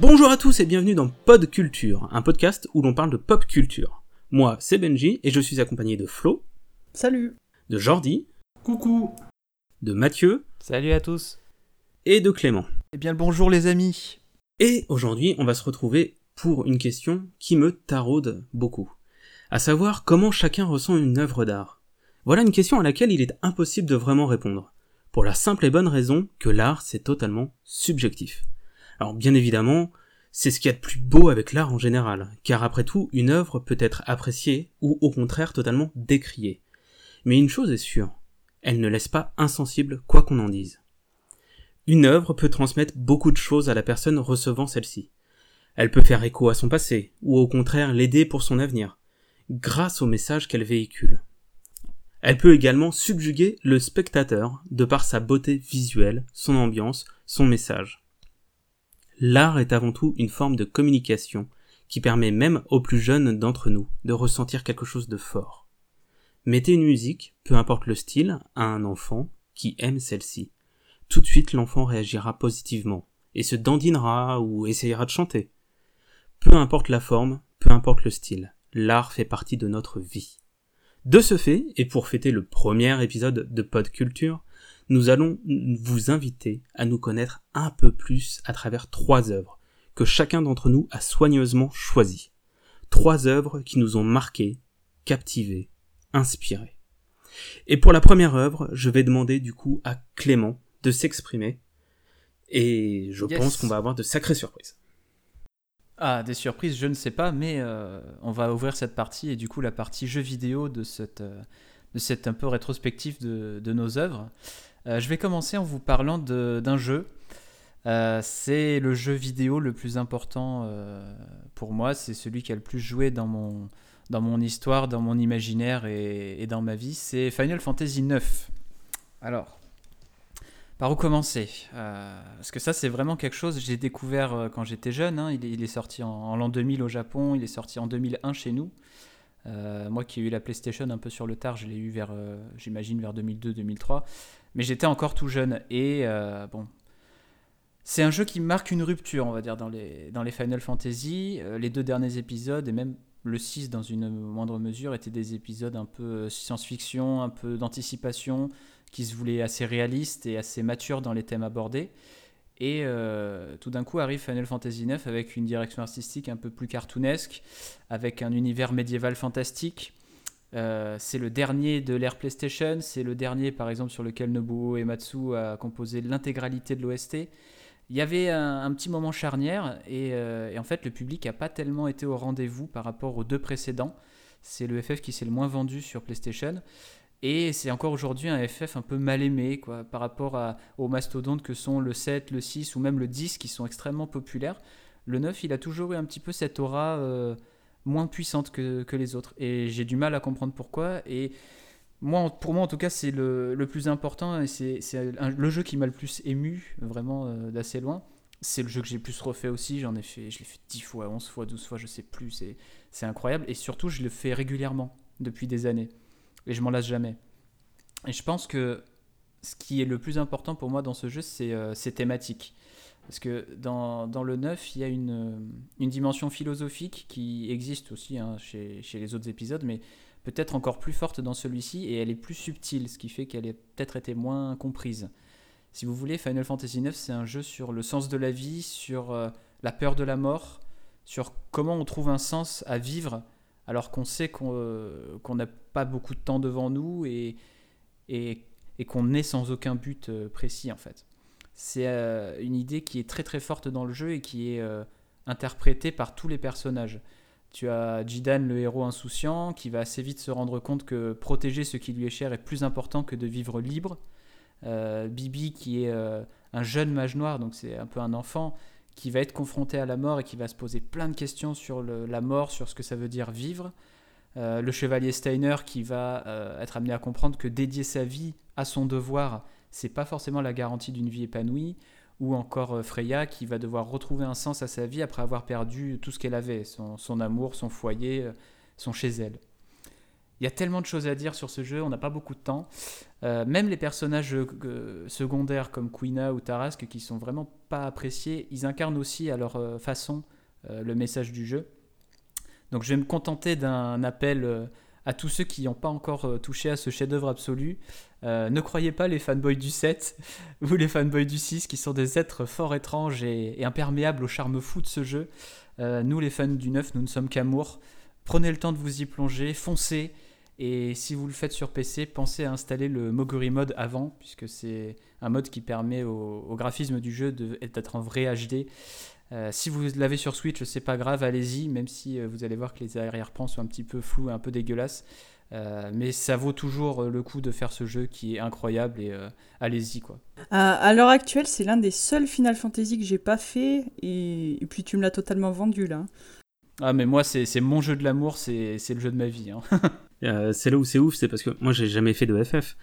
Bonjour à tous et bienvenue dans Pod Culture, un podcast où l'on parle de pop culture. Moi, c'est Benji et je suis accompagné de Flo. Salut. De Jordi. Coucou. De Mathieu. Salut à tous. Et de Clément. Eh bien le bonjour les amis. Et aujourd'hui, on va se retrouver pour une question qui me taraude beaucoup. À savoir comment chacun ressent une œuvre d'art. Voilà une question à laquelle il est impossible de vraiment répondre. Pour la simple et bonne raison que l'art, c'est totalement subjectif. Alors bien évidemment, c'est ce qu'il y a de plus beau avec l'art en général, car après tout, une œuvre peut être appréciée ou au contraire totalement décriée. Mais une chose est sûre, elle ne laisse pas insensible quoi qu'on en dise. Une œuvre peut transmettre beaucoup de choses à la personne recevant celle-ci. Elle peut faire écho à son passé, ou au contraire l'aider pour son avenir, grâce au message qu'elle véhicule. Elle peut également subjuguer le spectateur de par sa beauté visuelle, son ambiance, son message. L'art est avant tout une forme de communication qui permet même aux plus jeunes d'entre nous de ressentir quelque chose de fort. Mettez une musique, peu importe le style, à un enfant qui aime celle-ci. Tout de suite l'enfant réagira positivement et se dandinera ou essayera de chanter. Peu importe la forme, peu importe le style, l'art fait partie de notre vie. De ce fait, et pour fêter le premier épisode de Pod Culture, nous allons vous inviter à nous connaître un peu plus à travers 3 œuvres que chacun d'entre nous a soigneusement choisies. 3 œuvres qui nous ont marqués, captivés, inspirés. Et pour la première œuvre, je vais demander du coup à Clément de s'exprimer et je pense qu'on va avoir de sacrées surprises. Ah, des surprises, je ne sais pas, mais on va ouvrir cette partie et du coup la partie jeux vidéo de cette un peu rétrospective de nos œuvres. Je vais commencer en vous parlant d'un jeu. C'est le jeu vidéo le plus important pour moi. C'est celui qui a le plus joué dans mon histoire, dans mon imaginaire et dans ma vie. C'est Final Fantasy IX. Alors, par où commencer parce que ça, c'est vraiment quelque chose que j'ai découvert quand j'étais jeune. Hein. Il est sorti en l'an 2000 au Japon, il est sorti en 2001 chez nous. Moi qui ai eu la PlayStation un peu sur le tard, je l'ai eu j'imagine vers 2002-2003. Mais j'étais encore tout jeune. Et bon, c'est un jeu qui marque une rupture, on va dire, dans les Final Fantasy. Les 2 derniers épisodes, et même le 6 dans une moindre mesure, étaient des épisodes un peu science-fiction, un peu d'anticipation, qui se voulaient assez réalistes et assez matures dans les thèmes abordés. Et tout d'un coup arrive Final Fantasy IX avec une direction artistique un peu plus cartoonesque, avec un univers médiéval fantastique. C'est le dernier de l'ère PlayStation, c'est le dernier par exemple sur lequel Nobuo Uematsu a composé l'intégralité de l'OST. Il y avait un petit moment charnière et en fait le public n'a pas tellement été au rendez-vous par rapport aux 2 précédents. C'est le FF qui s'est le moins vendu sur PlayStation. Et c'est encore aujourd'hui un FF un peu mal aimé quoi, par rapport aux mastodontes que sont le 7, le 6 ou même le 10 qui sont extrêmement populaires. Le 9, il a toujours eu un petit peu cette aura moins puissante que les autres. Et j'ai du mal à comprendre pourquoi. Et pour moi, en tout cas, c'est le plus important et c'est le jeu qui m'a le plus ému, vraiment d'assez loin. C'est le jeu que j'ai le plus refait aussi. Je l'ai fait 10 fois, 11 fois, 12 fois, je sais plus. C'est incroyable. Et surtout, je le fais régulièrement depuis des années. Et je m'en lasse jamais. Et je pense que ce qui est le plus important pour moi dans ce jeu, c'est ses thématiques. Parce que dans le 9, il y a une dimension philosophique qui existe aussi hein, chez les autres épisodes, mais peut-être encore plus forte dans celui-ci, et elle est plus subtile, ce qui fait qu'elle a peut-être été moins comprise. Si vous voulez, Final Fantasy IX, c'est un jeu sur le sens de la vie, sur la peur de la mort, sur comment on trouve un sens à vivre, alors qu'on sait qu'on n'a pas beaucoup de temps devant nous et qu'on naît sans aucun but précis en fait. C'est une idée qui est très très forte dans le jeu et qui est interprétée par tous les personnages. Tu as Jidan, le héros insouciant, qui va assez vite se rendre compte que protéger ce qui lui est cher est plus important que de vivre libre. Bibi, qui est un jeune mage noir, donc c'est un peu un enfant, qui va être confronté à la mort et qui va se poser plein de questions sur la mort, sur ce que ça veut dire vivre. Le chevalier Steiner qui va être amené à comprendre que dédier sa vie à son devoir, c'est pas forcément la garantie d'une vie épanouie. Ou encore Freya qui va devoir retrouver un sens à sa vie après avoir perdu tout ce qu'elle avait, son amour, son foyer, son chez elle. Il y a tellement de choses à dire sur ce jeu, on n'a pas beaucoup de temps. Même les personnages secondaires comme Quina ou Tarrasque, qui sont vraiment pas appréciés, ils incarnent aussi à leur façon le message du jeu. Donc je vais me contenter d'un appel à tous ceux qui n'ont pas encore touché à ce chef-d'œuvre absolu. Ne croyez pas les fanboys du 7 ou les fanboys du 6, qui sont des êtres fort étranges et imperméables au charme fou de ce jeu. Nous, les fans du 9, nous ne sommes qu'amour. Prenez le temps de vous y plonger, foncez. Et si vous le faites sur PC, pensez à installer le Moguri Mode avant, puisque c'est un mode qui permet au graphisme du jeu d'être en vrai HD. Si vous l'avez sur Switch, c'est pas grave, allez-y, même si vous allez voir que les arrière-plans sont un petit peu flous et un peu dégueulasses. Mais ça vaut toujours le coup de faire ce jeu qui est incroyable et allez-y quoi. À l'heure actuelle, c'est l'un des seuls Final Fantasy que j'ai pas fait et puis tu me l'as totalement vendu là. Ah mais moi c'est mon jeu de l'amour, c'est le jeu de ma vie. C'est là où c'est ouf, c'est parce que moi j'ai jamais fait de FF.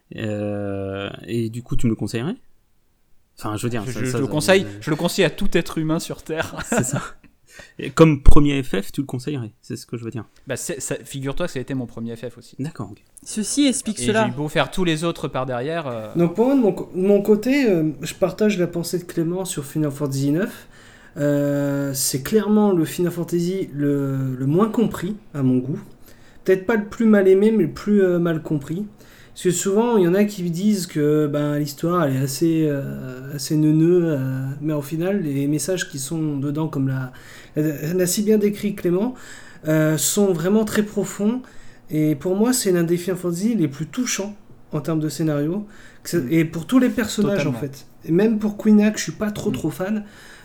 Et du coup, tu me le conseillerais ? Enfin, je veux dire, je le conseille à tout être humain sur Terre. C'est ça. Et comme premier FF, tu le conseillerais, c'est ce que je veux dire. Bah figure-toi que ça a été mon premier FF aussi. D'accord. Okay. Ceci explique cela. Et j'ai beau faire tous les autres par derrière. Donc pour moi, de mon côté, je partage la pensée de Clément sur Final Fantasy IX. C'est clairement le Final Fantasy le moins compris, à mon goût. Peut-être pas le plus mal aimé, mais le plus mal compris. Parce que souvent, il y en a qui disent que l'histoire elle est assez neuneux, mais au final, les messages qui sont dedans, comme l'a si bien décrit Clément, sont vraiment très profonds. Et pour moi, c'est l'un des Final Fantasy les plus touchants en termes de scénario. Et pour tous les personnages, totalement. En fait. Et même pour Quina, que je suis pas trop fan,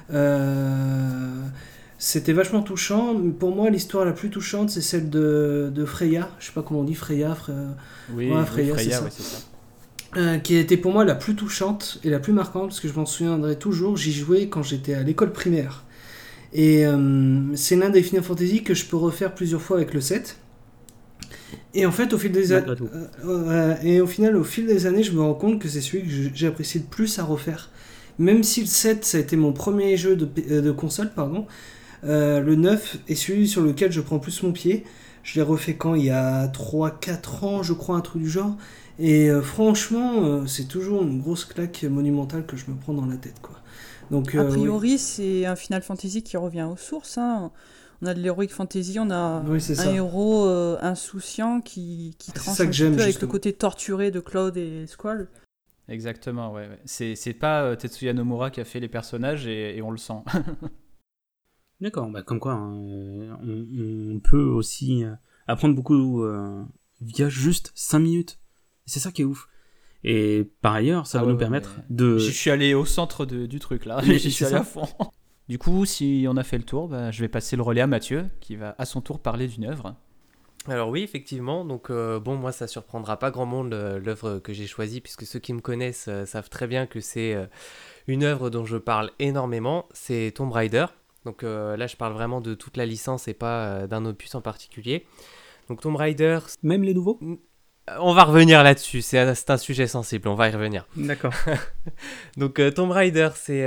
c'était vachement touchant. Pour moi, l'histoire la plus touchante, c'est celle de Freya. Je sais pas comment on dit, Freya. Freya, c'est ça. Qui était pour moi la plus touchante et la plus marquante, parce que je m'en souviendrai toujours. J'y jouais quand j'étais à l'école primaire. Et c'est l'un des Final Fantasy que je peux refaire plusieurs fois avec le 7. Et en fait, au fil des années, je me rends compte que c'est celui que j'ai apprécié le plus à refaire. Même si le 7, ça a été mon premier jeu de console, le 9 est celui sur lequel je prends plus mon pied. Je l'ai refait il y a 3-4 ans, je crois, un truc du genre. Et franchement, c'est toujours une grosse claque monumentale que je me prends dans la tête, quoi. Donc, a priori, c'est un Final Fantasy qui revient aux sources. Hein. On a de l'Heroic Fantasy, on a un héros insouciant qui tranche un petit peu avec le côté torturé de Cloud et Squall. Exactement, ouais. C'est pas Tetsuya Nomura qui a fait les personnages et on le sent. D'accord, comme quoi on peut aussi apprendre beaucoup via juste 5 minutes. C'est ça qui est ouf. Et par ailleurs, ça va nous permettre de... Je suis allé au centre du truc là, j'y suis allé à fond. Du coup, si on a fait le tour, je vais passer le relais à Mathieu, qui va à son tour parler d'une œuvre. Alors oui, effectivement, donc moi ça surprendra pas grand monde l'œuvre que j'ai choisie, puisque ceux qui me connaissent savent très bien que c'est une œuvre dont je parle énormément, c'est Tomb Raider. Donc là je parle vraiment de toute la licence et pas d'un opus en particulier. Donc Tomb Raider... Même les nouveaux ? On va revenir là-dessus, c'est un sujet sensible, on va y revenir. D'accord. Donc Tomb Raider, c'est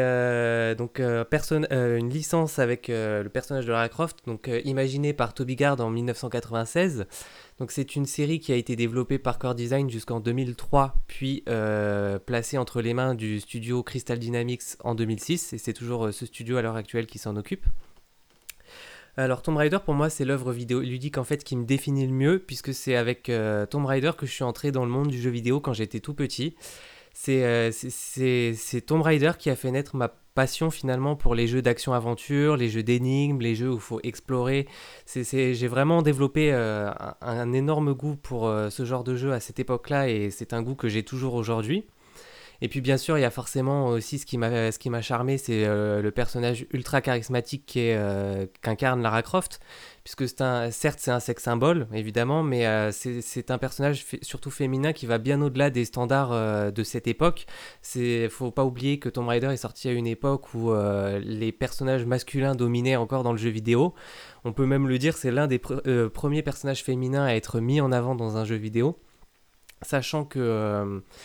une licence avec le personnage de Lara Croft, donc imaginé par Toby Gard en 1996. Donc c'est une série qui a été développée par Core Design jusqu'en 2003, puis placée entre les mains du studio Crystal Dynamics en 2006, et c'est toujours ce studio à l'heure actuelle qui s'en occupe. Alors Tomb Raider pour moi c'est l'œuvre vidéoludique en fait qui me définit le mieux, puisque c'est avec Tomb Raider que je suis entré dans le monde du jeu vidéo quand j'étais tout petit. C'est Tomb Raider qui a fait naître ma passion finalement pour les jeux d'action-aventure, les jeux d'énigmes, les jeux où il faut explorer. J'ai vraiment développé un énorme goût pour ce genre de jeu à cette époque-là, et c'est un goût que j'ai toujours aujourd'hui. Et puis bien sûr, il y a forcément aussi ce qui m'a charmé, c'est le personnage ultra charismatique qu'incarne Lara Croft, puisque certes c'est un sex symbole évidemment, mais c'est un personnage surtout féminin qui va bien au-delà des standards de cette époque. Faut pas oublier que Tomb Raider est sorti à une époque où les personnages masculins dominaient encore dans le jeu vidéo. On peut même le dire, c'est l'un des premiers personnages féminins à être mis en avant dans un jeu vidéo, sachant que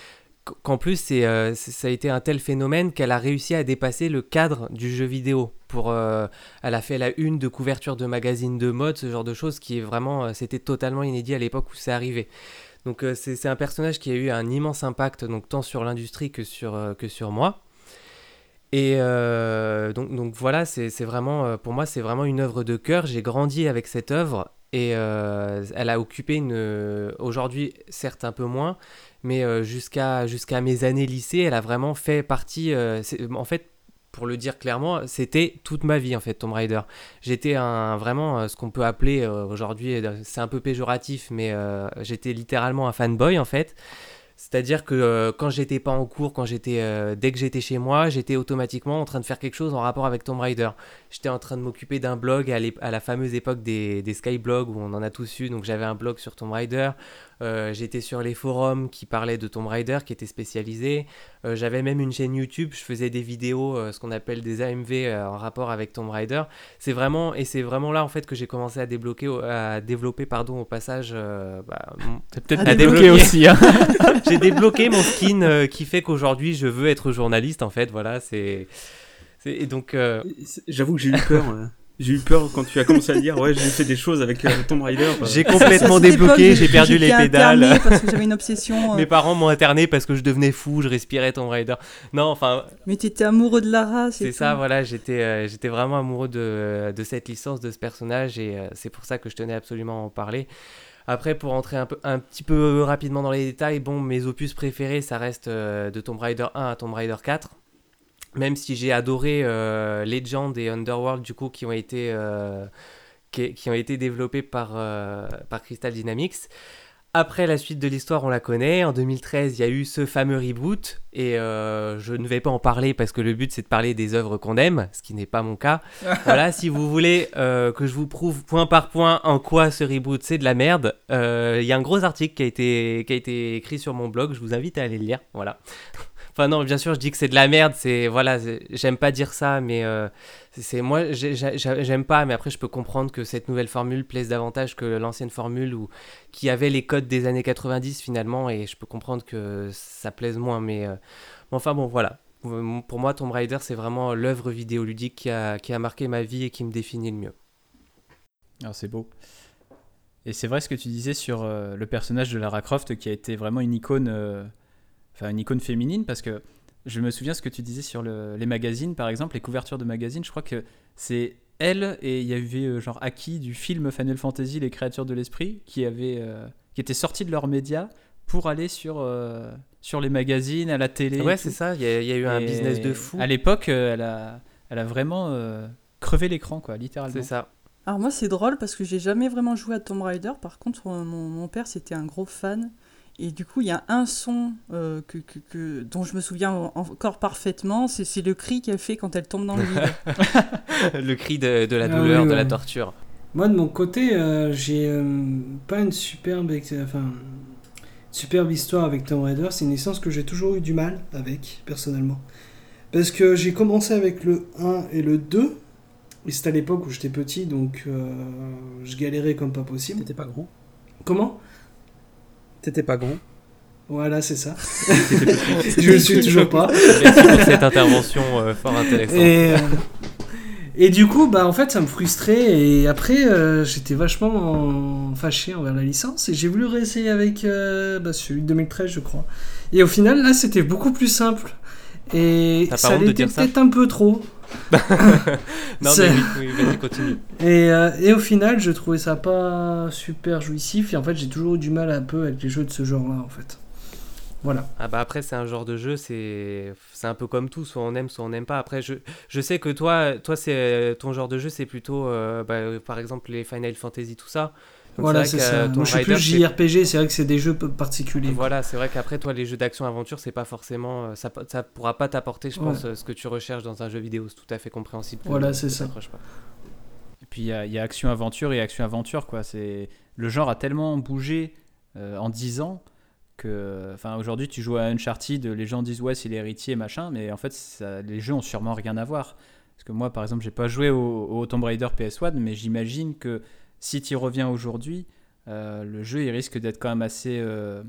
qu'en plus, ça a été un tel phénomène qu'elle a réussi à dépasser le cadre du jeu vidéo. Elle a fait la une de couverture de magazine de mode, ce genre de choses qui est vraiment, c'était totalement inédit à l'époque où c'est arrivé. Donc c'est un personnage qui a eu un immense impact, donc tant sur l'industrie que sur moi. Et donc voilà, c'est vraiment, pour moi, c'est vraiment une œuvre de cœur. J'ai grandi avec cette œuvre et elle a occupé aujourd'hui, certes un peu moins, mais jusqu'à mes années lycée, elle a vraiment fait partie. En fait, pour le dire clairement, c'était toute ma vie en fait, Tomb Raider. J'étais vraiment ce qu'on peut appeler aujourd'hui, c'est un peu péjoratif, mais j'étais littéralement un fanboy en fait. C'est-à-dire que quand j'étais pas en cours, dès que j'étais chez moi, j'étais automatiquement en train de faire quelque chose en rapport avec Tomb Raider. J'étais en train de m'occuper d'un blog à la fameuse époque des Skyblogs où on en a tous eu. Donc j'avais un blog sur Tomb Raider. J'étais sur les forums qui parlaient de Tomb Raider, qui étaient spécialisés. J'avais même une chaîne YouTube. Je faisais des vidéos, ce qu'on appelle des AMV en rapport avec Tomb Raider. C'est vraiment là en fait que j'ai commencé à développer au passage. Peut-être à débloquer aussi. Hein. J'ai débloqué mon skin qui fait qu'aujourd'hui je veux être journaliste en fait. Voilà, et donc. J'avoue que j'ai eu peur. J'ai eu peur quand tu as commencé à dire ouais, j'ai fait des choses avec Tomb Raider. J'ai complètement débloqué, j'ai perdu les pédales. Parce que j'avais une obsession. Mes parents m'ont interné parce que je devenais fou, je respirais Tomb Raider. Non, enfin. Mais t'étais amoureux de Lara, c'est ça, voilà. J'étais vraiment amoureux de cette licence, de ce personnage, et c'est pour ça que je tenais absolument à en parler. Après, pour entrer un petit peu rapidement dans les détails, mes opus préférés, ça reste de Tomb Raider 1 à Tomb Raider 4. Même si j'ai adoré Legend et Underworld, du coup, qui ont été développés par Crystal Dynamics. Après, la suite de l'histoire, on la connaît. En 2013, il y a eu ce fameux reboot. Et je ne vais pas en parler parce que le but, c'est de parler des œuvres qu'on aime, ce qui n'est pas mon cas. Voilà, si vous voulez que je vous prouve point par point en quoi ce reboot, c'est de la merde, il y a un gros article qui a été écrit sur mon blog. Je vous invite à aller le lire. Voilà. Enfin non, bien sûr, je dis que c'est de la merde, j'aime pas dire ça, mais moi, j'aime pas, mais après, je peux comprendre que cette nouvelle formule plaise davantage que l'ancienne formule qui avait les codes des années 90 finalement, et je peux comprendre que ça plaise moins, mais enfin bon, voilà. Pour moi, Tomb Raider, c'est vraiment l'œuvre vidéoludique qui a marqué ma vie et qui me définit le mieux. Alors c'est beau. Et c'est vrai ce que tu disais sur le personnage de Lara Croft qui a été vraiment une icône... une icône féminine, parce que je me souviens ce que tu disais sur les magazines, par exemple, les couvertures de magazines, je crois que c'est elle, et il y avait genre Aki du film Final Fantasy, Les Créatures de l'Esprit, qui étaient sortis de leurs médias pour aller sur les magazines, à la télé. Ouais, c'est ça, il y a eu un business de fou. À l'époque, elle a vraiment crevé l'écran, quoi, littéralement. C'est ça. Alors moi, c'est drôle, parce que j'ai jamais vraiment joué à Tomb Raider, par contre, mon père, c'était un gros fan. Et du coup, il y a un son dont je me souviens encore parfaitement, c'est le cri qu'elle fait quand elle tombe dans le vide. Le cri de la douleur, de la torture. Moi, de mon côté, j'ai pas une superbe histoire avec Tomb Raider. C'est une licence que j'ai toujours eu du mal avec, personnellement. Parce que j'ai commencé avec le 1 et le 2, et c'était à l'époque où j'étais petit, donc je galérais comme pas possible. T'étais pas grand. Comment ? T'étais pas grand. Voilà, c'est ça. Je le suis toujours pas. Merci pour cette intervention fort intéressante. Et du coup, en fait, ça me frustrait. Et après, j'étais vachement fâché envers la licence. Et j'ai voulu réessayer avec celui de 2013, je crois. Et au final, là, c'était beaucoup plus simple. Et ça l'était peut-être un peu trop. Non, mais oui, vas-y, continue. Et au final, je trouvais ça pas super jouissif. Et en fait, j'ai toujours eu du mal un peu avec les jeux de ce genre-là, en fait. Voilà. Après, c'est un genre de jeu, c'est un peu comme tout, soit on aime, soit on n'aime pas. Après, je sais que toi c'est ton genre de jeu, c'est plutôt, par exemple, les Final Fantasy, tout ça. Donc voilà, c'est ça. Moi, je suis plus JRPG, c'est vrai que c'est des jeux particuliers. Voilà, c'est vrai qu'après, toi, les jeux d'action-aventure, c'est pas forcément... Ça pourra pas t'apporter, je pense, ce que tu recherches dans un jeu vidéo. C'est tout à fait compréhensible. Voilà, c'est ça. Pas. Et puis, il y a action-aventure et action-aventure, quoi. Le genre a tellement bougé en 10 ans que... aujourd'hui, tu joues à Uncharted, les gens disent, ouais, c'est l'héritier, machin, mais en fait, les jeux ont sûrement rien à voir. Parce que moi, par exemple, j'ai pas joué au Tomb Raider PS1, mais j'imagine que si tu y reviens aujourd'hui, le jeu il risque d'être quand même assez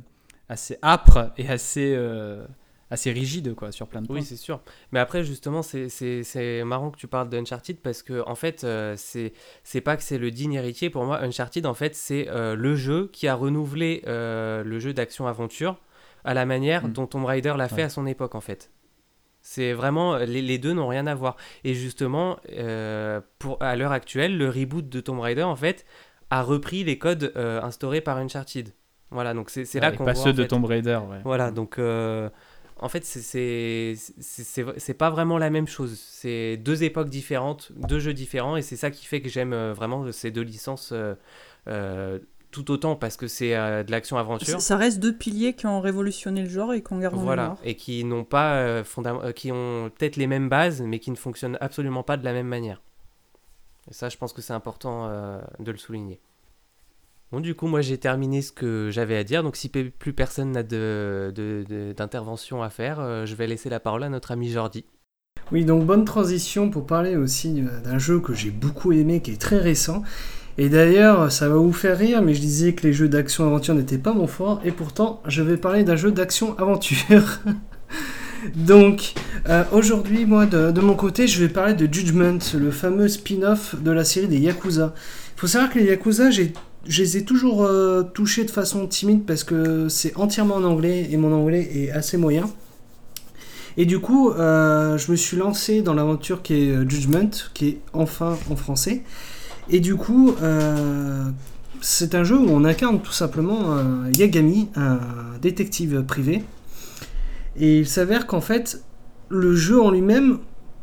assez âpre et assez rigide quoi, sur plein de points. Oui, c'est sûr. Mais après, justement, c'est marrant que tu parles d'Uncharted parce que, en fait, c'est pas que c'est le digne héritier. Pour moi, Uncharted, en fait, c'est le jeu qui a renouvelé le jeu d'action-aventure à la manière dont Tomb Raider l'a fait à son époque, en fait. C'est vraiment, les deux n'ont rien à voir. Et justement, à l'heure actuelle, le reboot de Tomb Raider, en fait, a repris les codes instaurés par Uncharted. Voilà, donc c'est là qu'on voit. Pas ceux de Tomb Raider, ouais. Voilà, donc en fait, c'est pas vraiment la même chose. C'est deux époques différentes, deux jeux différents, et c'est ça qui fait que j'aime vraiment ces deux licences tout autant parce que c'est de l'action-aventure. Ça reste deux piliers qui ont révolutionné le genre et qu'on garde en mémoire. Et qui n'ont pas qui ont peut-être les mêmes bases, mais qui ne fonctionnent absolument pas de la même manière. Et ça, je pense que c'est important de le souligner. Bon, du coup, moi, j'ai terminé ce que j'avais à dire. Donc, si plus personne n'a d'intervention à faire, je vais laisser la parole à notre ami Jordi. Oui, donc bonne transition pour parler aussi d'un jeu que j'ai beaucoup aimé, qui est très récent. Et d'ailleurs, ça va vous faire rire, mais je disais que les jeux d'action-aventure n'étaient pas mon fort, et pourtant, je vais parler d'un jeu d'action-aventure. Donc, aujourd'hui, moi, de mon côté, je vais parler de Judgment, le fameux spin-off de la série des Yakuza. Il faut savoir que les Yakuza, je les ai toujours touchés de façon timide parce que c'est entièrement en anglais et mon anglais est assez moyen. Et du coup, je me suis lancé dans l'aventure qui est Judgment, qui est enfin en français. Et du coup, c'est un jeu où on incarne tout simplement Yagami, un détective privé. Et il s'avère qu'en fait, le jeu en lui-même,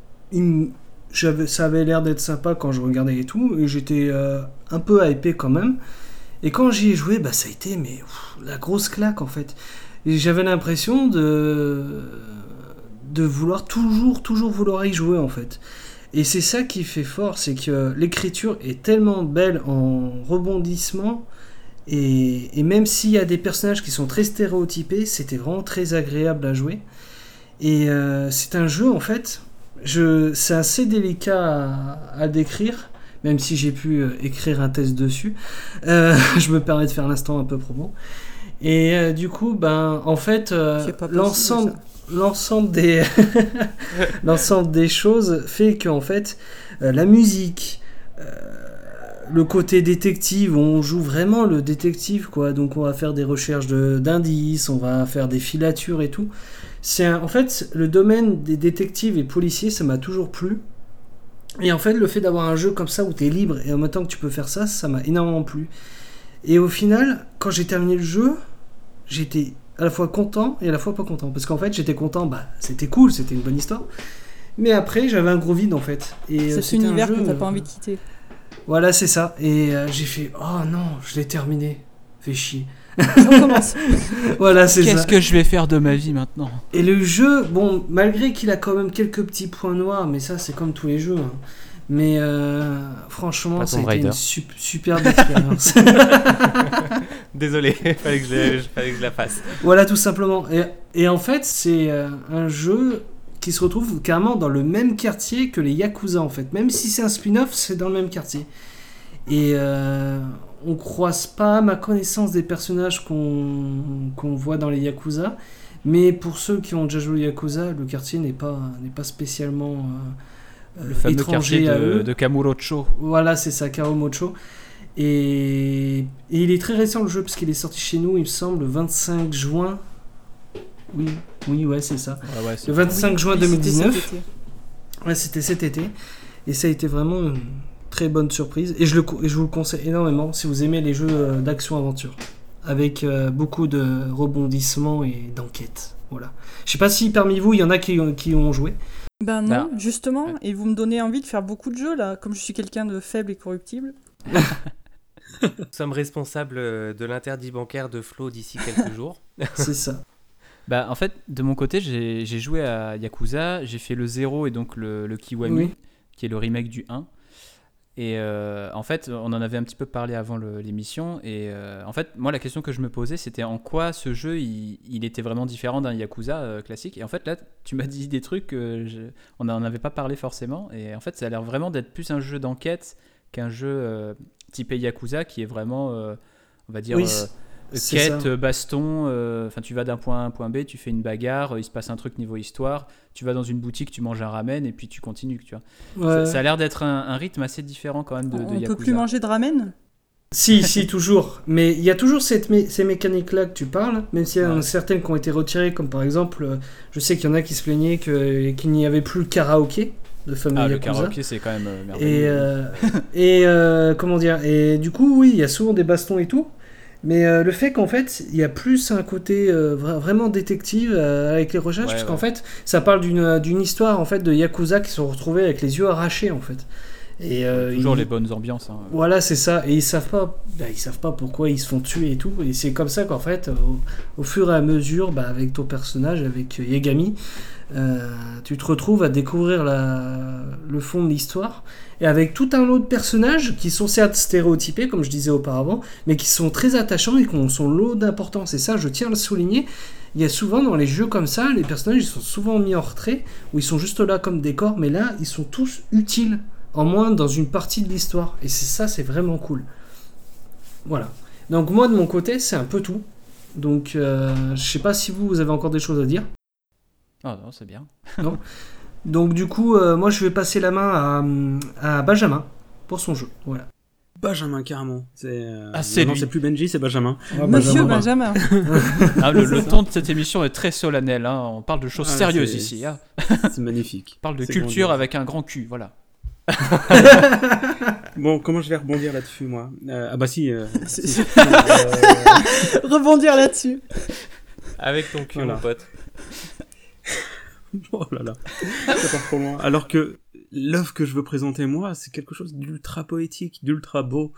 ça avait l'air d'être sympa quand je regardais et tout, et j'étais un peu hypé quand même. Et quand j'y ai joué, ça a été la grosse claque en fait. Et j'avais l'impression de vouloir toujours vouloir y jouer en fait. Et c'est ça qui fait fort, c'est que l'écriture est tellement belle en rebondissement, et même s'il y a des personnages qui sont très stéréotypés, c'était vraiment très agréable à jouer. Et c'est un jeu en fait, c'est assez délicat à décrire, même si j'ai pu écrire un test dessus. Je me permets de faire l'instant un peu promo. Et du coup, en fait, l'ensemble des l'ensemble des choses fait qu'en fait, la musique, le côté détective, on joue vraiment le détective, quoi. Donc on va faire des recherches d'indices, on va faire des filatures et tout. En fait, le domaine des détectives et policiers, ça m'a toujours plu. Et en fait, le fait d'avoir un jeu comme ça où tu es libre et en même temps que tu peux faire ça, ça m'a énormément plu. Et au final, quand j'ai terminé le jeu, j'étais à la fois content et à la fois pas content. Parce qu'en fait, j'étais content, c'était cool, c'était une bonne histoire. Mais après, j'avais un gros vide en fait. Et cet univers que t'as pas envie de quitter. Voilà, c'est ça. Et j'ai fait, oh non, je l'ai terminé. Fais chier. On commence. Voilà, c'est ça. Qu'est-ce que je vais faire de ma vie maintenant ? Et le jeu, malgré qu'il a quand même quelques petits points noirs, mais ça, c'est comme tous les jeux. Hein. Mais franchement, ça a été une superbe expérience. Désolé, fallait que je la fasse. Voilà, tout simplement. Et en fait, c'est un jeu qui se retrouve carrément dans le même quartier que les Yakuza, en fait. Même si c'est un spin-off, c'est dans le même quartier. Et on croise pas, à ma connaissance, des personnages qu'on voit dans les Yakuza. Mais pour ceux qui ont déjà joué Yakuza, le quartier n'est pas spécialement le fameux étranger quartier de Kamurocho. Voilà, c'est ça, Kamurocho. Et il est très récent le jeu, parce qu'il est sorti chez nous, il me semble, le 25 juin. Oui, ouais, c'est ça. Ouais, le 25 juin 2019. Ouais, c'était cet été. Et ça a été vraiment une très bonne surprise. Et je vous le conseille énormément si vous aimez les jeux d'action-aventure. Avec beaucoup de rebondissements et d'enquêtes. Voilà. Je sais pas si parmi vous, il y en a qui ont joué. Non, justement. Et vous me donnez envie de faire beaucoup de jeux, là. Comme je suis quelqu'un de faible et corruptible. Nous sommes responsables de l'interdit bancaire de Flo d'ici quelques jours. C'est ça. En fait, de mon côté, j'ai joué à Yakuza, j'ai fait le 0 et donc le Kiwami, qui est le remake du 1. Et en fait, on en avait un petit peu parlé avant l'émission. Et en fait, moi, la question que je me posais, c'était en quoi ce jeu, il était vraiment différent d'un Yakuza classique. Et en fait, là, tu m'as dit des trucs on n'en avait pas parlé forcément. Et en fait, ça a l'air vraiment d'être plus un jeu d'enquête qu'un jeu typé Yakuza, qui est vraiment, on va dire, C'est quête, ça. baston, enfin tu vas d'un point A à un point B, tu fais une bagarre, il se passe un truc niveau histoire, tu vas dans une boutique, tu manges un ramen et puis tu continues, tu vois. Ouais. Ça a l'air d'être un rythme assez différent quand même de On Yakuza. peut plus manger de ramen? Si, toujours. Mais il y a toujours ces mécaniques-là que tu parles, même s'il y en a Ouais. certaines qui ont été retirées, comme par exemple, je sais qu'il y en a qui se plaignaient qu'il n'y avait plus le karaoké, le fameux Ah, le Yakuza. karaoké, c'est quand même merveilleux. Comment dire, et du coup, oui, il y a souvent des bastons et tout. Mais le fait qu'en fait, il y a plus un côté vraiment détective avec les recherches, Ouais, parce qu'en ouais. fait, ça parle d'une histoire en fait de Yakuza qui se sont retrouvés avec les yeux arrachés en fait. Et Toujours ils- les bonnes ambiances. Hein. Voilà, c'est ça. Et ils savent pas pourquoi ils se font tuer et tout. Et c'est comme ça qu'en fait, au fur et à mesure, avec ton personnage, avec Yagami, tu te retrouves à découvrir le fond de l'histoire. Et avec tout un lot de personnages qui sont certes stéréotypés, comme je disais auparavant, mais qui sont très attachants et qui ont son lot d'importance. Et ça, je tiens à le souligner. Il y a souvent dans les jeux comme ça, les personnages ils sont souvent mis en retrait, où ils sont juste là comme décor, mais là, ils sont tous utiles, en moins dans une partie de l'histoire. Et c'est vraiment cool. Voilà. Donc moi, de mon côté, c'est un peu tout. Donc, je sais pas si vous avez encore des choses à dire. Oh non, c'est bien. Donc du coup, moi, je vais passer la main à Benjamin pour son jeu. Voilà. Benjamin, carrément. Ah, c'est non, lui. c'est plus Benji, c'est Benjamin. Monsieur Benjamin. Benjamin. Ah, le ton de cette émission est très solennel. Hein. On parle de choses Ah, sérieuses c'est- ici. Hein. C'est magnifique. On parle de C'est culture grandiose. avec un grand cul. Voilà. Bon, comment je vais rebondir là-dessus, moi Ah bah si. C'est- si. Non, Rebondir là-dessus. Avec ton cul, Voilà. mon pote. Oh là là, ça part trop loin. Alors que l'œuvre que je veux présenter moi, c'est quelque chose d'ultra poétique, d'ultra beau.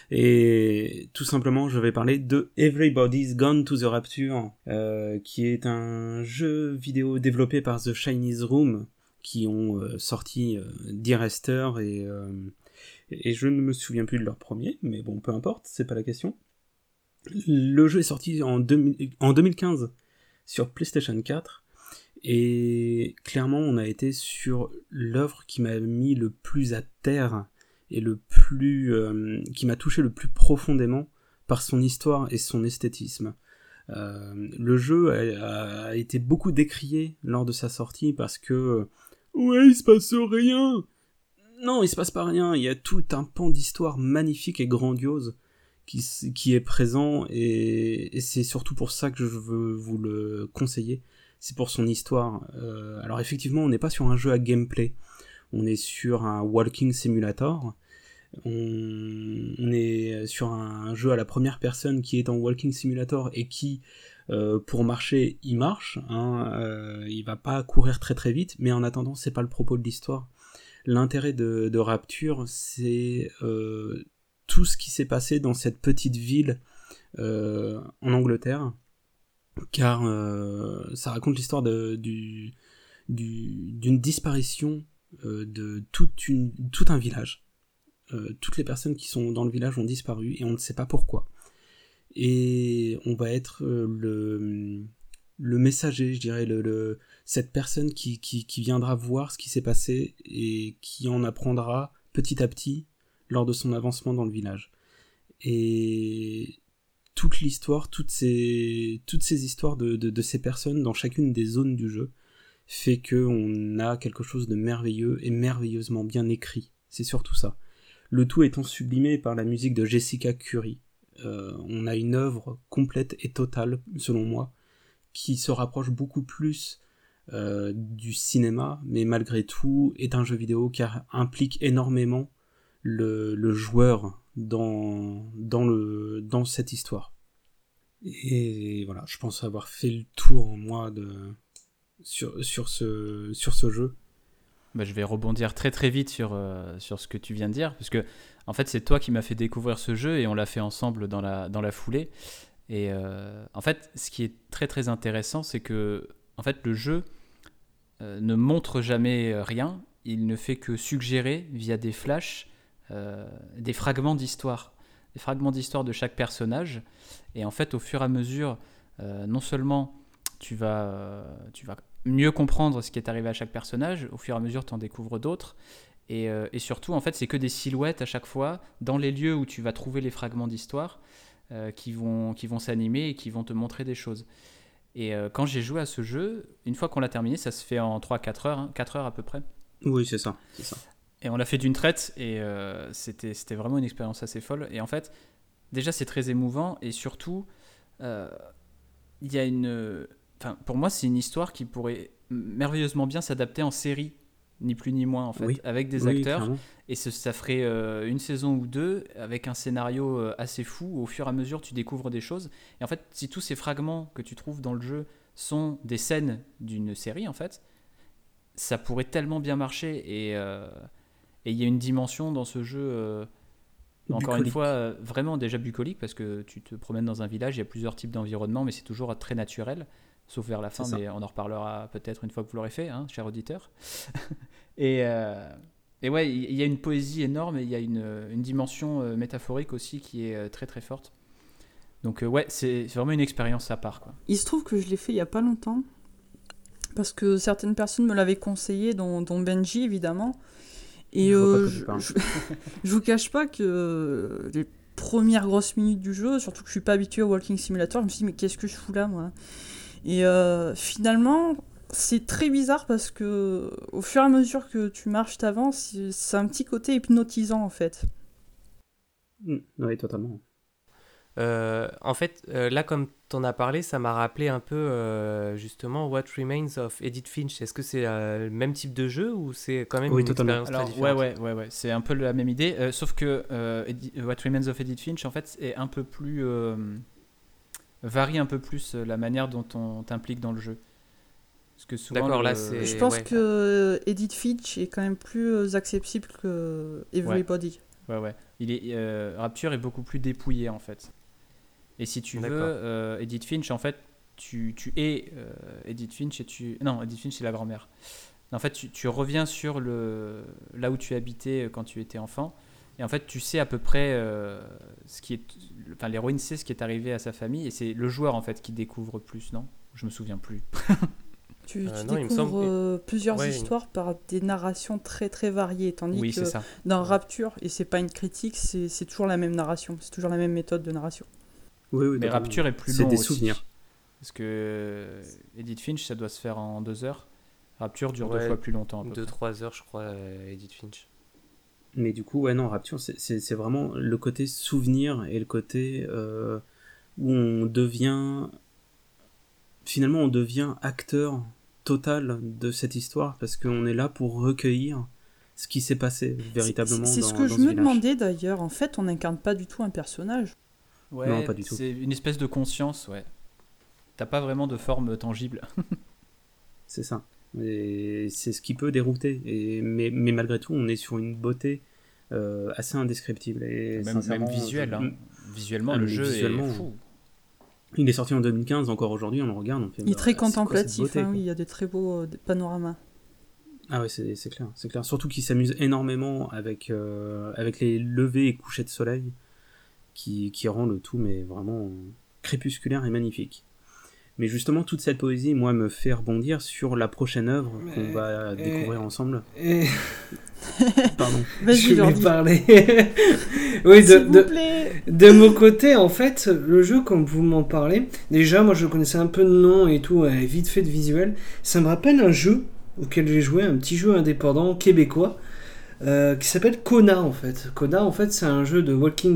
Et tout simplement, je vais parler de Everybody's Gone to the Rapture, qui est un jeu vidéo développé par The Chinese Room, qui ont sorti Dear Esther et je ne me souviens plus de leur premier, mais bon, peu importe, c'est pas la question. Le jeu est sorti en 2015 sur PlayStation 4. Et clairement, on a été sur l'œuvre qui m'a mis le plus à terre et qui m'a touché le plus profondément par son histoire et son esthétisme. Le jeu a été beaucoup décrié lors de sa sortie parce que ouais, il se passe rien. Non, il se passe pas rien. Il y a tout un pan d'histoire magnifique et grandiose qui est présent et c'est surtout pour ça que je veux vous le conseiller. C'est pour son histoire. Alors effectivement, on n'est pas sur un jeu à gameplay. On est sur un walking simulator. On est sur un jeu à la première personne qui est en walking simulator et qui, pour marcher, il marche. Il va pas courir très très vite, mais en attendant, c'est pas le propos de l'histoire. L'intérêt de Rapture, c'est tout ce qui s'est passé dans cette petite ville en Angleterre. Car ça raconte l'histoire d'une disparition de tout un village. Toutes les personnes qui sont dans le village ont disparu et on ne sait pas pourquoi. Et on va être le messager, je dirais, cette personne qui viendra voir ce qui s'est passé et qui en apprendra petit à petit lors de son avancement dans le village. Et toute l'histoire, toutes ces histoires de ces personnes dans chacune des zones du jeu fait qu'on a quelque chose de merveilleux et merveilleusement bien écrit. C'est surtout ça. Le tout étant sublimé par la musique de Jessica Curry. On a une œuvre complète et totale, selon moi, qui se rapproche beaucoup plus du cinéma, mais malgré tout est un jeu vidéo qui implique énormément le joueur dans cette histoire. Et voilà, je pense avoir fait le tour, moi, sur ce jeu. Bah, je vais rebondir très très vite sur ce que tu viens de dire, parce que en fait c'est toi qui m'as fait découvrir ce jeu et on l'a fait ensemble dans la foulée. Et en fait, ce qui est très très intéressant, c'est que en fait le jeu ne montre jamais rien, il ne fait que suggérer via des flashs des fragments d'histoire de chaque personnage. Et en fait, au fur et à mesure, non seulement tu vas mieux comprendre ce qui est arrivé à chaque personnage, au fur et à mesure, tu en découvres d'autres. Et surtout, en fait, c'est que des silhouettes à chaque fois, dans les lieux où tu vas trouver les fragments d'histoire. qui vont s'animer et qui vont te montrer des choses. Et quand j'ai joué à ce jeu, une fois qu'on l'a terminé, ça se fait en 3-4 heures, 4 heures à peu près. Oui, c'est ça. Et on l'a fait d'une traite et c'était vraiment une expérience assez folle. Et en fait, déjà c'est très émouvant et surtout, il y a pour moi c'est une histoire qui pourrait merveilleusement bien s'adapter en série, ni plus ni moins en fait, avec des acteurs. Clairement. Et ça ferait une saison ou deux avec un scénario assez fou où au fur et à mesure tu découvres des choses. Et en fait, si tous ces fragments que tu trouves dans le jeu sont des scènes d'une série en fait, ça pourrait tellement bien marcher. Et il y a une dimension dans ce jeu, encore une fois, vraiment déjà bucolique, parce que tu te promènes dans un village, il y a plusieurs types d'environnements, mais c'est toujours très naturel, sauf vers la fin, mais on en reparlera peut-être une fois que vous l'aurez fait, hein, cher auditeur. Et ouais, il y a une poésie énorme, et il y a une dimension métaphorique aussi qui est très très forte. Donc ouais, c'est vraiment une expérience à part, quoi. Il se trouve que je l'ai fait il y a pas longtemps, parce que certaines personnes me l'avaient conseillé, dont Benji évidemment. Et je vous cache pas que les premières grosses minutes du jeu, surtout que je suis pas habitué au Walking Simulator, je me suis dit mais qu'est-ce que je fous là moi ? Et finalement, c'est très bizarre parce que au fur et à mesure que tu marches, t'avances, c'est un petit côté hypnotisant en fait. Oui, totalement. En fait, là, comme t'en as parlé, ça m'a rappelé un peu justement What Remains of Edith Finch. Est-ce que c'est le même type de jeu ou c'est quand même une expérience très différente ? Ouais, c'est un peu la même idée, sauf que What Remains of Edith Finch, en fait, est un peu plus varie un peu plus la manière dont on t'implique dans le jeu. Parce que souvent, d'accord, là, c'est... Je pense que Edith Finch est quand même plus accessible que Everybody. Ouais. Rapture est beaucoup plus dépouillé en fait. Et si tu veux, Edith Finch, en fait, tu es Edith Finch et non, Edith Finch, c'est la grand-mère. En fait, tu reviens sur là où tu habitais quand tu étais enfant. Et en fait, tu sais à peu près l'héroïne sait ce qui est arrivé à sa famille. Et c'est le joueur, en fait, qui découvre plus, non ? Je me souviens plus. Tu découvres plusieurs histoires par des narrations très très variées, tandis que dans Rapture, et c'est pas une critique, c'est toujours la même narration, c'est toujours la même méthode de narration. Oui, mais Rapture est plus long des aussi. Souvenirs. Parce que Edith Finch, ça doit se faire en 2 heures. Rapture dure 2 fois plus longtemps. 2-3 heures, je crois, Edith Finch. Mais du coup, Rapture, c'est vraiment le côté souvenir et le côté où on devient acteur total de cette histoire parce qu'on est là pour recueillir ce qui s'est passé véritablement c'est dans ce que dans je me village. Demandais d'ailleurs. En fait, on n'incarne pas du tout un personnage. Ouais, non, pas du tout. C'est une espèce de conscience, ouais. T'as pas vraiment de forme tangible. C'est ça. Et c'est ce qui peut dérouter. Mais malgré tout, on est sur une beauté assez indescriptible. Et même visuel. Visuellement, le jeu est fou. Il est sorti en 2015, encore aujourd'hui, on le regarde. On fait, il est très contemplatif, beauté, oui, il y a des très beaux panoramas. Ah ouais, c'est clair. Surtout qu'il s'amuse énormément avec les levées et couchers de soleil qui rend le tout mais vraiment crépusculaire et magnifique. Mais justement, toute cette poésie, moi, me fait rebondir sur la prochaine œuvre qu'on va découvrir ensemble. Pardon. Vas-y, je vais parler. Oui, de mon côté, en fait, le jeu, comme vous m'en parlez, déjà, moi, je connaissais un peu de nom et tout, vite fait de visuel. Ça me rappelle un jeu auquel j'ai joué, un petit jeu indépendant québécois, qui s'appelle Kona, en fait. Kona, en fait, c'est un jeu de walk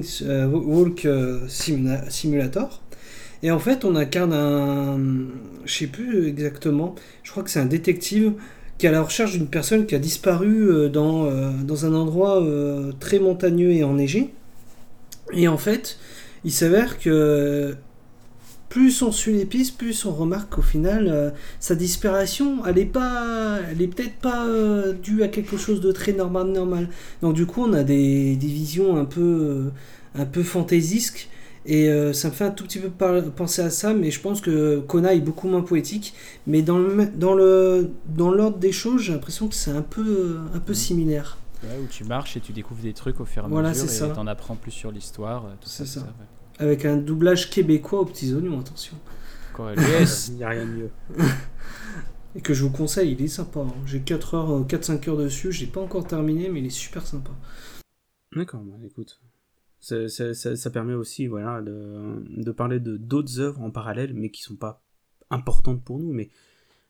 simulator. Et en fait, on incarne je sais plus exactement, je crois que c'est un détective qui est à la recherche d'une personne qui a disparu dans un endroit très montagneux et enneigé. Et en fait, il s'avère que plus on suit les pistes, plus on remarque qu'au final, sa disparition, elle est peut-être pas due à quelque chose de très normal. Donc du coup, on a des visions un peu fantaisisques. Et ça me fait un tout petit peu penser à ça, mais je pense que Kona est beaucoup moins poétique. Mais dans l'ordre des choses, j'ai l'impression que c'est un peu similaire. Ouais, où tu marches et tu découvres des trucs au fur et à mesure et t'en apprends plus sur l'histoire. C'est ça. Ouais. Avec un doublage québécois aux petits oignons, attention. Yes. Il n'y a rien de mieux. Et que je vous conseille, il est sympa. Hein. J'ai 4-5 heures dessus, je l'ai pas encore terminé, mais il est super sympa. D'accord, bah écoute. Ça permet aussi, voilà, de parler de d'autres œuvres en parallèle, mais qui sont pas importantes pour nous, mais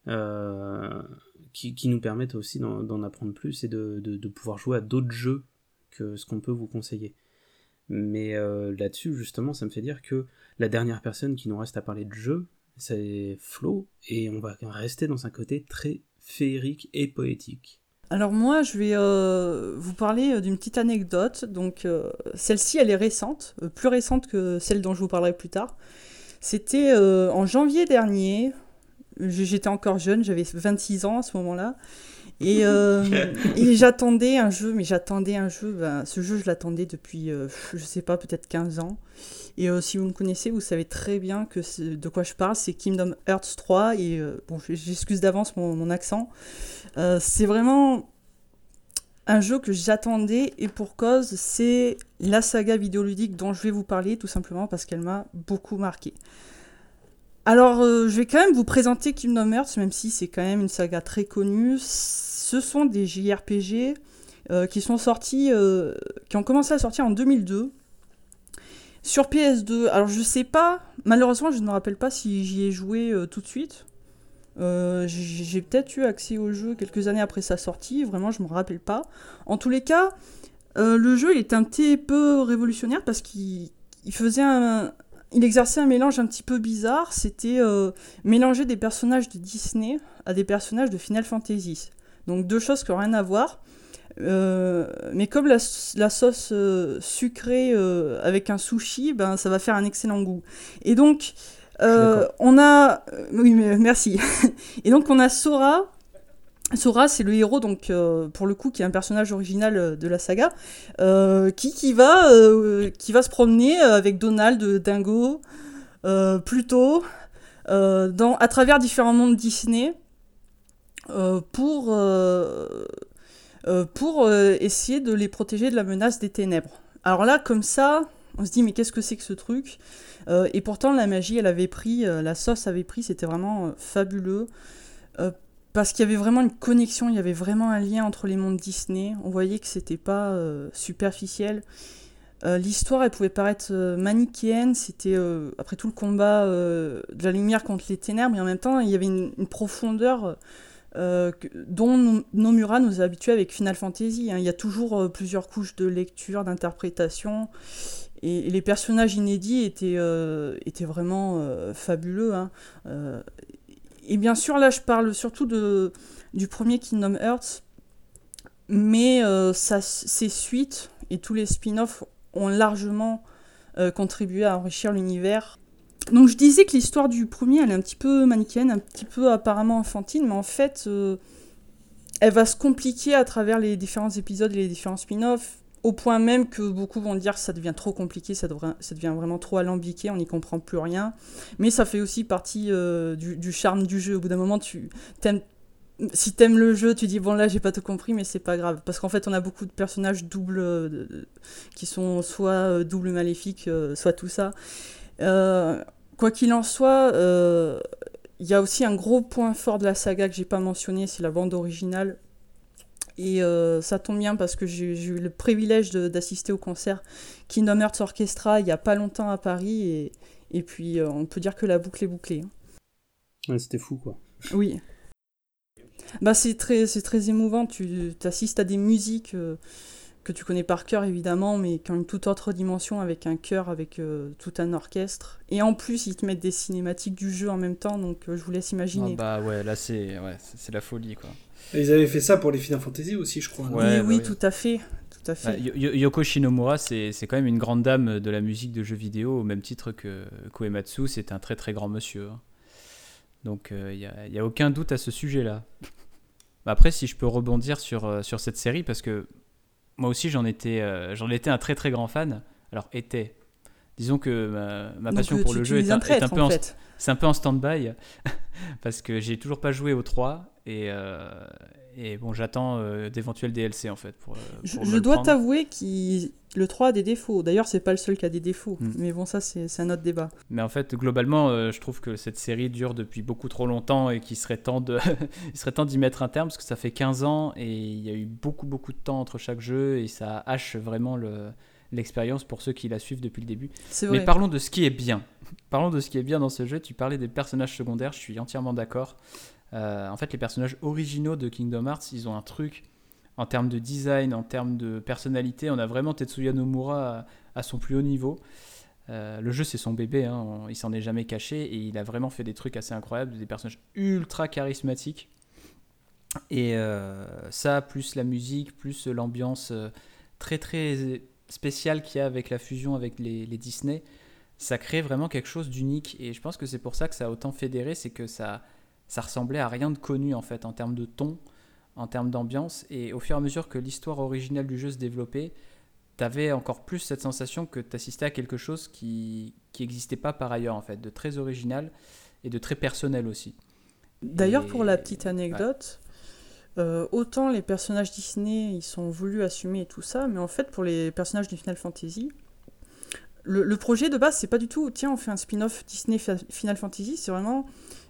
qui nous permettent aussi d'en apprendre plus et de pouvoir jouer à d'autres jeux que ce qu'on peut vous conseiller. Mais là-dessus, justement, ça me fait dire que la dernière personne qui nous reste à parler de jeu, c'est Flo, et on va rester dans un côté très féerique et poétique. Alors moi, je vais vous parler d'une petite anecdote. Donc celle-ci, elle est récente, plus récente que celle dont je vous parlerai plus tard. C'était en janvier dernier. J'étais encore jeune, j'avais 26 ans à ce moment-là. Et j'attendais un jeu. Ce jeu, je l'attendais depuis, je sais pas, peut-être 15 ans. Et si vous me connaissez, vous savez très bien de quoi je parle. C'est Kingdom Hearts 3. Et bon, j'excuse d'avance mon accent. C'est vraiment un jeu que j'attendais, et pour cause, c'est la saga vidéoludique dont je vais vous parler, tout simplement parce qu'elle m'a beaucoup marqué. Alors, je vais quand même vous présenter Kingdom Hearts, même si c'est quand même une saga très connue. Ce sont des JRPG qui sont sortis, qui ont commencé à sortir en 2002 sur PS2. Alors, je sais pas, malheureusement, je ne me rappelle pas si j'y ai joué tout de suite. J'ai peut-être eu accès au jeu quelques années après sa sortie, vraiment je me rappelle pas. En tous les cas, le jeu il était un petit peu révolutionnaire parce qu'il exerçait un mélange un petit peu bizarre. C'était mélanger des personnages de Disney à des personnages de Final Fantasy. Donc deux choses qui n'ont rien à voir. Mais comme la sauce sucrée avec un sushi, ben, ça va faire un excellent goût. Et donc oui, mais merci. Et donc on a Sora. Sora, c'est le héros, donc pour le coup, qui est un personnage original de la saga, qui va se promener avec Donald, Dingo, Pluto, à travers différents mondes Disney pour essayer de les protéger de la menace des ténèbres. Alors là, comme ça, on se dit mais qu'est-ce que c'est que ce truc ? Et pourtant la magie, elle avait pris, la sauce avait pris, c'était vraiment fabuleux. Parce qu'il y avait vraiment une connexion, il y avait vraiment un lien entre les mondes Disney. On voyait que c'était pas superficiel. L'histoire, elle pouvait paraître manichéenne. C'était après tout le combat de la lumière contre les ténèbres, mais en même temps, il y avait une profondeur dont Nomura nous a habitués avec Final Fantasy. Il y a toujours plusieurs couches de lecture, d'interprétation. Et les personnages inédits étaient vraiment fabuleux. Et bien sûr, là, je parle surtout du premier Kingdom Hearts, mais ses suites et tous les spin-offs ont largement contribué à enrichir l'univers. Donc je disais que l'histoire du premier, elle est un petit peu manichéenne, un petit peu apparemment enfantine, mais en fait, elle va se compliquer à travers les différents épisodes et les différents spin-offs, au point même que beaucoup vont dire que ça devient trop compliqué, ça devient vraiment trop alambiqué, on n'y comprend plus rien. Mais ça fait aussi partie du charme du jeu. Au bout d'un moment, si t'aimes le jeu, tu dis bon là j'ai pas tout compris, mais c'est pas grave. Parce qu'en fait on a beaucoup de personnages doubles qui sont soit doubles maléfiques, soit tout ça. Quoi qu'il en soit, il y a aussi un gros point fort de la saga que j'ai pas mentionné, c'est la bande originale. Et ça tombe bien parce que j'ai eu le privilège d'assister au concert Kingdom Hearts Orchestra il n'y a pas longtemps à Paris. Et puis, on peut dire que la boucle est bouclée. Ouais, c'était fou, quoi. Oui. Bah, c'est très émouvant. Tu assistes à des musiques que tu connais par cœur, évidemment, mais qui ont une toute autre dimension avec un chœur, avec tout un orchestre. Et en plus, ils te mettent des cinématiques du jeu en même temps, donc je vous laisse imaginer. Ah bah ouais, là c'est la folie, quoi. Et ils avaient fait ça pour les Final Fantasy aussi, je crois. Ouais, oui, tout à fait. Tout à fait. Yoko Shinomura, c'est quand même une grande dame de la musique de jeux vidéo, au même titre que Uematsu, c'est un très très grand monsieur. Donc il y a aucun doute à ce sujet-là. Après, si je peux rebondir sur cette série, parce que moi aussi j'en étais un très très grand fan. Alors disons que ma passion pour le jeu est un peu c'est un peu en stand-by parce que j'ai toujours pas joué au 3 et bon, j'attends d'éventuels DLC en fait pour je dois t'avouer que le 3 a des défauts. D'ailleurs, c'est pas le seul qui a des défauts. Mais bon, ça c'est un autre débat. Mais en fait, globalement, je trouve que cette série dure depuis beaucoup trop longtemps et qu'il serait temps il serait temps d'y mettre un terme parce que ça fait 15 ans et il y a eu beaucoup beaucoup de temps entre chaque jeu et ça hache vraiment l'expérience pour ceux qui la suivent depuis le début. C'est vrai. Mais parlons de ce qui est bien. Parlons de ce qui est bien dans ce jeu. Tu parlais des personnages secondaires, je suis entièrement d'accord. En fait, les personnages originaux de Kingdom Hearts, ils ont un truc en termes de design, en termes de personnalité. On a vraiment Tetsuya Nomura à son plus haut niveau. Le jeu, c'est son bébé, hein, il s'en est jamais caché et il a vraiment fait des trucs assez incroyables, des personnages ultra charismatiques. Et ça, plus la musique, plus l'ambiance très très spéciale qu'il y a avec la fusion avec les Disney, ça crée vraiment quelque chose d'unique. Et je pense que c'est pour ça que ça a autant fédéré, c'est que ça ressemblait à rien de connu en fait, en termes de ton, en termes d'ambiance. Et au fur et à mesure que l'histoire originale du jeu se développait, t'avais encore plus cette sensation que t'assistais à quelque chose qui n'existait pas par ailleurs en fait, de très original et de très personnel aussi. D'ailleurs, Et- pour la petite anecdote, autant les personnages Disney, ils sont voulus assumer et tout ça, mais en fait, pour les personnages du Final Fantasy, le projet de base, c'est pas du tout, tiens, on fait un spin-off Disney Final Fantasy, c'est vraiment...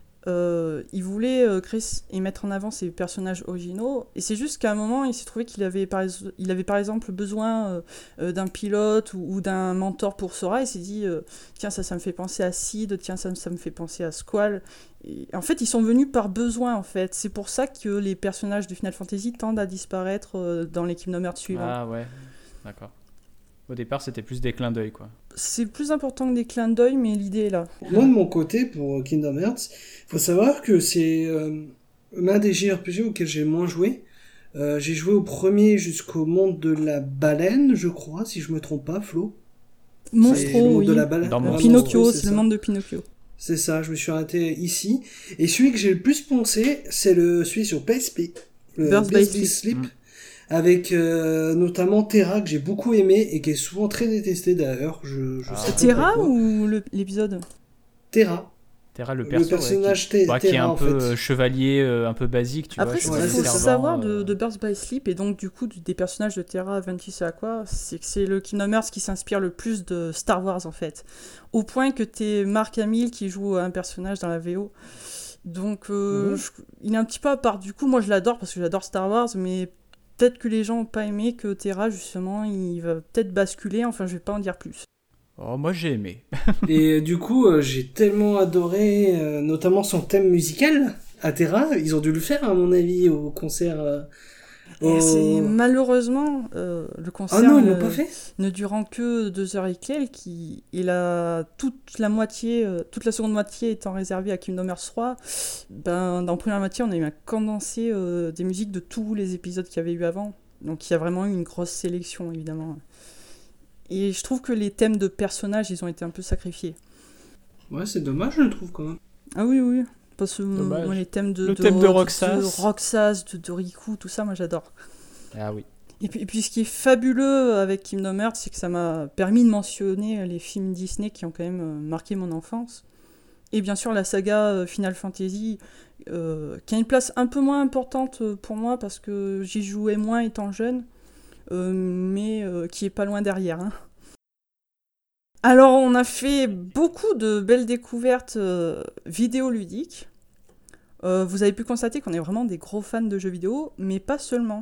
il voulait créer et mettre en avant ses personnages originaux, et c'est juste qu'à un moment il s'est trouvé qu'il avait par exemple besoin d'un pilote ou d'un mentor pour Sora. Il s'est dit tiens, ça me fait penser à Sid, tiens, ça me fait penser à Squall. Et en fait ils sont venus par besoin en fait. C'est pour ça que les personnages de Final Fantasy tendent à disparaître dans les Kingdom Hearts suivants. Ah ouais, d'accord. Au départ, c'était plus des clins d'œil, quoi. C'est plus important que des clins d'œil, mais l'idée est là. Moi, de mon côté, pour Kingdom Hearts, faut savoir que c'est l'un des JRPG auxquels j'ai moins joué. J'ai joué au premier jusqu'au monde de la baleine, je crois, si je me trompe pas, Flo. C'est le Monstro, monde oui. de la baleine. Dans Monstro, Pinocchio, Monstro, c'est le ça. monde de Pinocchio. C'est ça, je me suis arrêté ici. Et celui que j'ai le plus poncé, c'est celui sur PSP. Le Birds by Sleep. Mm. Avec notamment Terra, que j'ai beaucoup aimé et qui est souvent très détesté d'ailleurs. Je Ah. sais pas Terra pourquoi. ou l'épisode Terra. Terra, le Le perso, personnage qui est un Terra, en peu fait. chevalier, un peu basique, tu Après, vois. ce Ouais, qu'il c'est faut ça. savoir de Birds by Sleep, et donc du coup des personnages de Terra, Ventus et Aqua, c'est que c'est le Kingdom Hearts qui s'inspire le plus de Star Wars en fait. Au point que t'es Mark Hamill qui joue un personnage dans la VO. Donc il est un petit peu à part. Du coup, moi je l'adore parce que j'adore Star Wars, mais peut-être que les gens n'ont pas aimé que Terra, justement, il va peut-être basculer. Enfin, je vais pas en dire plus. Oh, moi, j'ai aimé. Et du coup, j'ai tellement adoré, notamment son thème musical à Terra. Ils ont dû le faire, à mon avis, au concert. Et c'est malheureusement le concert Ah non, ils l'ont pas fait. ne durant que 2 heures et quelques, toute la seconde moitié étant réservée à Kingdom Hearts 3, ben, dans la première moitié, on a eu un condensé des musiques de tous les épisodes qu'il y avait eu avant. Donc il y a vraiment eu une grosse sélection, évidemment. Et je trouve que les thèmes de personnages, ils ont été un peu sacrifiés. Ouais, c'est dommage, je le trouve quand même. Ah oui, oui. Parce que Dommage. moi, les thèmes Le thème de Roxas. de Riku, tout ça, moi j'adore. Ah oui. Et puis ce qui est fabuleux avec Kingdom Hearts, c'est que ça m'a permis de mentionner les films Disney qui ont quand même marqué mon enfance. Et bien sûr la saga Final Fantasy, qui a une place un peu moins importante pour moi parce que j'y jouais moins étant jeune, mais qui est pas loin derrière. Hein. Alors on a fait beaucoup de belles découvertes vidéoludiques. Vous avez pu constater qu'on est vraiment des gros fans de jeux vidéo, mais pas seulement.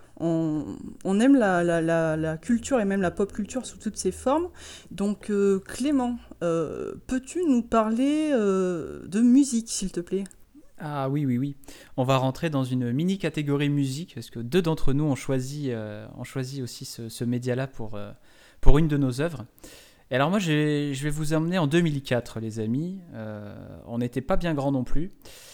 On aime la culture et même la pop culture sous toutes ses formes. Donc Clément, peux-tu nous parler de musique, s'il te plaît ? Ah oui. On va rentrer dans une mini catégorie musique, parce que 2 d'entre nous ont choisi aussi ce média-là pour une de nos œuvres. Et alors moi, je vais vous emmener en 2004, les amis. On n'était pas bien grands non plus.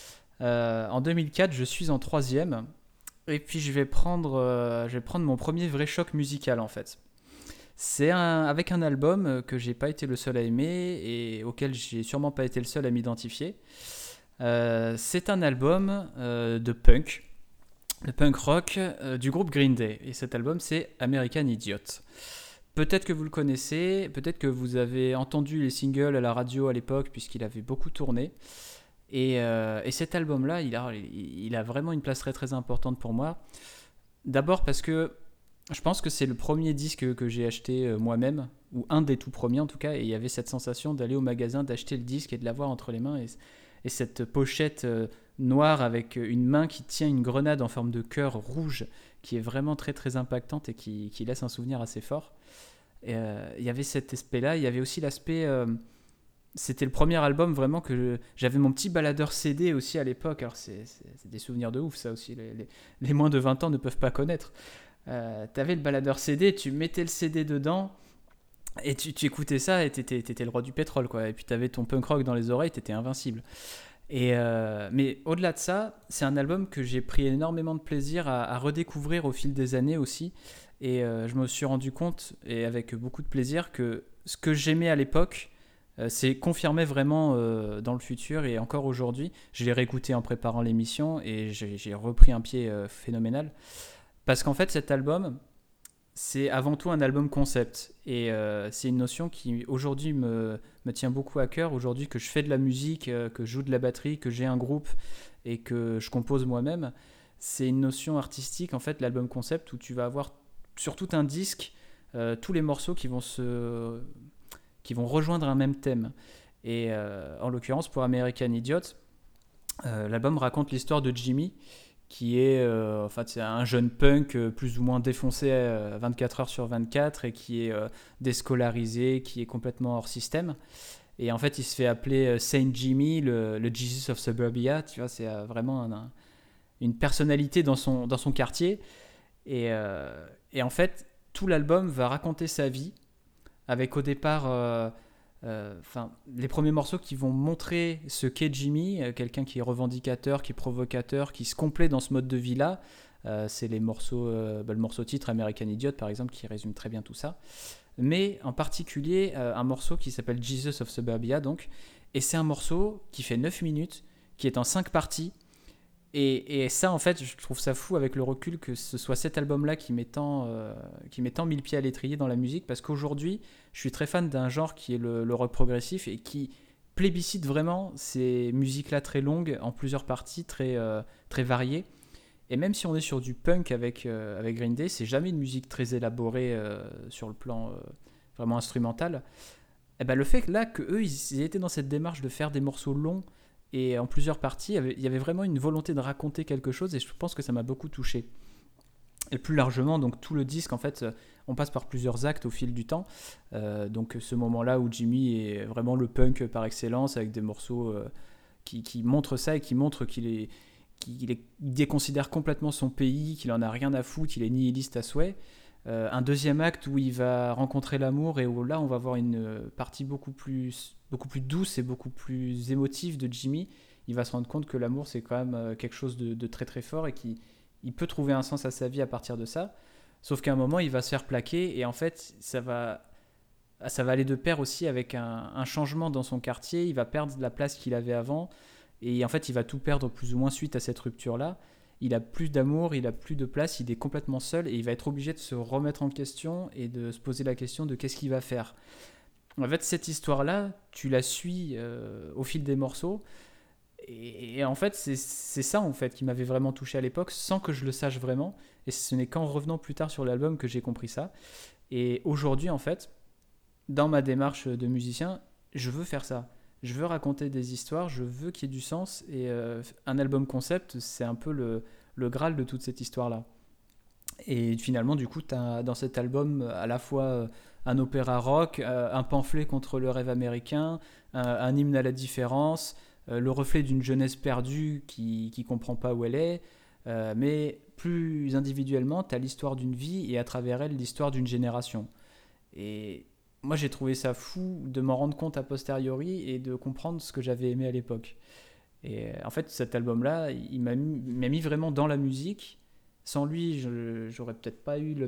En 2004, je suis en 3e. Et puis je vais prendre mon premier vrai choc musical, en fait. C'est avec un album que j'ai pas été le seul à aimer et auquel j'ai sûrement pas été le seul à m'identifier. C'est un album de punk rock du groupe Green Day. Et cet album, c'est American Idiot. Peut-être que vous le connaissez, peut-être que vous avez entendu les singles à la radio à l'époque, puisqu'il avait beaucoup tourné. Et cet album-là, il a vraiment une place très très importante pour moi. D'abord parce que je pense que c'est le premier disque que j'ai acheté moi-même, ou un des tout premiers en tout cas, et il y avait cette sensation d'aller au magasin, d'acheter le disque et de l'avoir entre les mains, et cette pochette noire avec une main qui tient une grenade en forme de cœur rouge, qui est vraiment très très impactante et qui laisse un souvenir assez fort. Il y avait cet aspect-là. Il y avait aussi l'aspect... c'était le premier album vraiment que j'avais mon petit baladeur CD aussi à l'époque. Alors c'est des souvenirs de ouf, ça aussi. Les moins de 20 ans ne peuvent pas connaître. T'avais le baladeur CD, tu mettais le CD dedans et tu écoutais ça et t'étais le roi du pétrole, quoi. Et puis t'avais ton punk rock dans les oreilles, t'étais invincible. Mais au-delà de ça, c'est un album que j'ai pris énormément de plaisir à redécouvrir au fil des années aussi. Et je me suis rendu compte, et avec beaucoup de plaisir, que ce que j'aimais à l'époque c'est confirmé vraiment dans le futur et encore aujourd'hui. Je l'ai réécouté en préparant l'émission et j'ai repris un pied phénoménal. Parce qu'en fait, cet album, c'est avant tout un album concept. Et c'est une notion qui, aujourd'hui, me tient beaucoup à cœur. Aujourd'hui, que je fais de la musique, que je joue de la batterie, que j'ai un groupe et que je compose moi-même, c'est une notion artistique, en fait, l'album concept, où tu vas avoir sur tout un disque tous les morceaux qui vont rejoindre un même thème. Et en l'occurrence, pour American Idiot, l'album raconte l'histoire de Jimmy, qui est en fait, c'est un jeune punk plus ou moins défoncé 24 heures sur 24 et qui est déscolarisé, qui est complètement hors système. Et en fait, il se fait appeler Saint Jimmy, le Jesus of Suburbia. Tu vois, c'est vraiment une personnalité dans son quartier. Et en fait, tout l'album va raconter sa vie, avec au départ les premiers morceaux qui vont montrer ce qu'est Jimmy, quelqu'un qui est revendicateur, qui est provocateur, qui se complaît dans ce mode de vie-là. C'est les morceaux, le morceau titre American Idiot, par exemple, qui résume très bien tout ça. Mais en particulier, un morceau qui s'appelle Jesus of Suburbia, donc, et c'est un morceau qui fait 9 minutes, qui est en 5 parties. Et ça, en fait, je trouve ça fou avec le recul que ce soit cet album-là qui m'est tant mis le pied à l'étrier dans la musique, parce qu'aujourd'hui, je suis très fan d'un genre qui est le rock progressif et qui plébiscite vraiment ces musiques-là très longues, en plusieurs parties, très variées. Et même si on est sur du punk avec Green Day, c'est jamais une musique très élaborée sur le plan vraiment instrumental. Et ben, le fait que là, qu'eux, ils étaient dans cette démarche de faire des morceaux longs, et en plusieurs parties, il y avait vraiment une volonté de raconter quelque chose et je pense que ça m'a beaucoup touché. Et plus largement, donc tout le disque, en fait, on passe par plusieurs actes au fil du temps. Donc ce moment-là où Jimmy est vraiment le punk par excellence, avec des morceaux qui montrent ça et qui montrent qu'il déconsidère complètement son pays, qu'il en a rien à foutre, il est nihiliste à souhait. Un deuxième acte où il va rencontrer l'amour et où là on va voir une partie beaucoup plus douce et beaucoup plus émotive de Jimmy. Il va se rendre compte que l'amour c'est quand même quelque chose de très très fort et qu'il peut trouver un sens à sa vie à partir de ça. Sauf qu'à un moment il va se faire plaquer et en fait ça va aller de pair aussi avec un changement dans son quartier. Il va perdre la place qu'il avait avant et en fait il va tout perdre plus ou moins suite à cette rupture là. Il a plus d'amour, il a plus de place, il est complètement seul et il va être obligé de se remettre en question et de se poser la question de qu'est-ce qu'il va faire. En fait, cette histoire-là, tu la suis au fil des morceaux et en fait, c'est ça en fait qui m'avait vraiment touché à l'époque sans que je le sache vraiment et ce n'est qu'en revenant plus tard sur l'album que j'ai compris ça. Et aujourd'hui, en fait, dans ma démarche de musicien, je veux faire ça. Je veux raconter des histoires, je veux qu'il y ait du sens et un album concept, c'est un peu le graal de toute cette histoire-là. Et finalement, du coup, tu as dans cet album à la fois un opéra rock, un pamphlet contre le rêve américain, un hymne à la différence, le reflet d'une jeunesse perdue qui ne comprend pas où elle est, mais plus individuellement, tu as l'histoire d'une vie et à travers elle, l'histoire d'une génération. Et moi, j'ai trouvé ça fou de m'en rendre compte a posteriori et de comprendre ce que j'avais aimé à l'époque. Et en fait, cet album-là, il m'a mis vraiment dans la musique. Sans lui, j'aurais peut-être pas eu la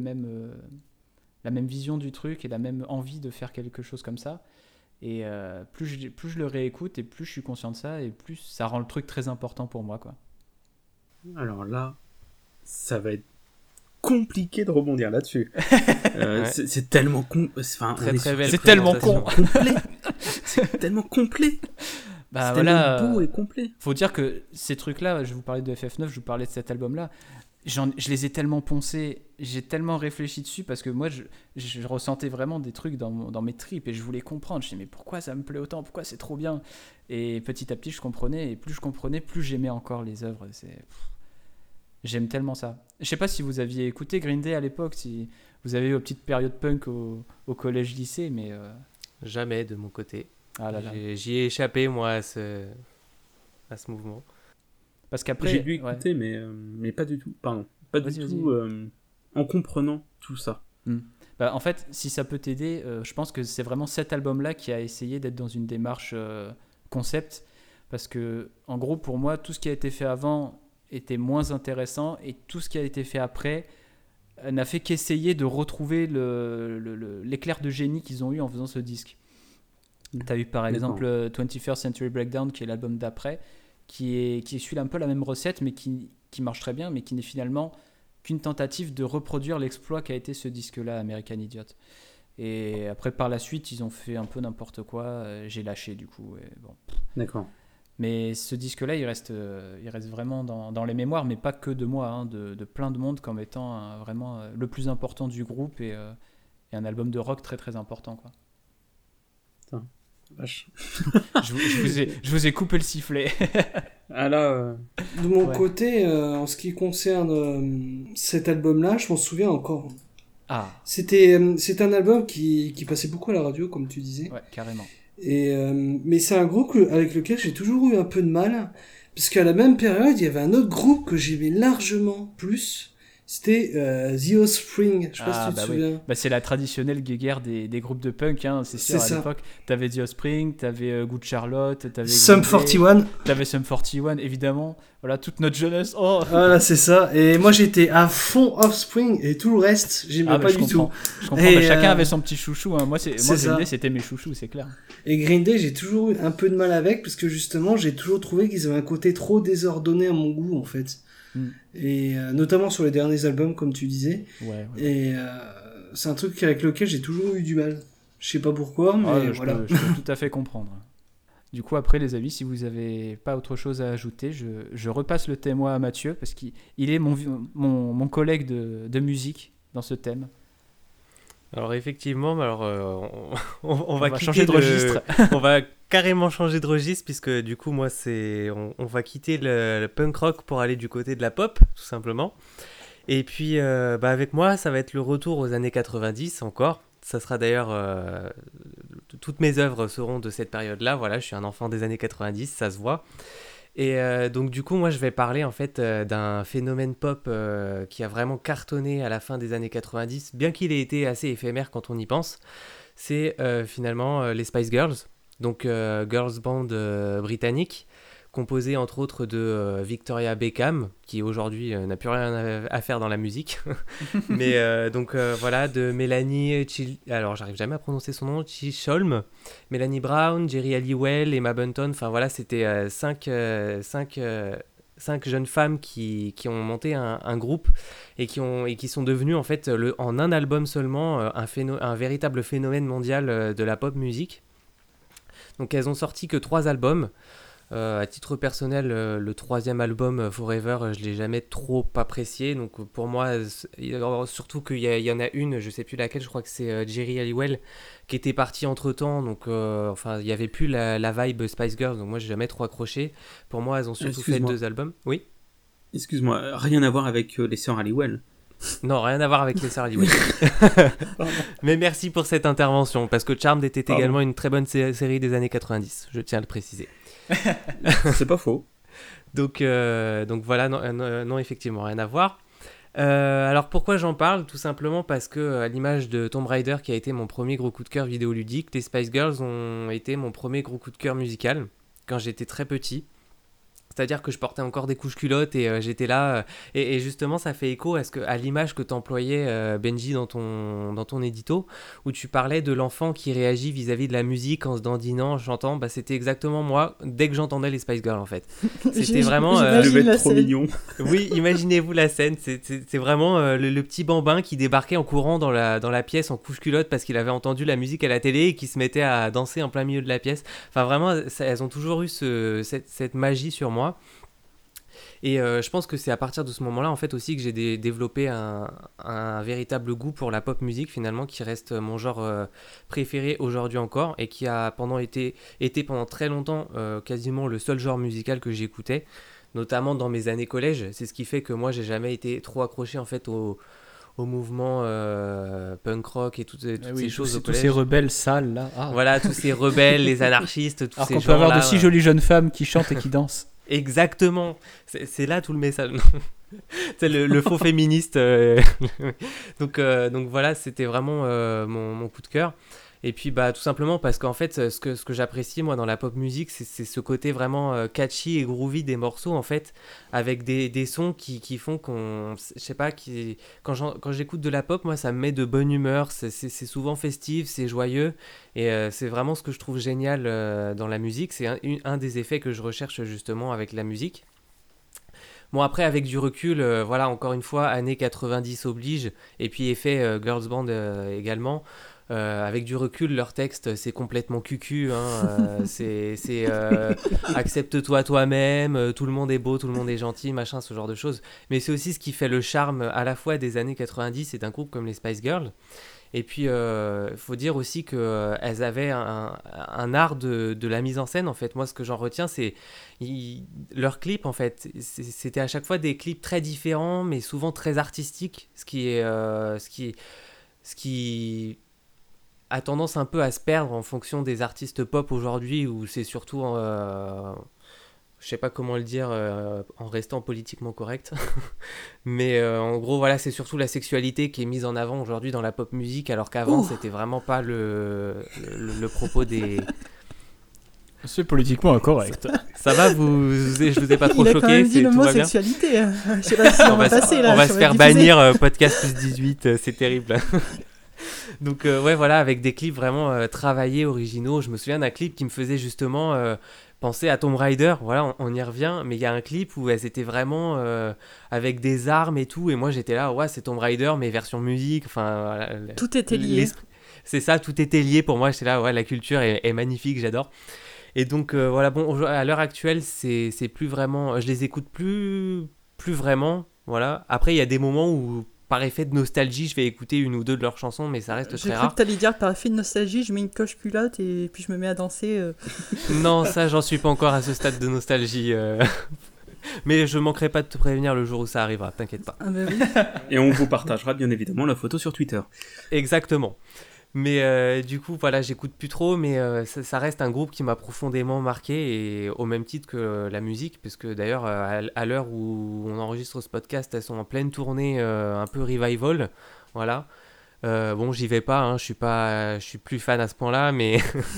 même vision du truc et la même envie de faire quelque chose comme ça. Et plus je le réécoute et plus je suis conscient de ça et plus ça rend le truc très important pour moi, quoi. Alors là, ça va être compliqué de rebondir là-dessus. Ouais. C'est tellement c'est tellement con. complet. C'est tellement complet. Bah c'est voilà, tellement beau et complet. faut dire que ces trucs-là, je vous parlais de FF9, je vous parlais de cet album-là, je les ai tellement poncés, j'ai tellement réfléchi dessus parce que moi, je ressentais vraiment des trucs dans mes tripes et je voulais comprendre. Je me disais, mais pourquoi ça me plaît autant ? Pourquoi c'est trop bien ? Et petit à petit, je comprenais et plus je comprenais, plus j'aimais encore les œuvres. J'aime tellement ça. Je sais pas si vous aviez écouté Green Day à l'époque, si vous avez eu une petite période punk au collège-lycée, mais... Jamais de mon côté. Ah là là. J'y ai échappé, moi, à ce mouvement. Parce qu'après... J'ai dû ouais. écouter, mais pas du tout. Pardon. Pas du Vas-y, tout en comprenant tout ça. Bah, en fait, si ça peut t'aider, je pense que c'est vraiment cet album-là qui a essayé d'être dans une démarche concept. Parce que, en gros, pour moi, tout ce qui a été fait avant était moins intéressant et tout ce qui a été fait après n'a fait qu'essayer de retrouver l'éclair de génie qu'ils ont eu en faisant ce disque. Tu as eu par exemple 21st Century Breakdown, qui est l'album d'après, qui suit un peu la même recette, mais qui marche très bien, mais qui n'est finalement qu'une tentative de reproduire l'exploit qu'a été ce disque-là, American Idiot. Et après, par la suite, ils ont fait un peu n'importe quoi. J'ai lâché, du coup. Et bon. D'accord. Mais ce disque-là, il reste vraiment dans les mémoires, mais pas que de moi, hein, de plein de monde, comme étant vraiment le plus important du groupe et un album de rock très très important, quoi. Putain, vache. je vous ai coupé le sifflet. Ah là... De mon Ouais. côté, en ce qui concerne cet album-là, je m'en souviens encore. Ah, C'était un album qui passait beaucoup à la radio, comme tu disais. ouais, carrément. Mais c'est un groupe avec lequel j'ai toujours eu un peu de mal, parce qu'à la même période, il y avait un autre groupe que j'aimais largement plus. C'était The Offspring. Je sais pas si tu te souviens. Bah, c'est la traditionnelle guéguerre des groupes de punk, hein, c'est sûr. C'est À ça. l'époque, t'avais The Offspring, t'avais Good Charlotte, t'avais Sum Green Day, 41. t'avais Sum 41, évidemment. Voilà, toute notre jeunesse. Oh. Voilà, c'est ça. Et moi, j'étais à fond Offspring, et tout le reste, j'aimais Ah, bah, pas je du comprends. tout. Je comprends. Et, Bah, chacun avait son petit chouchou, hein. Moi, c'est Green ça. Day, c'était mes chouchous, c'est clair. Et Green Day, j'ai toujours eu un peu de mal avec, parce que justement, j'ai toujours trouvé qu'ils avaient un côté trop désordonné à mon goût, en fait. Et notamment sur les derniers albums, comme tu disais. Ouais. Et c'est un truc avec lequel j'ai toujours eu du mal. Je sais pas pourquoi, mais Ah, voilà. je peux tout à fait comprendre. Du coup, après, les amis, si vous avez pas autre chose à ajouter, je repasse le thème à Mathieu, parce qu'il est mon collègue de musique dans ce thème. Alors effectivement, on va quitter changer de registre. On va carrément changer de registre, puisque du coup, moi, on va quitter le punk rock pour aller du côté de la pop, tout simplement. Et puis, avec moi, ça va être le retour aux années 90 encore. Ça sera d'ailleurs... toutes mes œuvres seront de cette période-là. Voilà, je suis un enfant des années 90, ça se voit. Et donc du coup, moi, je vais parler en fait d'un phénomène pop qui a vraiment cartonné à la fin des années 90, bien qu'il ait été assez éphémère quand on y pense. C'est finalement les Spice Girls, donc girls band britannique, composé entre autres de Victoria Beckham, qui aujourd'hui n'a plus rien à faire dans la musique, mais voilà, de Mélanie, alors j'arrive jamais à prononcer son nom, Chisholm, Mélanie Brown, Jerry Halliwell, Emma Bunton, enfin voilà, c'était cinq jeunes femmes qui ont monté un groupe et qui sont devenues en fait en un album seulement un véritable phénomène mondial de la pop musique. Donc elles ont sorti que 3 albums. À titre personnel, le 3e album, Forever, je ne l'ai jamais trop apprécié. Donc pour moi, surtout qu'il y en a une, je ne sais plus laquelle, je crois que c'est Jerry Halliwell, qui était partie entre-temps. Donc il n'y avait plus la vibe Spice Girls, donc moi, je n'ai jamais trop accroché. Pour moi, elles ont surtout fait 2 albums. Oui. Excuse-moi, rien à voir avec les sœurs Halliwell. Non, rien à voir avec les sœurs Halliwell. Mais merci pour cette intervention, parce que Charmed était également une très bonne série des années 90, je tiens à le préciser. C'est pas faux. Donc voilà, non, effectivement, rien à voir. Alors pourquoi j'en parle? Tout simplement parce que, à l'image de Tomb Raider, qui a été mon premier gros coup de cœur vidéoludique, les Spice Girls ont été mon premier gros coup de cœur musical quand j'étais très petit. C'est-à-dire que je portais encore des couches culottes et j'étais là. Et justement, ça fait écho à l'image que tu employais, Benji, dans ton édito, où tu parlais de l'enfant qui réagit vis-à-vis de la musique en se dandinant, en chantant. Bah, c'était exactement moi, dès que j'entendais les Spice Girls, en fait. C'était vraiment... Je vais être trop mignon. Oui, imaginez-vous la scène. C'est vraiment le petit bambin qui débarquait en courant dans la pièce en couche culotte parce qu'il avait entendu la musique à la télé et qui se mettait à danser en plein milieu de la pièce. Enfin, vraiment, elles ont toujours eu cette magie sur moi. Et je pense que c'est à partir de ce moment-là en fait aussi que j'ai développé un véritable goût pour la pop musique finalement, qui reste mon genre préféré aujourd'hui encore et qui a été pendant très longtemps quasiment le seul genre musical que j'écoutais. notamment dans mes années collège. C'est ce qui fait que moi, j'ai jamais été trop accroché en fait au mouvement punk rock et toutes ces choses au collège. Tous ces rebelles sales là. Ah. Voilà, tous ces rebelles, les anarchistes, tous Alors ces qu'on gens peut avoir là, de si jolies jeunes femmes qui chantent et qui dansent. Exactement, c'est là tout le message. C'est le faux féministe. Donc voilà, c'était vraiment mon coup de cœur. Et puis tout simplement parce qu'en fait, ce que j'apprécie moi dans la pop musique, c'est ce côté vraiment catchy et groovy des morceaux en fait, avec des sons qui font qu'on, je sais pas, quand j'écoute de la pop, moi ça me met de bonne humeur. C'est souvent festif, c'est joyeux, et c'est vraiment ce que je trouve génial dans la musique. C'est un des effets que je recherche justement avec la musique. Bon, après, avec du recul, voilà, encore une fois, années 90 oblige, et puis effet girls band également. Avec du recul, leur texte, c'est complètement cucu, hein, c'est accepte-toi toi-même, tout le monde est beau, tout le monde est gentil, machin, ce genre de choses. Mais c'est aussi ce qui fait le charme à la fois des années 90 et d'un groupe comme les Spice Girls. Et puis, faut dire aussi qu'elles avaient un art de la mise en scène, en fait. Moi, ce que j'en retiens, c'est leurs clips, en fait. C'était à chaque fois des clips très différents, mais souvent très artistiques, ce qui a tendance un peu à se perdre en fonction des artistes pop aujourd'hui, où c'est surtout, je sais pas comment le dire en restant politiquement correct, mais en gros voilà, c'est surtout la sexualité qui est mise en avant aujourd'hui dans la pop musique, alors qu'avant c'était vraiment pas le propos des... C'est politiquement incorrect. Ça va, je vous ai pas trop choqué? Il a quand même dit le mot sexualité. Je sais pas si on va passer là. On va se faire bannir podcast plus 18, c'est terrible. Donc ouais, voilà, avec des clips vraiment travaillés, originaux. Je me souviens d'un clip qui me faisait justement penser à Tomb Raider. Voilà, on y revient, mais il y a un clip où elles étaient vraiment avec des armes et tout, et moi j'étais là, ouais, c'est Tomb Raider mais version musique. Enfin, voilà, tout était lié. C'est ça, tout était lié pour moi. J'étais là, ouais, la culture est magnifique, j'adore. Et donc voilà, bon, à l'heure actuelle, c'est plus vraiment, je les écoute plus vraiment. Voilà. Après, il y a des moments où, par effet de nostalgie, je vais écouter une ou deux de leurs chansons, mais ça reste très rare. J'ai cru que t'allais dire par effet de nostalgie, je mets une coche culotte et puis je me mets à danser. Non, ça, j'en suis pas encore à ce stade de nostalgie. Mais je manquerai pas de te prévenir le jour où ça arrivera, t'inquiète pas. Ah bah oui. Et on vous partagera bien évidemment la photo sur Twitter. Exactement. Mais du coup, voilà, j'écoute plus trop, mais ça reste un groupe qui m'a profondément marqué, et au même titre que la musique, puisque d'ailleurs, à l'heure où on enregistre ce podcast, elles sont en pleine tournée un peu revival, voilà. Bon, j'y vais pas, hein, je suis plus fan à ce point-là, mais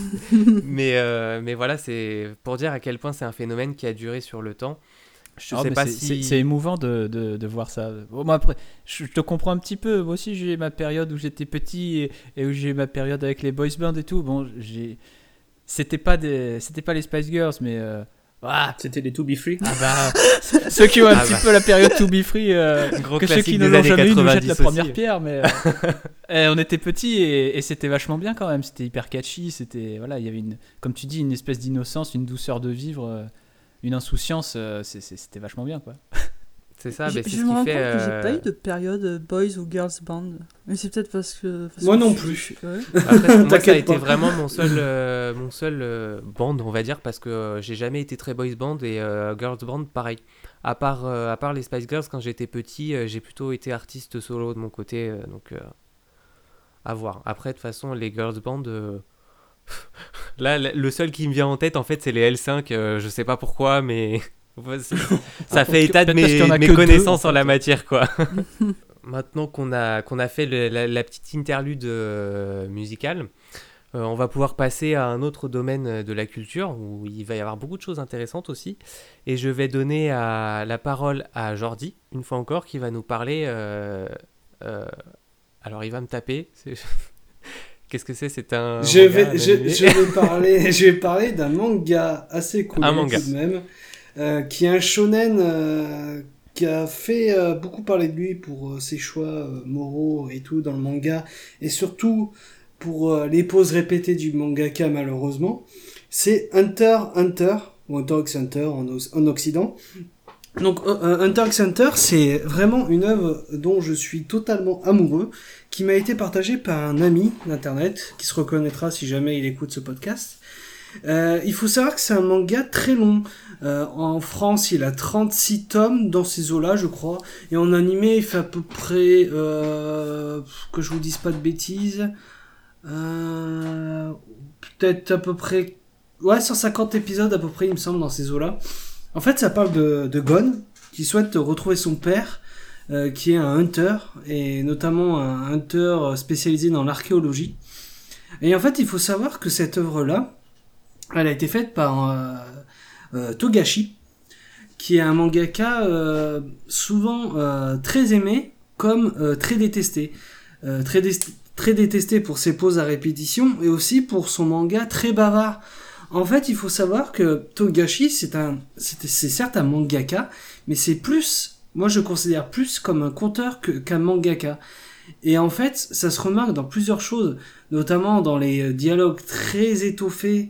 mais voilà, c'est pour dire à quel point c'est un phénomène qui a duré sur le temps. Je sais pas si... c'est émouvant de voir ça. Bon, moi, après, je te comprends un petit peu. Moi aussi, j'ai ma période où j'étais petit et où j'ai ma période avec les boys bands et tout. Bon, c'était pas les Spice Girls, mais c'était les To Be Free. Ah bah, ceux qui ont un petit peu la période To Be Free, que ceux qui ne l'ont jamais eu nous jettent la première pierre. Mais on était petits et c'était vachement bien quand même. C'était hyper catchy. C'était, voilà, il y avait comme tu dis, une espèce d'innocence, une douceur de vivre. Une insouciance, c'était vachement bien, quoi. C'est ça, mais c'est ce je me rends qui fait... compte que j'ai pas eu de période boys ou girls band. Mais c'est peut-être parce que... Moi non plus. Ouais. Après, moi, ça a été vraiment mon seul band, on va dire, parce que j'ai jamais été très boys band, et girls band, pareil. À part les Spice Girls, quand j'étais petit, j'ai plutôt été artiste solo de mon côté, donc à voir. Après, de toute façon, les girls band... Là, le seul qui me vient en tête, en fait, c'est les L5. Je sais pas pourquoi, mais ça fait état de mes connaissances en la matière, quoi. Maintenant qu'on a fait la petite interlude musicale, on va pouvoir passer à un autre domaine de la culture où il va y avoir beaucoup de choses intéressantes aussi. Et je vais donner la parole à Jordi, une fois encore, qui va nous parler... alors, il va me taper... Qu'est-ce que c'est? C'est un je vais parler d'un manga assez cool tout de même, qui est un shonen qui a fait beaucoup parler de lui pour ses choix moraux et tout dans le manga, et surtout pour les pauses répétées du mangaka malheureusement. C'est Hunter x Hunter, ou Hunter x Hunter en Occident. Donc Hunter x Hunter, c'est vraiment une œuvre dont je suis totalement amoureux, qui m'a été partagée par un ami d'internet, qui se reconnaîtra si jamais il écoute ce podcast. Il faut savoir que c'est un manga très long. En France, il a 36 tomes dans ces eaux-là, je crois. Et en animé, il fait à peu près... que je vous dise pas de bêtises... peut-être à peu près... Ouais, 150 épisodes à peu près, il me semble, dans ces eaux-là. En fait, ça parle de Gon, qui souhaite retrouver son père, qui est un hunter, et notamment un hunter spécialisé dans l'archéologie. Et en fait, il faut savoir que cette œuvre-là, elle a été faite par Togashi, qui est un mangaka souvent très aimé, comme très détesté. Très détesté pour ses pauses à répétition, et aussi pour son manga très bavard. En fait, il faut savoir que Togashi, c'est certes un mangaka, mais c'est plus, moi je considère plus comme un conteur qu'un mangaka. Et en fait, ça se remarque dans plusieurs choses, notamment dans les dialogues très étoffés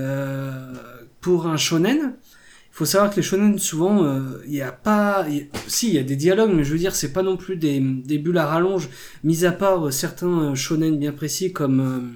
pour un shonen. Il faut savoir que les shonen, souvent, il y a des dialogues, mais je veux dire, c'est pas non plus des bulles à rallonge, mis à part certains shonen bien précis comme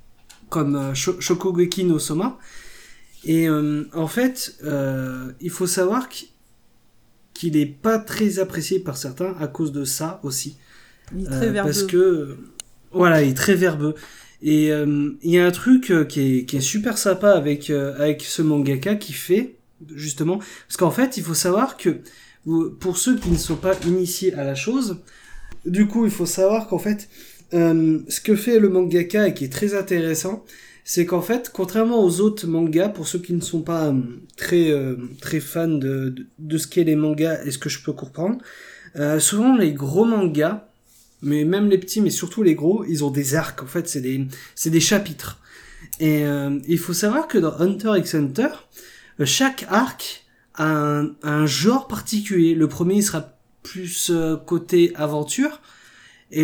Shokugeki no Soma. Et en fait, il faut savoir qu'il est pas très apprécié par certains à cause de ça aussi. Il est très verbeux. Parce que, voilà, il est très verbeux. Et il y a un truc qui est super sympa avec ce mangaka qui fait, justement, parce qu'en fait, il faut savoir que, pour ceux qui ne sont pas initiés à la chose, du coup, il faut savoir qu'en fait, ce que fait le mangaka et qui est très intéressant, c'est qu'en fait, contrairement aux autres mangas, pour ceux qui ne sont pas très fans de ce qu'est les mangas et ce que je peux comprendre, souvent les gros mangas, mais même les petits, mais surtout les gros, ils ont des arcs. En fait, c'est des chapitres. Et il faut savoir que dans Hunter x Hunter, chaque arc a un genre particulier. Le premier, il sera plus côté aventure. Et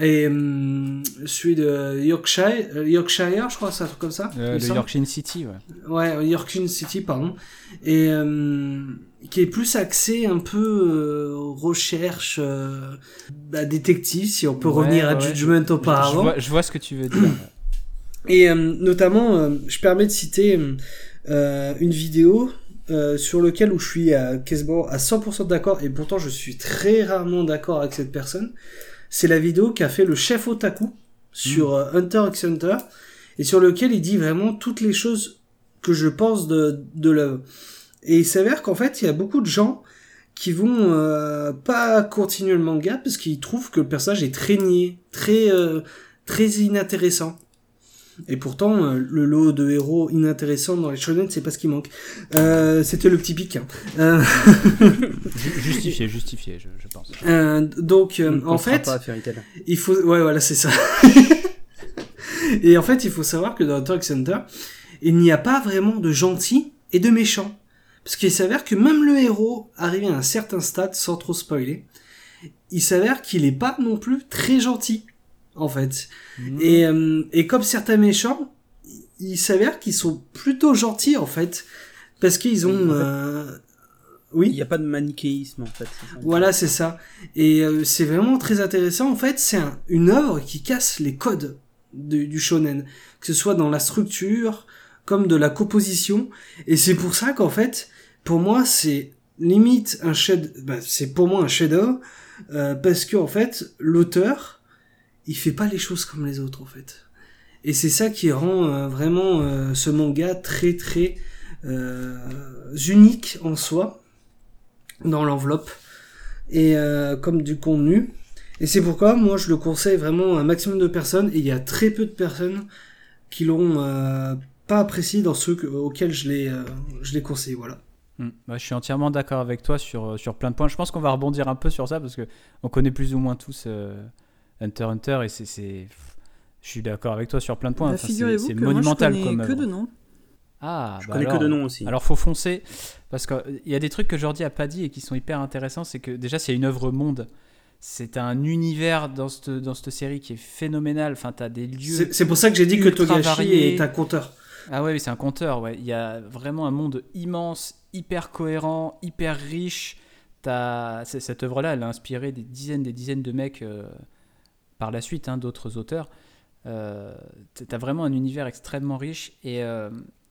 celui de Yorkshire, je crois, c'est un truc comme ça. Le Yorkshire City, ouais. Ouais, Yorkshire City, pardon. Et qui est plus axé un peu recherche, détective, si on peut revenir à Judgment auparavant. Je vois ce que tu veux dire. Et notamment, je permets de citer une vidéo sur laquelle où je suis quasiment à 100% d'accord, et pourtant je suis très rarement d'accord avec cette personne. C'est la vidéo qu'a fait le chef otaku sur Hunter x Hunter, et sur lequel il dit vraiment toutes les choses que je pense de l'œuvre. Et il s'avère qu'en fait, il y a beaucoup de gens qui vont pas continuer le manga parce qu'ils trouvent que le personnage est très niais, très inintéressant. Et pourtant, le lot de héros inintéressants dans les shonen, c'est pas ce qui manque. C'était le petit pic. Justifié, je pense. Donc, en fait, pas il faut, ouais, voilà, c'est ça. Et en fait, il faut savoir que dans Hunter x Hunter, il n'y a pas vraiment de gentils et de méchants. Parce qu'il s'avère que même le héros, arrivé à un certain stade, sans trop spoiler, il s'avère qu'il est pas non plus très gentil, en fait. Et comme certains méchants, il s'avère qu'ils sont plutôt gentils, en fait. Parce qu'ils ont... Oui. Il n'y a pas de manichéisme, en fait. Voilà, c'est ça. Et c'est vraiment très intéressant. En fait, c'est une œuvre qui casse les codes du shonen. Que ce soit dans la structure, comme de la composition. Et c'est pour ça qu'en fait, pour moi, c'est limite c'est pour moi un chef-d'œuvre. Parce que, en fait, l'auteur, il fait pas les choses comme les autres, en fait. Et c'est ça qui rend vraiment ce manga très, très unique en soi, dans l'enveloppe, et comme du contenu. Et c'est pourquoi moi je le conseille vraiment à un maximum de personnes, et il y a très peu de personnes qui l'ont pas apprécié dans ceux auxquels je l'ai conseillé, voilà. Je suis entièrement d'accord avec toi sur plein de points. Je pense qu'on va rebondir un peu sur ça parce que on connaît plus ou moins tous Hunter x Hunter, et je suis d'accord avec toi sur plein de points. Figurez-vous c'est que monumental moi je connais comme que de noms. Je connais que de noms aussi. Alors faut foncer, parce qu'il y a des trucs que Jordi a pas dit et qui sont hyper intéressants. C'est que déjà c'est une œuvre monde, c'est un univers dans cette série qui est phénoménal. Enfin, t'as des lieux. C'est pour ça que j'ai dit que Togashi variés. est un conteur. Ah ouais, c'est un conteur. Ouais, il y a vraiment un monde immense, hyper cohérent, hyper riche. Cette œuvre-là, elle a inspiré des dizaines de mecs par la suite, d'autres auteurs. T'as vraiment un univers extrêmement riche, et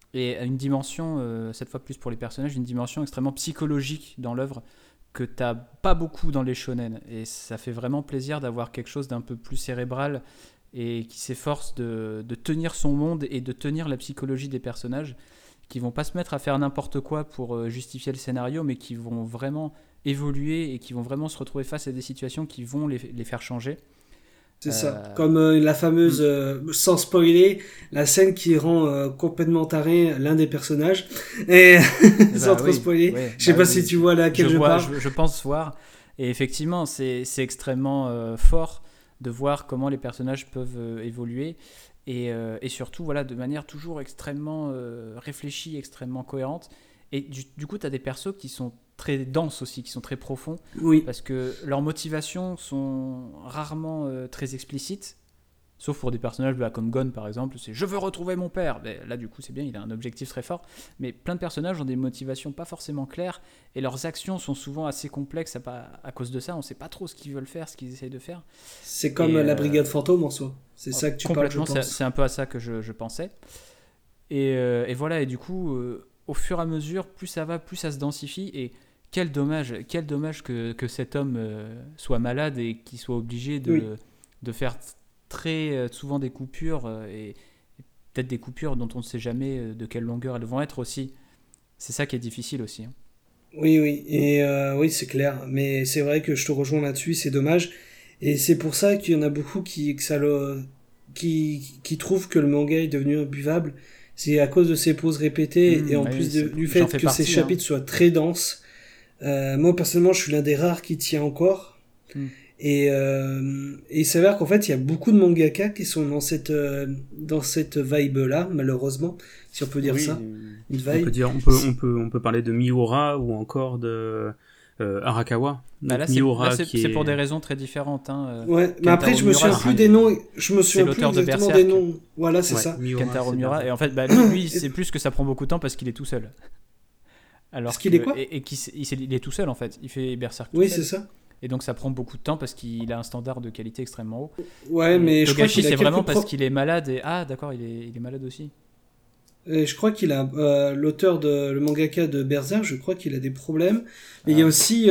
et une dimension, cette fois plus pour les personnages, une dimension extrêmement psychologique dans l'œuvre que t'as pas beaucoup dans les shonen, et ça fait vraiment plaisir d'avoir quelque chose d'un peu plus cérébral et qui s'efforce de tenir son monde et de tenir la psychologie des personnages, qui vont pas se mettre à faire n'importe quoi pour justifier le scénario, mais qui vont vraiment évoluer et qui vont vraiment se retrouver face à des situations qui vont les faire changer. C'est ça, comme la fameuse, sans spoiler, la scène qui rend complètement taré l'un des personnages, et sans trop spoiler, je sais pas si tu vois laquelle je parle. Je pense voir, et effectivement c'est extrêmement fort de voir comment les personnages peuvent évoluer, et surtout voilà, de manière toujours extrêmement réfléchie, extrêmement cohérente, et du coup tu as des persos qui sont très denses aussi, qui sont très profonds, Oui. parce que leurs motivations sont rarement très explicites, sauf pour des personnages comme Gon par exemple, c'est « je veux retrouver mon père », mais là du coup c'est bien, il a un objectif très fort, mais plein de personnages ont des motivations pas forcément claires, et leurs actions sont souvent assez complexes à cause de ça, on sait pas trop ce qu'ils veulent faire, ce qu'ils essayent de faire. C'est comme la brigade fantôme en soi, c'est ça que tu parles, je pense. Complètement, c'est un peu à ça que je pensais, et voilà, et du coup au fur et à mesure, plus ça va, plus ça se densifie, et quel dommage que cet homme soit malade et qu'il soit obligé de faire très souvent des coupures, et peut-être des coupures dont on ne sait jamais de quelle longueur elles vont être aussi. C'est ça qui est difficile aussi. Oui, et oui, c'est clair, mais c'est vrai que je te rejoins là-dessus, c'est dommage, et c'est pour ça qu'il y en a beaucoup qui trouvent que le manga est devenu imbuvable. C'est à cause de ses pauses répétées, et en plus du fait que ces chapitres soient très denses. Moi personnellement je suis l'un des rares qui tient encore, et il s'avère qu'en fait il y a beaucoup de mangaka qui sont dans cette vibe là, malheureusement, si on peut dire ça, une vibe. On peut parler de Miura ou encore de Arakawa. Bah là, c'est pour des raisons très différentes, hein. Ouais, mais après je me souviens plus des noms, je me souviens plus exactement des noms. Voilà, c'est ça. Kentaro Miura, et en fait lui c'est plus que ça prend beaucoup de temps parce qu'il est tout seul. Alors qu'il est quoi ? Il est tout seul en fait, il fait Berserk tout seul. Oui, c'est ça. Et donc ça prend beaucoup de temps parce qu'il a un standard de qualité extrêmement haut. Ouais, et mais Togashi, je crois qu'il a c'est vraiment parce qu'il est malade, et d'accord, il est malade aussi. Et je crois qu'il a le mangaka de Berserk, je crois qu'il a des problèmes. Mais il y a aussi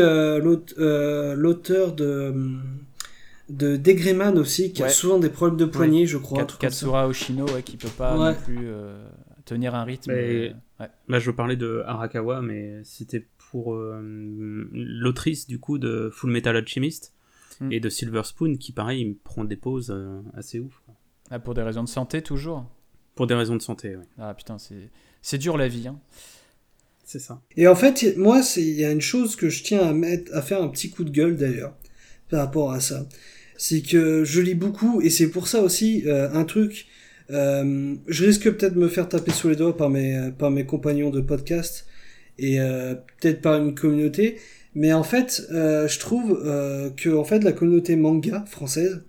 l'auteur de Degreman aussi, qui a souvent des problèmes de poignet, je crois. Katsura Oshino, qui peut pas non plus tenir un rythme. Là, je parlais de Arakawa, mais c'était pour l'autrice du coup de Full Metal Alchemist et de Silver Spoon, qui pareil prend des pauses assez ouf. Ah, pour des raisons de santé toujours. Pour des raisons de santé, oui. Ah putain, c'est dur la vie, hein. C'est ça. Et en fait, moi, il y a une chose que je tiens à faire un petit coup de gueule d'ailleurs par rapport à ça, c'est que je lis beaucoup, et c'est pour ça aussi un truc. Je risque peut-être de me faire taper sous les doigts par mes compagnons de podcast, et peut-être par une communauté, mais en fait je trouve que en fait la communauté manga française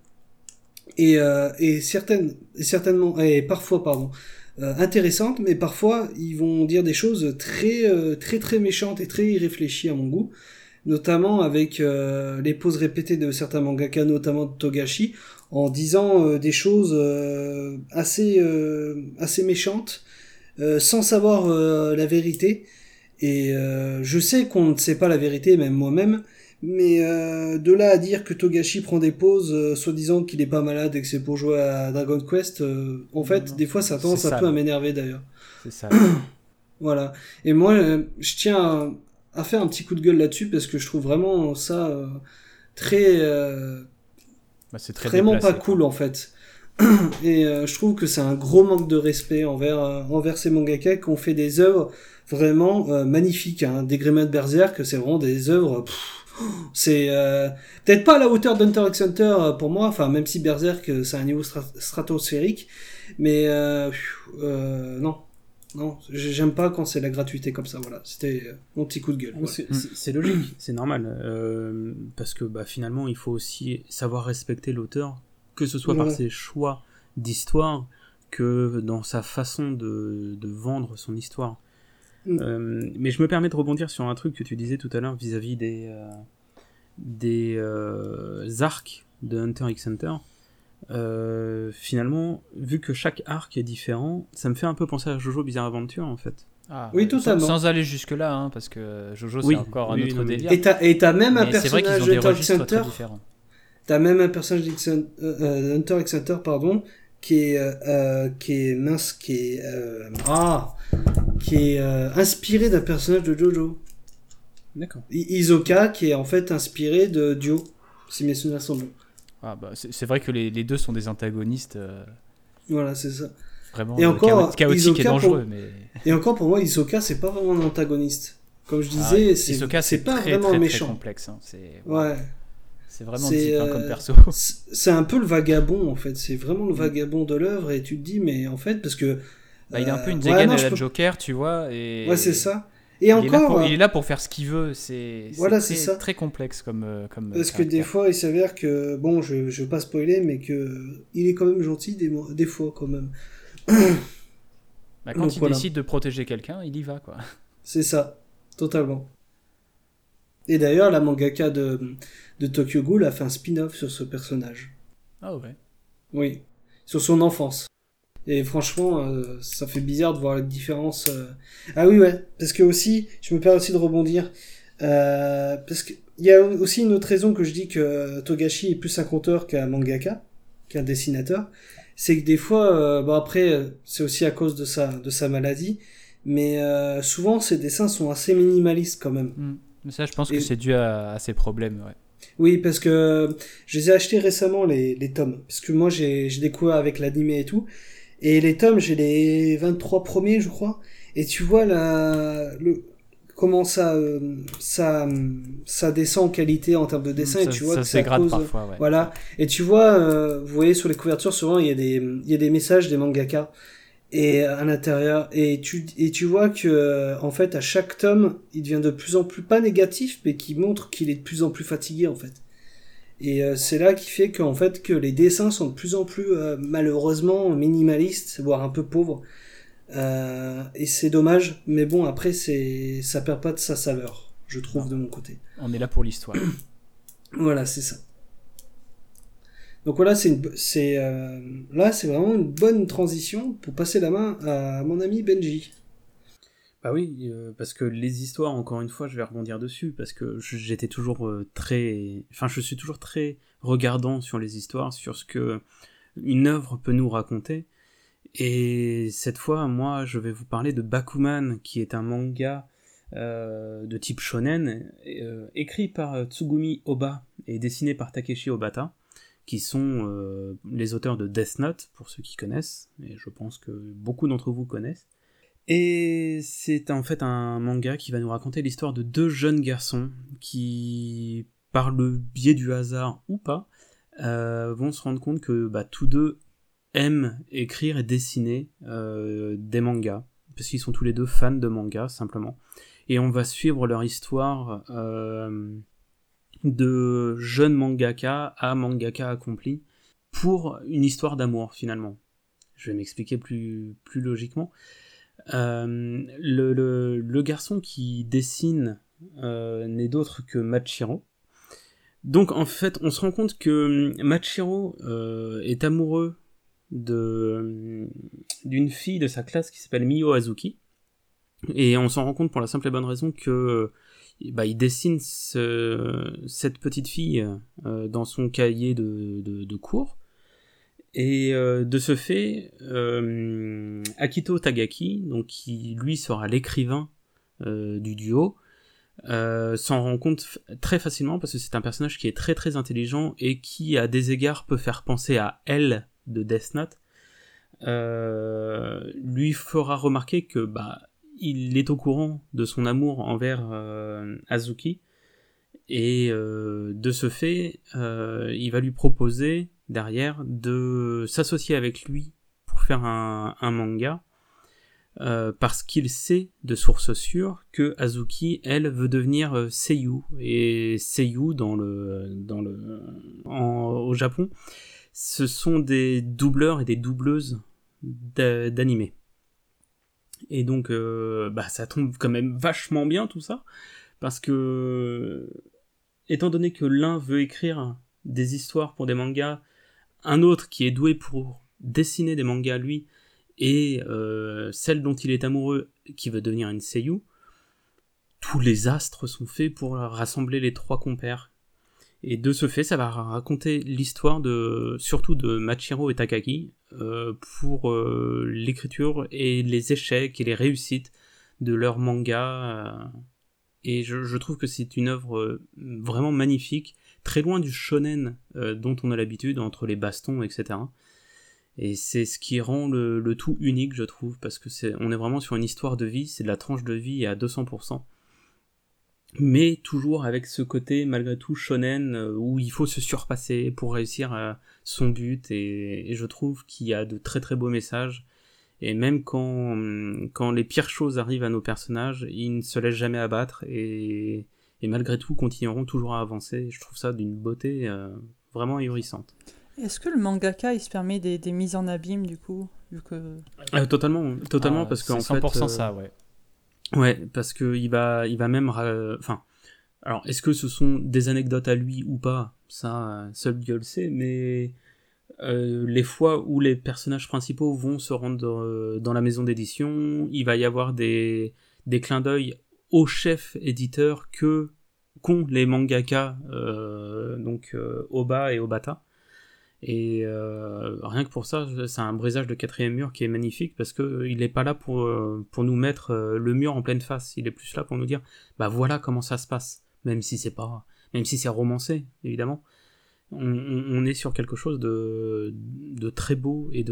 est certainement et parfois intéressante, mais parfois ils vont dire des choses très méchantes et très irréfléchies à mon goût, notamment avec les pauses répétées de certains mangaka, notamment de Togashi, en disant des choses assez méchantes, sans savoir la vérité. Et je sais qu'on ne sait pas la vérité, même moi-même, mais de là à dire que Togashi prend des pauses, soi-disant qu'il est pas malade et que c'est pour jouer à Dragon Quest, en fait, des fois ça a tendance un peu à m'énerver d'ailleurs. C'est ça. Voilà. Et moi, je tiens à faire un petit coup de gueule là-dessus, parce que je trouve vraiment ça c'est très vraiment déplacé, pas cool en fait. Et je trouve que c'est un gros manque de respect envers ces mangaka qui ont fait des œuvres vraiment magnifiques, hein. Degreman, Berserk, c'est vraiment des œuvres c'est peut-être pas à la hauteur d'Hunter x Hunter pour moi, enfin même si Berserk c'est un niveau stratosphérique, mais non, j'aime pas quand c'est la gratuité comme ça. Voilà, c'était mon petit coup de gueule. C'est logique, c'est normal, parce que finalement il faut aussi savoir respecter l'auteur, que ce soit par ses choix d'histoire que dans sa façon de vendre son histoire. Mais je me permets de rebondir sur un truc que tu disais tout à l'heure vis-à-vis des arcs de Hunter x Hunter. finalement, vu que chaque arc est différent, ça me fait un peu penser à Jojo Bizarre Adventure en fait. Ah, Oui, totalement. Sans aller jusque-là, hein, parce que Jojo, Oui, c'est encore un oui, autre non, mais- délire. Et t'as même un Mais c'est vrai qu'ils personnage ont des de Hunter x registres très Hunter. différents. T'as même un personnage Hunter x Hunter, pardon, qui est inspiré d'un personnage de Jojo. D'accord. Hisoka, qui est en fait inspiré de Dio, si mes souvenirs sont bons. Ah, bah, c'est vrai que les deux sont des antagonistes Voilà, c'est ça. vraiment Et encore, chaotiques et Hisoka, dangereux. Mais... Et encore pour moi, Hisoka, c'est pas vraiment un antagoniste. Comme je disais, Hisoka, c'est pas très, vraiment très, méchant. très complexe. Hein. C'est Ouais. vraiment C'est, deep hein, comme perso. C'est un peu le vagabond en fait, c'est vraiment le vagabond de l'œuvre et tu te dis mais en fait parce que Bah, il a un peu une ouais, dégaine non, à je la peux- Joker, tu vois. Et... ouais, c'est ça. Et Il encore est là pour faire ce qu'il veut. C'est Voilà, très, c'est ça. très complexe comme parce que des caractère. fois il s'avère que bon, je veux pas spoiler mais que il est quand même gentil des fois quand même. Bah, quand Donc, il voilà. décide de protéger quelqu'un, il y va, quoi. C'est ça, totalement. Et d'ailleurs, la mangaka de Tokyo Ghoul a fait un spin-off sur ce personnage. Ah ouais. Oui, sur son enfance. Et franchement, ça fait bizarre de voir la différence. Ah oui, ouais, parce que aussi, je me permets aussi de rebondir, parce qu'il y a aussi une autre raison que je dis que Togashi est plus un conteur qu'un mangaka, qu'un dessinateur, c'est que des fois, bon après, c'est aussi à cause de sa maladie, mais souvent ses dessins sont assez minimalistes quand même. Mais ça, je pense Et- que c'est dû à ses problèmes, ouais. Oui, parce que je les ai achetés récemment, les tomes. Parce que moi, j'ai découvert avec l'animé et tout. Et les tomes, j'ai les 23 premiers, je crois. Et tu vois comment ça descend en qualité en termes de dessin. Et tu vois ça que c'est à dégrade cause... parfois, ouais. Voilà. Et tu vois, vous voyez sur les couvertures, souvent, il y a des messages des mangaka. Et à l'intérieur, et tu vois que en fait à chaque tome il devient de plus en plus pas négatif mais qui montre qu'il est de plus en plus fatigué en fait. Et c'est là qui fait qu'en fait que les dessins sont de plus en plus malheureusement minimalistes, voire un peu pauvres. Et c'est dommage, mais bon après ça perd pas de sa saveur, je trouve de mon côté. On est là pour l'histoire. Voilà, c'est ça. Donc voilà, là c'est vraiment une bonne transition pour passer la main à mon ami Benji. Bah oui, parce que les histoires, encore une fois, je vais rebondir dessus, parce que j'étais toujours je suis toujours très regardant sur les histoires, sur ce que une œuvre peut nous raconter. Et cette fois, moi, je vais vous parler de Bakuman, qui est un manga de type shonen, écrit par Tsugumi Oba et dessiné par Takeshi Obata, qui sont les auteurs de Death Note, pour ceux qui connaissent, et je pense que beaucoup d'entre vous connaissent. Et c'est en fait un manga qui va nous raconter l'histoire de deux jeunes garçons qui, par le biais du hasard ou pas, vont se rendre compte que tous deux aiment écrire et dessiner des mangas, parce qu'ils sont tous les deux fans de manga, simplement. Et on va suivre leur histoire de jeunes mangaka à mangaka accompli pour une histoire d'amour, finalement. Je vais m'expliquer plus logiquement. Le garçon qui dessine n'est d'autre que Machiro. Donc en fait, on se rend compte que Machiro est amoureux d'une fille de sa classe qui s'appelle Miyo Azuki. Et on s'en rend compte pour la simple et bonne raison que il dessine cette petite fille dans son cahier de cours. Et de ce fait, Akito Tagaki, donc qui lui sera l'écrivain du duo, s'en rend compte très facilement parce que c'est un personnage qui est très très intelligent et qui à des égards peut faire penser à L de Death Note. Lui fera remarquer que il est au courant de son amour envers Azuki et de ce fait il va lui proposer derrière de s'associer avec lui pour faire un manga parce qu'il sait de sources sûres que Azuki elle veut devenir seiyuu, et seiyuu au Japon ce sont des doubleurs et des doubleuses d'animé. Et donc ça tombe quand même vachement bien tout ça, parce que étant donné que l'un veut écrire des histoires pour des mangas un autre qui est doué pour dessiner des mangas lui, et celle dont il est amoureux qui veut devenir une seiyuu, tous les astres sont faits pour rassembler les trois compères. Et de ce fait, ça va raconter l'histoire surtout de Machiro et Takagi pour l'écriture et les échecs et les réussites de leur manga. Et je trouve que c'est une œuvre vraiment magnifique, très loin du shonen dont on a l'habitude, entre les bastons, etc. Et c'est ce qui rend le tout unique, je trouve, parce que on est vraiment sur une histoire de vie, c'est de la tranche de vie à 200%. Mais toujours avec ce côté, malgré tout, shonen, où il faut se surpasser pour réussir son but, et je trouve qu'il y a de très très beaux messages, et même quand les pires choses arrivent à nos personnages, ils ne se laissent jamais abattre, et malgré tout continueront toujours à avancer. Je trouve ça d'une beauté vraiment ahurissante. Est-ce que le mangaka, il se permet des mises en abîme, du coup, vu que... Totalement, parce qu'en fait... C'est 100% ça, ouais. Ouais, parce que il va même... Enfin, alors, est-ce que ce sont des anecdotes à lui ou pas ? Ça, seul Dieu le sait, mais les fois où les personnages principaux vont se rendre dans la maison d'édition, il va y avoir des clins d'œil au chef éditeur qu'ont les mangaka, donc Oba et Obata. Et rien que pour ça, c'est un brisage de quatrième mur qui est magnifique, parce que il n'est pas là pour nous mettre le mur en pleine face. Il est plus là pour nous dire, bah voilà comment ça se passe, même si c'est romancé, évidemment. On est sur quelque chose de très beau et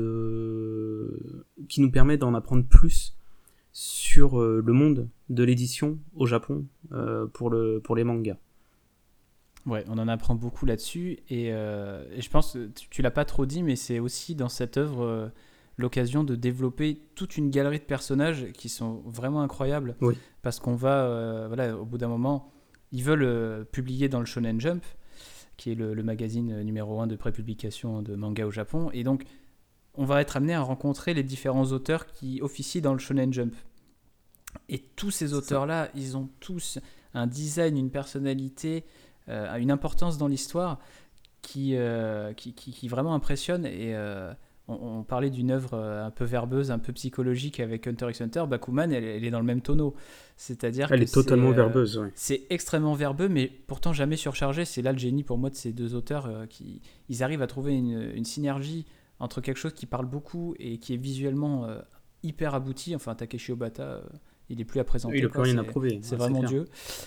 qui nous permet d'en apprendre plus sur le monde de l'édition au Japon pour les mangas. Ouais, on en apprend beaucoup là-dessus, et je pense que tu l'as pas trop dit, mais c'est aussi dans cette œuvre l'occasion de développer toute une galerie de personnages qui sont vraiment incroyables, oui. Parce qu'on va, au bout d'un moment, ils veulent publier dans le Shonen Jump, qui est le magazine numéro 1 de prépublication de manga au Japon, et donc on va être amené à rencontrer les différents auteurs qui officient dans le Shonen Jump. Et tous ces auteurs-là, ils ont tous un design, une personnalité, une importance dans l'histoire qui vraiment impressionne. Et on parlait d'une œuvre un peu verbeuse, un peu psychologique avec Hunter x Hunter. Bakuman, elle est dans le même tonneau. C'est-à-dire elle est totalement verbeuse. Ouais. C'est extrêmement verbeux, mais pourtant jamais surchargé. C'est là le génie pour moi de ces deux auteurs. Ils arrivent à trouver une synergie entre quelque chose qui parle beaucoup et qui est visuellement hyper abouti. Enfin, Takeshi Obata, il n'est plus à présenter. Il n'a plus rien à prouver. C'est vraiment Dieu.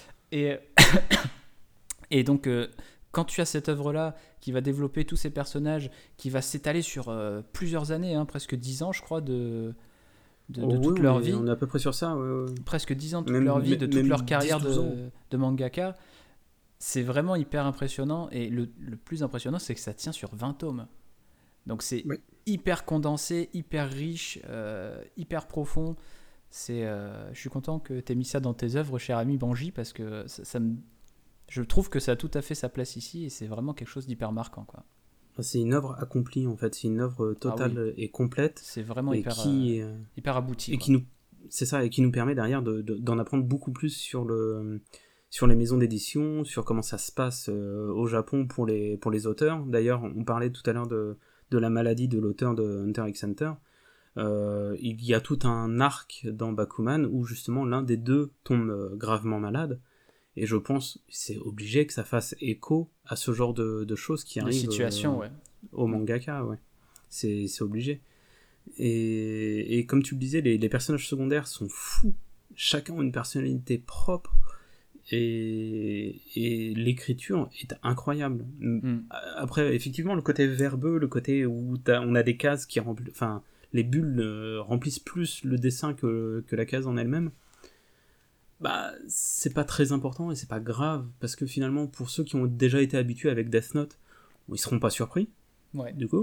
Et donc, quand tu as cette œuvre-là qui va développer tous ces personnages, qui va s'étaler sur plusieurs années, presque 10 ans, je crois, de toute leur vie. On est à peu près sur ça. Ouais. Presque 10 ans de toute leur vie, de toute leur carrière de mangaka. C'est vraiment hyper impressionnant. Et le plus impressionnant, c'est que ça tient sur 20 tomes. Donc, c'est hyper condensé, hyper riche, hyper profond. Je suis content que tu aies mis ça dans tes œuvres, cher ami Banji, parce que je trouve que ça a tout à fait sa place ici, et c'est vraiment quelque chose d'hyper marquant, quoi. C'est une œuvre accomplie, en fait. C'est une œuvre totale et complète. C'est vraiment hyper abouti. Et qui nous permet derrière d'en apprendre beaucoup plus sur les maisons d'édition, sur comment ça se passe au Japon pour les auteurs. D'ailleurs, on parlait tout à l'heure de la maladie de l'auteur de Hunter x Hunter. Il y a tout un arc dans Bakuman où justement l'un des deux tombe gravement malade. Et je pense c'est obligé que ça fasse écho à ce genre de choses qui arrivent au mangaka. Ouais. C'est obligé. Et comme tu le disais, les personnages secondaires sont fous. Chacun a une personnalité propre. Et l'écriture est incroyable. Après, effectivement, le côté verbeux, le côté où on a des cases qui remplissent... Enfin, les bulles remplissent plus le dessin que la case en elle-même. Bah, c'est pas très important et c'est pas grave, parce que finalement, pour ceux qui ont déjà été habitués avec Death Note, ils seront pas surpris, du coup.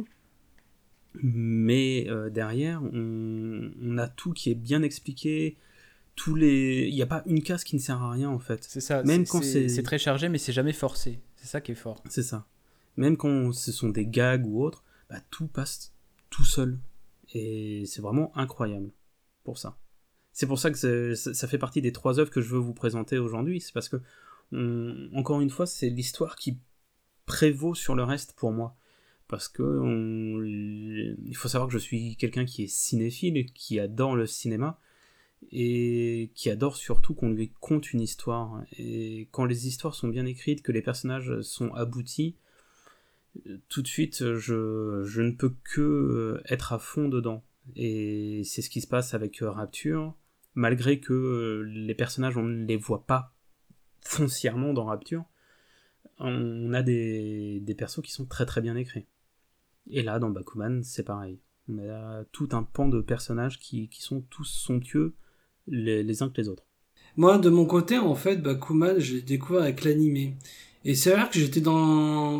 Mais derrière, on a tout qui est bien expliqué, il n'y a pas une case qui ne sert à rien, en fait. C'est ça, même quand c'est très chargé, mais c'est jamais forcé. C'est ça qui est fort. C'est ça. Même quand ce sont des gags ou autres, bah, tout passe tout seul. Et c'est vraiment incroyable pour ça. C'est pour ça que ça fait partie des 3 œuvres que je veux vous présenter aujourd'hui. C'est parce que, encore une fois, c'est l'histoire qui prévaut sur le reste pour moi. parce que il faut savoir que je suis quelqu'un qui est cinéphile, qui adore le cinéma, et qui adore surtout qu'on lui conte une histoire. Et quand les histoires sont bien écrites, que les personnages sont aboutis, tout de suite je ne peux que être à fond dedans. Et c'est ce qui se passe avec Rapture, malgré que les personnages on ne les voit pas foncièrement dans Rapture, on a des persos qui sont très très bien écrits. Et là dans Bakuman c'est pareil, on a tout un pan de personnages qui sont tous somptueux les uns que les autres. Moi, de mon côté, en fait, Bakuman, je l'ai découvert avec l'animé. Et c'est vrai que j'étais dans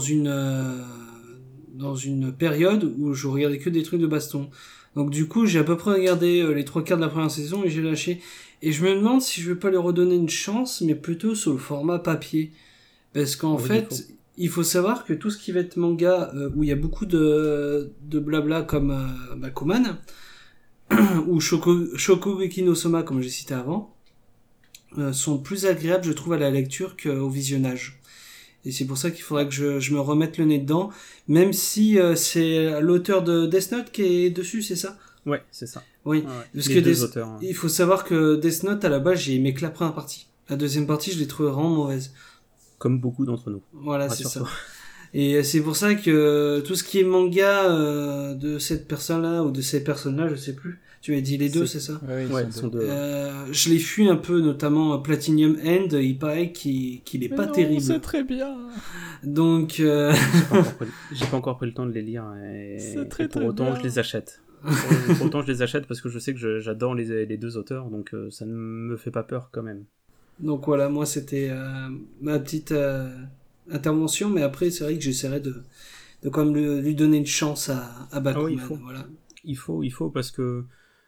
une période où je regardais que des trucs de baston. Donc du coup, j'ai à peu près regardé les 3/4 de la première saison et j'ai lâché. Et je me demande si je vais pas lui redonner une chance, mais plutôt sur le format papier. Parce qu'en fait, il faut savoir que tout ce qui va être manga, où il y a beaucoup de blabla comme Bakuman, ou Shokugeki no Soma, comme j'ai cité avant, sont plus agréables, je trouve, à la lecture qu'au visionnage. Et c'est pour ça qu'il faudrait que je me remette le nez dedans, même si c'est l'auteur de Death Note qui est dessus, c'est ça ? Ouais, c'est ça. Oui, ouais. Parce les que deux auteurs, hein. Il faut savoir que Death Note, à la base, j'ai aimé que la première partie. La deuxième partie, je l'ai trouvée vraiment mauvaise. Comme beaucoup d'entre nous. Voilà, c'est ça. Et c'est pour ça que tout ce qui est manga de cette personne-là ou de ces personnes-là, je sais plus. Tu m'as dit les deux, c'est ça ? Ouais, ils sont deux. Je l'ai fui un peu, notamment Platinum End. Il paraît qu'il est pas terrible. C'est très bien. Donc, j'ai pas encore pris le temps de les lire. Et pour autant, je les achète. Pour autant, je les achète parce que je sais que j'adore les deux auteurs, donc ça ne me fait pas peur quand même. Donc voilà, moi c'était ma petite intervention, mais après c'est vrai que j'essaierai de quand même lui donner une chance à Bakuman. Ah oui, voilà. Il faut parce que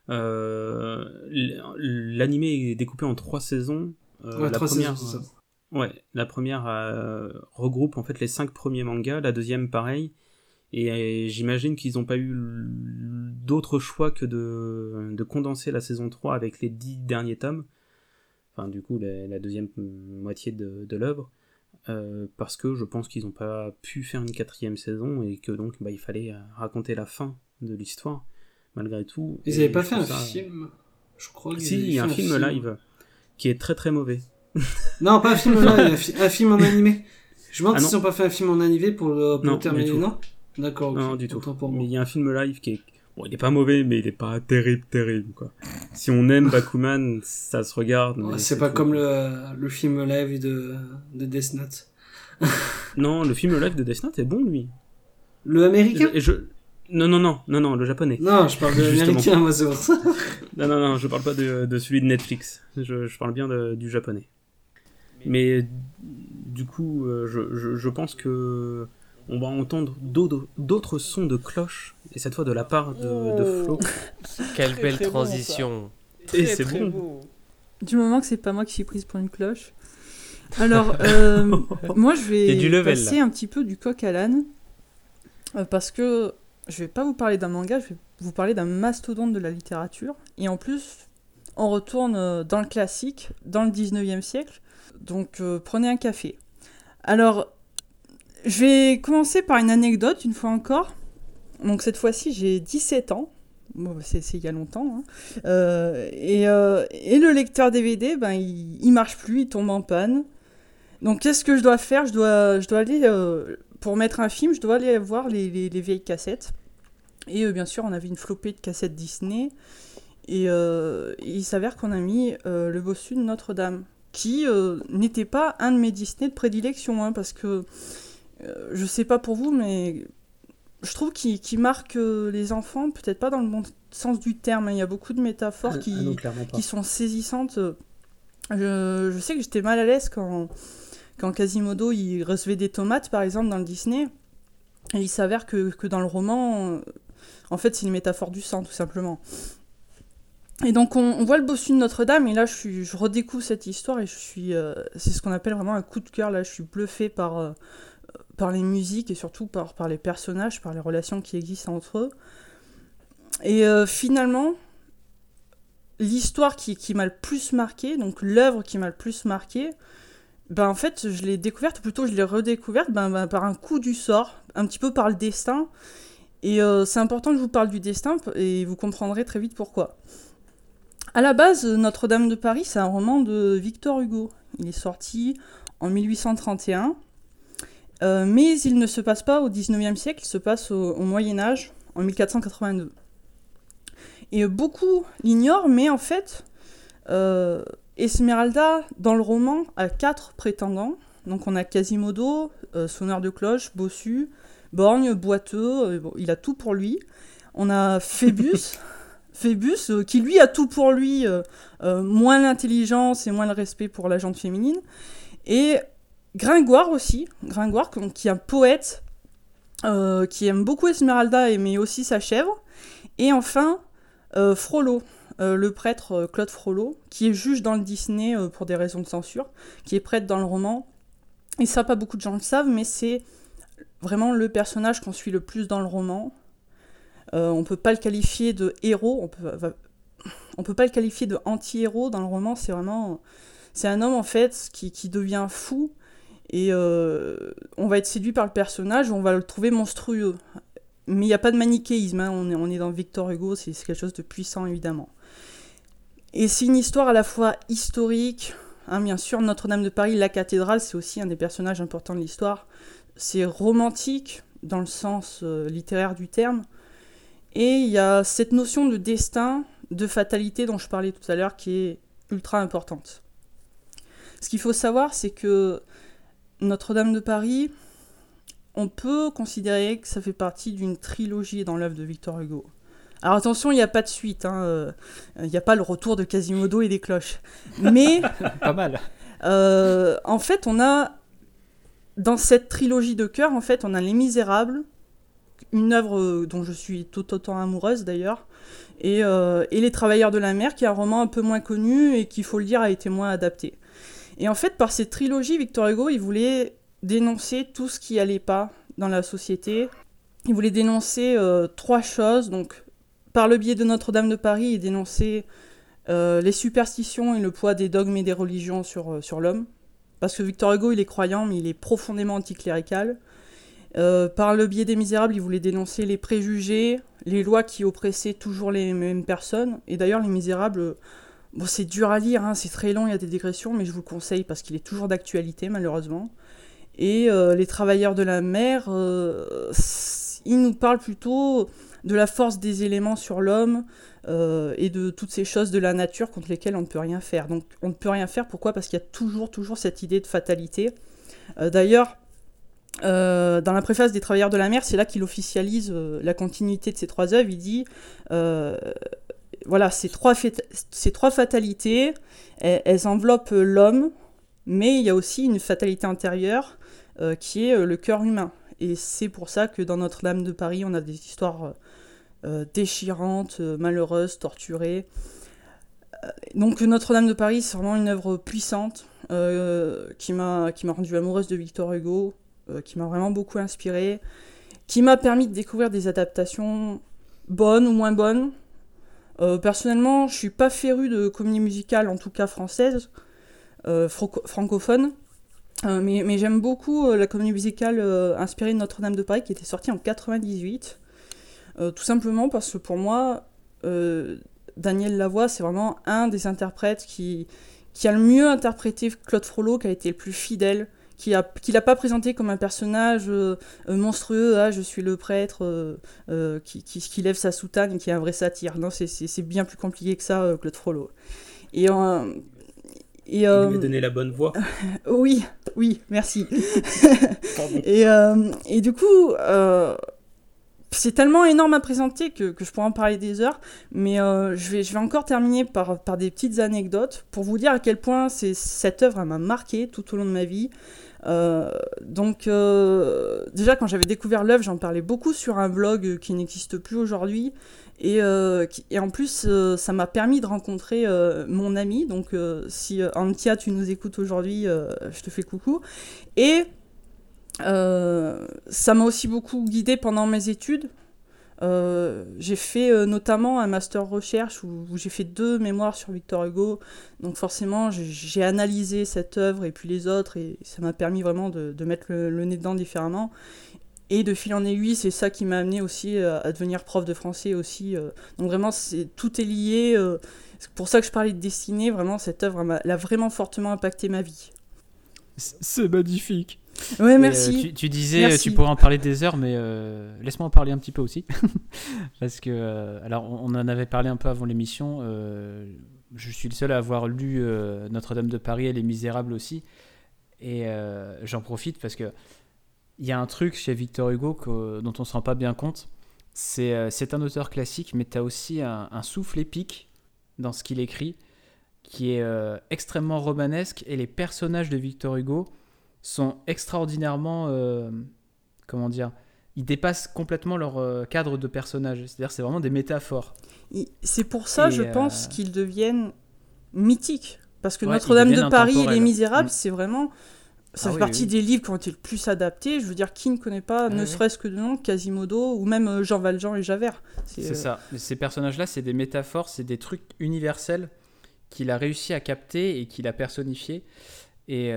l'animé est découpé en 3 saisons. Ouais, 3 saisons, c'est ça. Ouais, la première regroupe en fait les 5 premiers mangas, la deuxième pareil. Et j'imagine qu'ils n'ont pas eu d'autre choix que de condenser la saison 3 avec les 10 derniers tomes. Enfin, du coup, la deuxième moitié de l'œuvre. Parce que je pense qu'ils n'ont pas pu faire une 4e saison et que donc il fallait raconter la fin de l'histoire, malgré tout. Ils n'avaient pas fait un film, je crois. Si, il y a un film live qui est très très mauvais. Non, pas un film live, un film en animé. Je me demande s'ils n'ont pas fait un film en animé pour terminer, non ? D'accord, ok. Non, du tout. Mais il y a un film live qui est... Bon, il est pas mauvais, mais il est pas terrible, quoi. Si on aime Bakuman, ça se regarde. Mais c'est pas tout. Comme le film live de Death Note. Non, le film live de Death Note est bon, lui. Le américain ? Non, le japonais. Non, je parle de l'américain, moi, c'est pour ça. Non, je parle pas de celui de Netflix. Je parle bien du japonais. Mais du coup, je pense que on va entendre d'autres sons de cloche, et cette fois de la part de Flo. Quelle belle transition. Bon, et c'est bon. Beau. Du moment que c'est pas moi qui suis prise pour une cloche. Alors, moi je vais passer un petit peu du coq à l'âne, parce que je vais pas vous parler d'un manga, je vais vous parler d'un mastodonte de la littérature, et en plus, on retourne dans le classique, dans le 19e siècle, donc prenez un café. Alors, je vais commencer par une anecdote, une fois encore. Donc cette fois-ci, j'ai 17 ans. Bon, c'est il y a longtemps. Hein. Et le lecteur DVD, il marche plus, il tombe en panne. Donc qu'est-ce que je dois faire ? Je dois aller, pour mettre un film, je dois aller voir les vieilles cassettes. Et bien sûr, on avait une flopée de cassettes Disney. Et il s'avère qu'on a mis Le Bossu de Notre-Dame, qui n'était pas un de mes Disney de prédilection, hein, parce que je sais pas pour vous, mais je trouve qu'il marque les enfants, peut-être pas dans le bon sens du terme. Il y a beaucoup de métaphores qui sont saisissantes. Je sais que j'étais mal à l'aise quand Quasimodo il recevait des tomates, par exemple, dans le Disney. Et il s'avère que dans le roman, en fait, c'est une métaphore du sang, tout simplement. Et donc, on voit le Bossu de Notre-Dame, et là, je redécouvre cette histoire, et c'est ce qu'on appelle vraiment un coup de cœur. Là, je suis bluffée par les musiques et surtout par les personnages, par les relations qui existent entre eux. Et finalement, l'histoire qui m'a le plus marqué, donc l'œuvre qui m'a le plus marqué, en fait, je l'ai découverte, ou plutôt je l'ai redécouverte par un coup du sort, un petit peu par le destin. Et c'est important que je vous parle du destin, et vous comprendrez très vite pourquoi. À la base, Notre-Dame de Paris, c'est un roman de Victor Hugo. Il est sorti en 1831, mais il ne se passe pas au 19e siècle, il se passe au Moyen-Âge, en 1482. Et beaucoup l'ignorent, mais en fait, Esmeralda, dans le roman, a 4 prétendants. Donc on a Quasimodo, sonneur de cloche, bossu, borgne, boiteux, il a tout pour lui. On a Phébus, qui lui a tout pour lui, moins l'intelligence et moins le respect pour la gente féminine. Et Gringoire aussi, qui est un poète, qui aime beaucoup Esmeralda, mais aussi sa chèvre. Et enfin, Frollo, le prêtre Claude Frollo, qui est juge dans le Disney pour des raisons de censure, qui est prêtre dans le roman. Et ça, pas beaucoup de gens le savent, mais c'est vraiment le personnage qu'on suit le plus dans le roman. On peut pas le qualifier de héros, on peut pas le qualifier de anti-héros dans le roman. C'est un homme en fait qui devient fou, et on va être séduit par le personnage, on va le trouver monstrueux. Mais il n'y a pas de manichéisme, hein. On est dans Victor Hugo, c'est quelque chose de puissant évidemment. Et c'est une histoire à la fois historique, hein, bien sûr, Notre-Dame de Paris, la cathédrale, c'est aussi un des personnages importants de l'histoire. C'est romantique dans le sens littéraire du terme. Et il y a cette notion de destin, de fatalité dont je parlais tout à l'heure, qui est ultra importante. Ce qu'il faut savoir, c'est que Notre-Dame de Paris, on peut considérer que ça fait partie d'une trilogie dans l'œuvre de Victor Hugo. Alors attention, il n'y a pas de suite, hein, il n'y a pas le retour de Quasimodo et des cloches. Mais, pas mal. En fait, on a, dans cette trilogie de cœur, en fait, on a Les Misérables, une œuvre dont je suis tout autant amoureuse d'ailleurs, et Les Travailleurs de la mer, qui est un roman un peu moins connu et qui, il faut le dire, a été moins adapté. Et en fait, par cette trilogie, Victor Hugo, il voulait dénoncer tout ce qui allait pas dans la société. Il voulait dénoncer 3 choses. Donc, par le biais de Notre-Dame de Paris, il dénonçait les superstitions et le poids des dogmes et des religions sur l'homme. Parce que Victor Hugo, il est croyant, mais il est profondément anticlérical. Par le biais des Misérables, il voulait dénoncer les préjugés, les lois qui oppressaient toujours les mêmes personnes. Et d'ailleurs, Les Misérables, bon, c'est dur à lire, hein, c'est très long, il y a des digressions, mais je vous le conseille parce qu'il est toujours d'actualité, malheureusement. Et Les Travailleurs de la mer, il nous parle plutôt de la force des éléments sur l'homme et de toutes ces choses de la nature contre lesquelles on ne peut rien faire. Donc on ne peut rien faire, pourquoi ? Parce qu'il y a toujours cette idée de fatalité. D'ailleurs, dans la préface des Travailleurs de la mer, c'est là qu'il officialise la continuité de ces 3 œuvres. Il dit voilà, ces trois fatalités, elles enveloppent l'homme, mais il y a aussi une fatalité intérieure qui est le cœur humain. Et c'est pour ça que dans Notre-Dame de Paris, on a des histoires déchirantes, malheureuses, torturées. Donc Notre-Dame de Paris, c'est vraiment une œuvre puissante qui m'a rendue amoureuse de Victor Hugo, qui m'a vraiment beaucoup inspirée, qui m'a permis de découvrir des adaptations bonnes ou moins bonnes. Personnellement, je suis pas féru de comédie musicale, en tout cas française, francophone, mais j'aime beaucoup la comédie musicale inspirée de Notre-Dame de Paris, qui était sortie en 98, tout simplement parce que pour moi, Daniel Lavoie, c'est vraiment un des interprètes qui a le mieux interprété Claude Frollo, qui a été le plus fidèle, qui l'a pas présenté comme un personnage monstrueux, je suis le prêtre qui lève sa soutane et qui est un vrai satyre. Non, c'est bien plus compliqué que ça, Claude Frollo. Il lui a donné la bonne voix. Oui, merci. et du coup, c'est tellement énorme à présenter que je pourrais en parler des heures, mais je vais encore terminer par des petites anecdotes pour vous dire à quel point cette œuvre m'a marqué tout au long de ma vie. Déjà quand j'avais découvert l'œuvre, j'en parlais beaucoup sur un blog qui n'existe plus aujourd'hui, et en plus ça m'a permis de rencontrer mon ami. Donc si Antia, tu nous écoutes aujourd'hui, je te fais coucou. Et ça m'a aussi beaucoup guidée pendant mes études. J'ai fait notamment un master recherche où j'ai fait 2 mémoires sur Victor Hugo. Donc forcément, j'ai analysé cette œuvre et puis les autres, et ça m'a permis vraiment de mettre le nez dedans différemment. Et de fil en aiguille, c'est ça qui m'a amené aussi à devenir prof de français aussi. Donc vraiment, tout est lié. C'est pour ça que je parlais de destinée. Vraiment, cette œuvre, elle a vraiment fortement impacté ma vie. C'est magnifique. Ouais, merci. Tu disais, Merci. tu pourrais en parler des heures, mais laisse-moi en parler un petit peu aussi. Parce que, alors, on en avait parlé un peu avant l'émission. Je suis le seul à avoir lu Notre-Dame de Paris et Les Misérables aussi. Et j'en profite parce que il y a un truc chez Victor Hugo dont on ne se rend pas bien compte. C'est un auteur classique, mais tu as aussi un souffle épique dans ce qu'il écrit, qui est extrêmement romanesque, et les personnages de Victor Hugo sont extraordinairement... comment dire, ils dépassent complètement leur cadre de personnage. C'est-à-dire c'est vraiment des métaphores. C'est pour ça, je pense, qu'ils deviennent mythiques. Parce que Ouais, Notre-Dame ils de deviennent Paris et intemporels. Les Misérables, c'est vraiment... Ça Ah fait oui, partie oui. des livres qui ont été le plus adaptés. Je veux dire, qui ne connaît pas, ne oui. serait-ce que de nom, Quasimodo, ou même Jean Valjean et Javert. C'est ça. Ces personnages-là, c'est des métaphores, c'est des trucs universels qu'il a réussi à capter et qu'il a personnifié. Et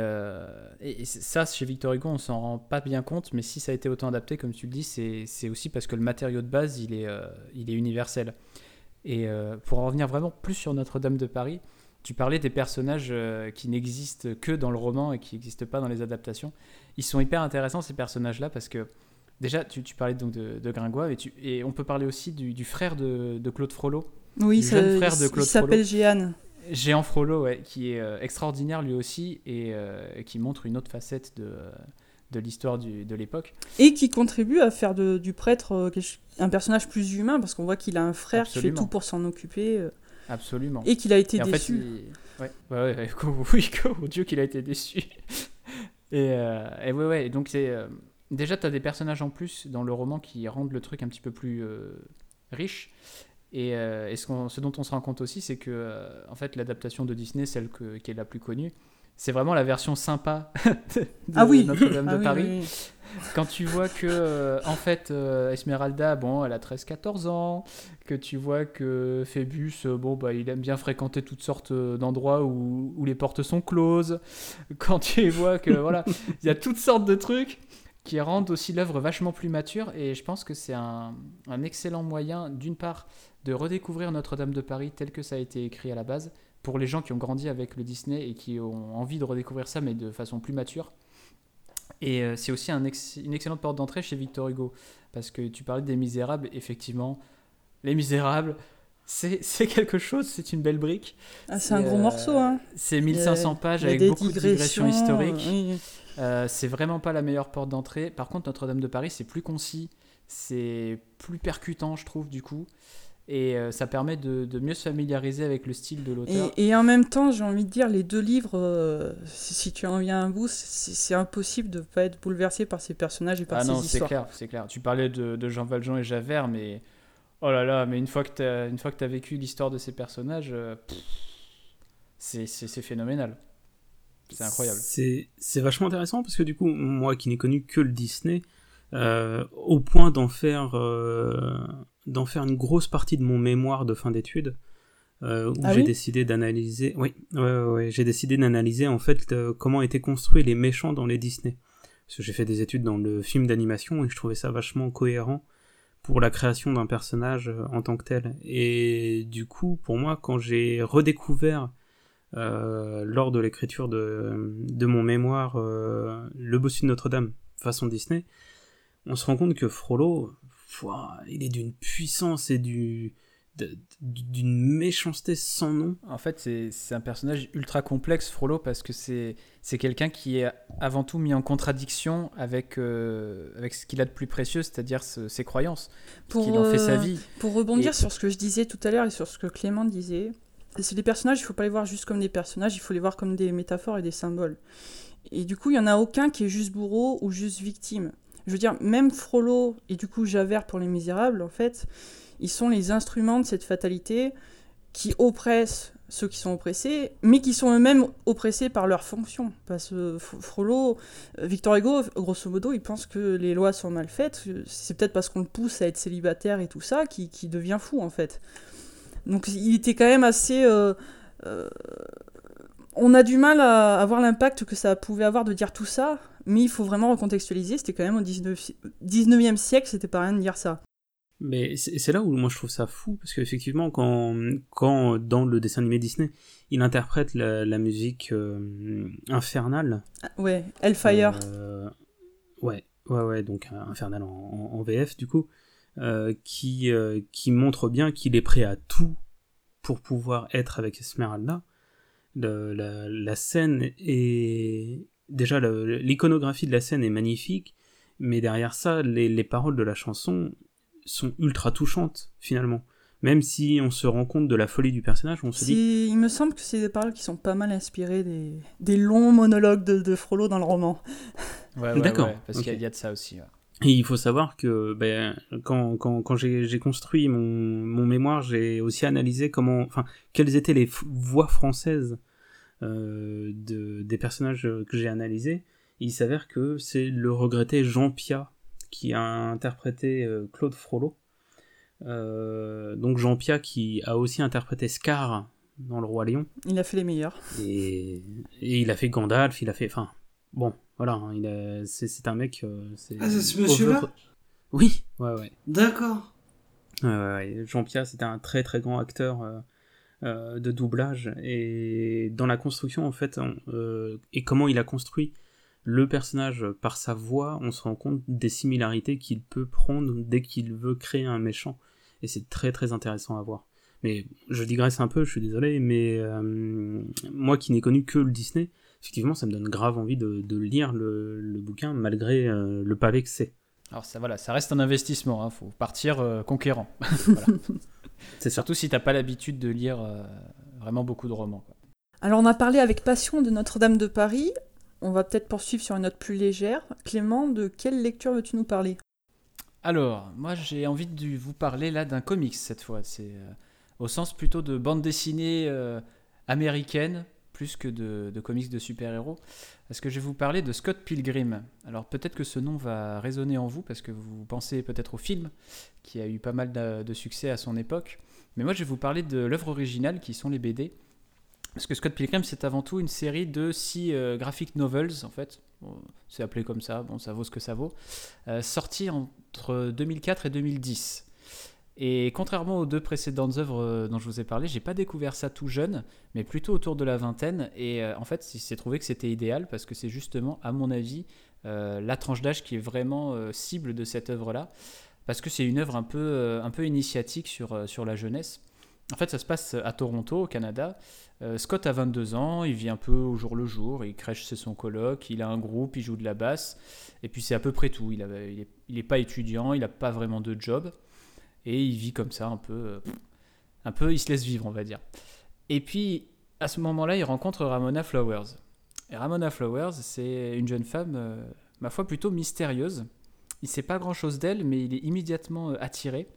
ça, chez Victor Hugo, on s'en rend pas bien compte, mais si ça a été autant adapté, comme tu le dis, c'est aussi parce que le matériau de base, il est universel. Et pour en revenir vraiment plus sur Notre-Dame de Paris, tu parlais des personnages qui n'existent que dans le roman et qui n'existent pas dans les adaptations. Ils sont hyper intéressants, ces personnages-là, parce que déjà, tu parlais donc de Gringoire, et on peut parler aussi du frère de Claude Frollo, Oui, du jeune frère de il Claude s'appelle Jehan. Géant Frollo, ouais, qui est extraordinaire lui aussi, et qui montre une autre facette de l'histoire de l'époque. Et qui contribue à faire du prêtre un personnage plus humain, parce qu'on voit qu'il a un frère qui fait Absolument. tout pour s'en occuper, Absolument. et qu'il a été Et en déçu. fait, ouais, oui, oh Dieu qu'il a été déçu. Et ouais, donc déjà tu as des personnages en plus dans le roman qui rendent le truc un petit peu plus riche. Et ce dont on se rend compte aussi, c'est que en fait l'adaptation de Disney, celle qui est la plus connue, c'est vraiment la version sympa de Ah oui. Notre-Dame de Ah oui, Paris. oui, oui. Quand tu vois que, en fait, Esmeralda, bon, elle a 13-14 ans, que tu vois que Phébus, bon, bah, il aime bien fréquenter toutes sortes d'endroits où les portes sont closes, quand tu vois que, voilà, il y a toutes sortes de trucs qui rendent aussi l'œuvre vachement plus mature, et je pense que c'est un excellent moyen, d'une part, de redécouvrir Notre-Dame de Paris tel que ça a été écrit à la base, pour les gens qui ont grandi avec le Disney et qui ont envie de redécouvrir ça, mais de façon plus mature. Et c'est aussi une excellente porte d'entrée chez Victor Hugo, parce que tu parlais des Misérables, effectivement, Les Misérables, c'est quelque chose, c'est une belle brique. Ah, c'est un gros morceau, hein. C'est 1500 pages Il y a avec des beaucoup de digressions historiques. oui. C'est vraiment pas la meilleure porte d'entrée. Par contre, Notre-Dame de Paris, c'est plus concis, c'est plus percutant, je trouve, du coup. Et ça permet de mieux se familiariser avec le style de l'auteur. Et en même temps, j'ai envie de dire, les 2 livres, si tu en viens à un bout, c'est impossible de ne pas être bouleversé par ces personnages et par ces histoires. C'est clair. Tu parlais de Jean Valjean et Javert, mais oh là là, mais une fois que t'as vécu l'histoire de ces personnages, c'est phénoménal. C'est incroyable. C'est vachement intéressant parce que du coup, moi qui n'ai connu que le Disney, au point d'en faire une grosse partie de mon mémoire de fin d'études, où j'ai décidé d'analyser. Oui, j'ai décidé d'analyser en fait comment étaient construits les méchants dans les Disney. Parce que j'ai fait des études dans le film d'animation et je trouvais ça vachement cohérent pour la création d'un personnage en tant que tel. Et du coup, pour moi, quand j'ai redécouvert lors de l'écriture de mon mémoire Le Bossu de Notre-Dame façon Disney, on se rend compte que Frollo, il est d'une puissance et d'une méchanceté sans nom. En fait, c'est un personnage ultra complexe, Frollo, parce que c'est quelqu'un qui est avant tout mis en contradiction avec ce qu'il a de plus précieux, c'est-à-dire ses croyances, qu'il en fait sa vie. Pour rebondir sur ce que je disais tout à l'heure et sur ce que Clément disait, c'est les personnages, il ne faut pas les voir juste comme des personnages, il faut les voir comme des métaphores et des symboles. Et du coup, il n'y en a aucun qui est juste bourreau ou juste victime. Je veux dire, même Frollo et du coup Javert pour Les Misérables, en fait, ils sont les instruments de cette fatalité. qui oppressent ceux qui sont oppressés, mais qui sont eux-mêmes oppressés par leur fonction. Parce que Frollo, Victor Hugo, grosso modo, il pense que les lois sont mal faites. C'est peut-être parce qu'on le pousse à être célibataire et tout ça qu'il devient fou, en fait. Donc il était quand même assez... on a du mal à voir l'impact que ça pouvait avoir de dire tout ça, mais il faut vraiment recontextualiser. C'était quand même au 19e siècle, c'était pas rien de dire ça. Mais c'est là où moi je trouve ça fou, parce qu'effectivement, quand dans le dessin animé Disney, il interprète la musique infernale. Ouais, Hellfire. Ouais, donc infernale en VF du coup, qui montre bien qu'il est prêt à tout pour pouvoir être avec Esmeralda. La scène est... Déjà, l'iconographie de la scène est magnifique, mais derrière ça, les paroles de la chanson sont ultra touchantes, finalement. Même si on se rend compte de la folie du personnage, on se dit... Il me semble que c'est des paroles qui sont pas mal inspirées des longs monologues de Frollo dans le roman. Ouais, d'accord. Parce qu'il y a de ça aussi. Ouais. Et il faut savoir que quand j'ai construit mon mémoire, j'ai aussi analysé quelles étaient les voix françaises des personnages que j'ai analysés. Et il s'avère que c'est le regretté Jean Piat qui a interprété Claude Frollo. Donc Jean Piat qui a aussi interprété Scar dans Le Roi Lion. Il a fait les meilleurs. Et il a fait Gandalf, il a fait... Enfin, bon, voilà, hein, c'est un mec... c'est ce monsieur-là ? Oui, ouais. D'accord. Ouais. Jean Piat, c'était un très très grand acteur de doublage. Et dans la construction, en fait, et comment il a construit le personnage par sa voix, on se rend compte des similarités qu'il peut prendre dès qu'il veut créer un méchant. Et c'est très très intéressant à voir. Mais je digresse un peu, je suis désolé, mais moi qui n'ai connu que le Disney, effectivement ça me donne grave envie de lire le bouquin malgré le pavé que c'est. Alors ça reste un investissement, hein, faut partir conquérant. Voilà. C'est ça. Surtout si t'as pas l'habitude de lire vraiment beaucoup de romans, quoi. Alors on a parlé avec passion de Notre-Dame de Paris. On va peut-être poursuivre sur une note plus légère. Clément, de quelle lecture veux-tu nous parler ? Alors, moi j'ai envie de vous parler là d'un comics cette fois. C'est au sens plutôt de bande dessinée américaine, plus que de comics de super-héros. Parce que je vais vous parler de Scott Pilgrim. Alors peut-être que ce nom va résonner en vous, parce que vous pensez peut-être au film, qui a eu pas mal de succès à son époque. Mais moi je vais vous parler de l'œuvre originale, qui sont les BD. Parce que Scott Pilgrim, c'est avant tout une série de 6 graphic novels, en fait. Bon, c'est appelé comme ça, bon, ça vaut ce que ça vaut. Sorti entre 2004 et 2010. Et contrairement aux 2 précédentes œuvres dont je vous ai parlé, j'ai pas découvert ça tout jeune, mais plutôt autour de la vingtaine. Et en fait, il s'est trouvé que c'était idéal, parce que c'est justement, à mon avis, la tranche d'âge qui est vraiment cible de cette œuvre-là. Parce que c'est une œuvre un peu initiatique sur la jeunesse. En fait, ça se passe à Toronto, au Canada. Scott a 22 ans, il vit un peu au jour le jour, il crèche chez son coloc, il a un groupe, il joue de la basse, et puis c'est à peu près tout. Il est pas étudiant, il n'a pas vraiment de job, et il vit comme ça un peu, il se laisse vivre, on va dire. Et puis, à ce moment-là, il rencontre Ramona Flowers. Et Ramona Flowers, c'est une jeune femme, ma foi, plutôt mystérieuse. Il ne sait pas grand-chose d'elle, mais il est immédiatement attiré.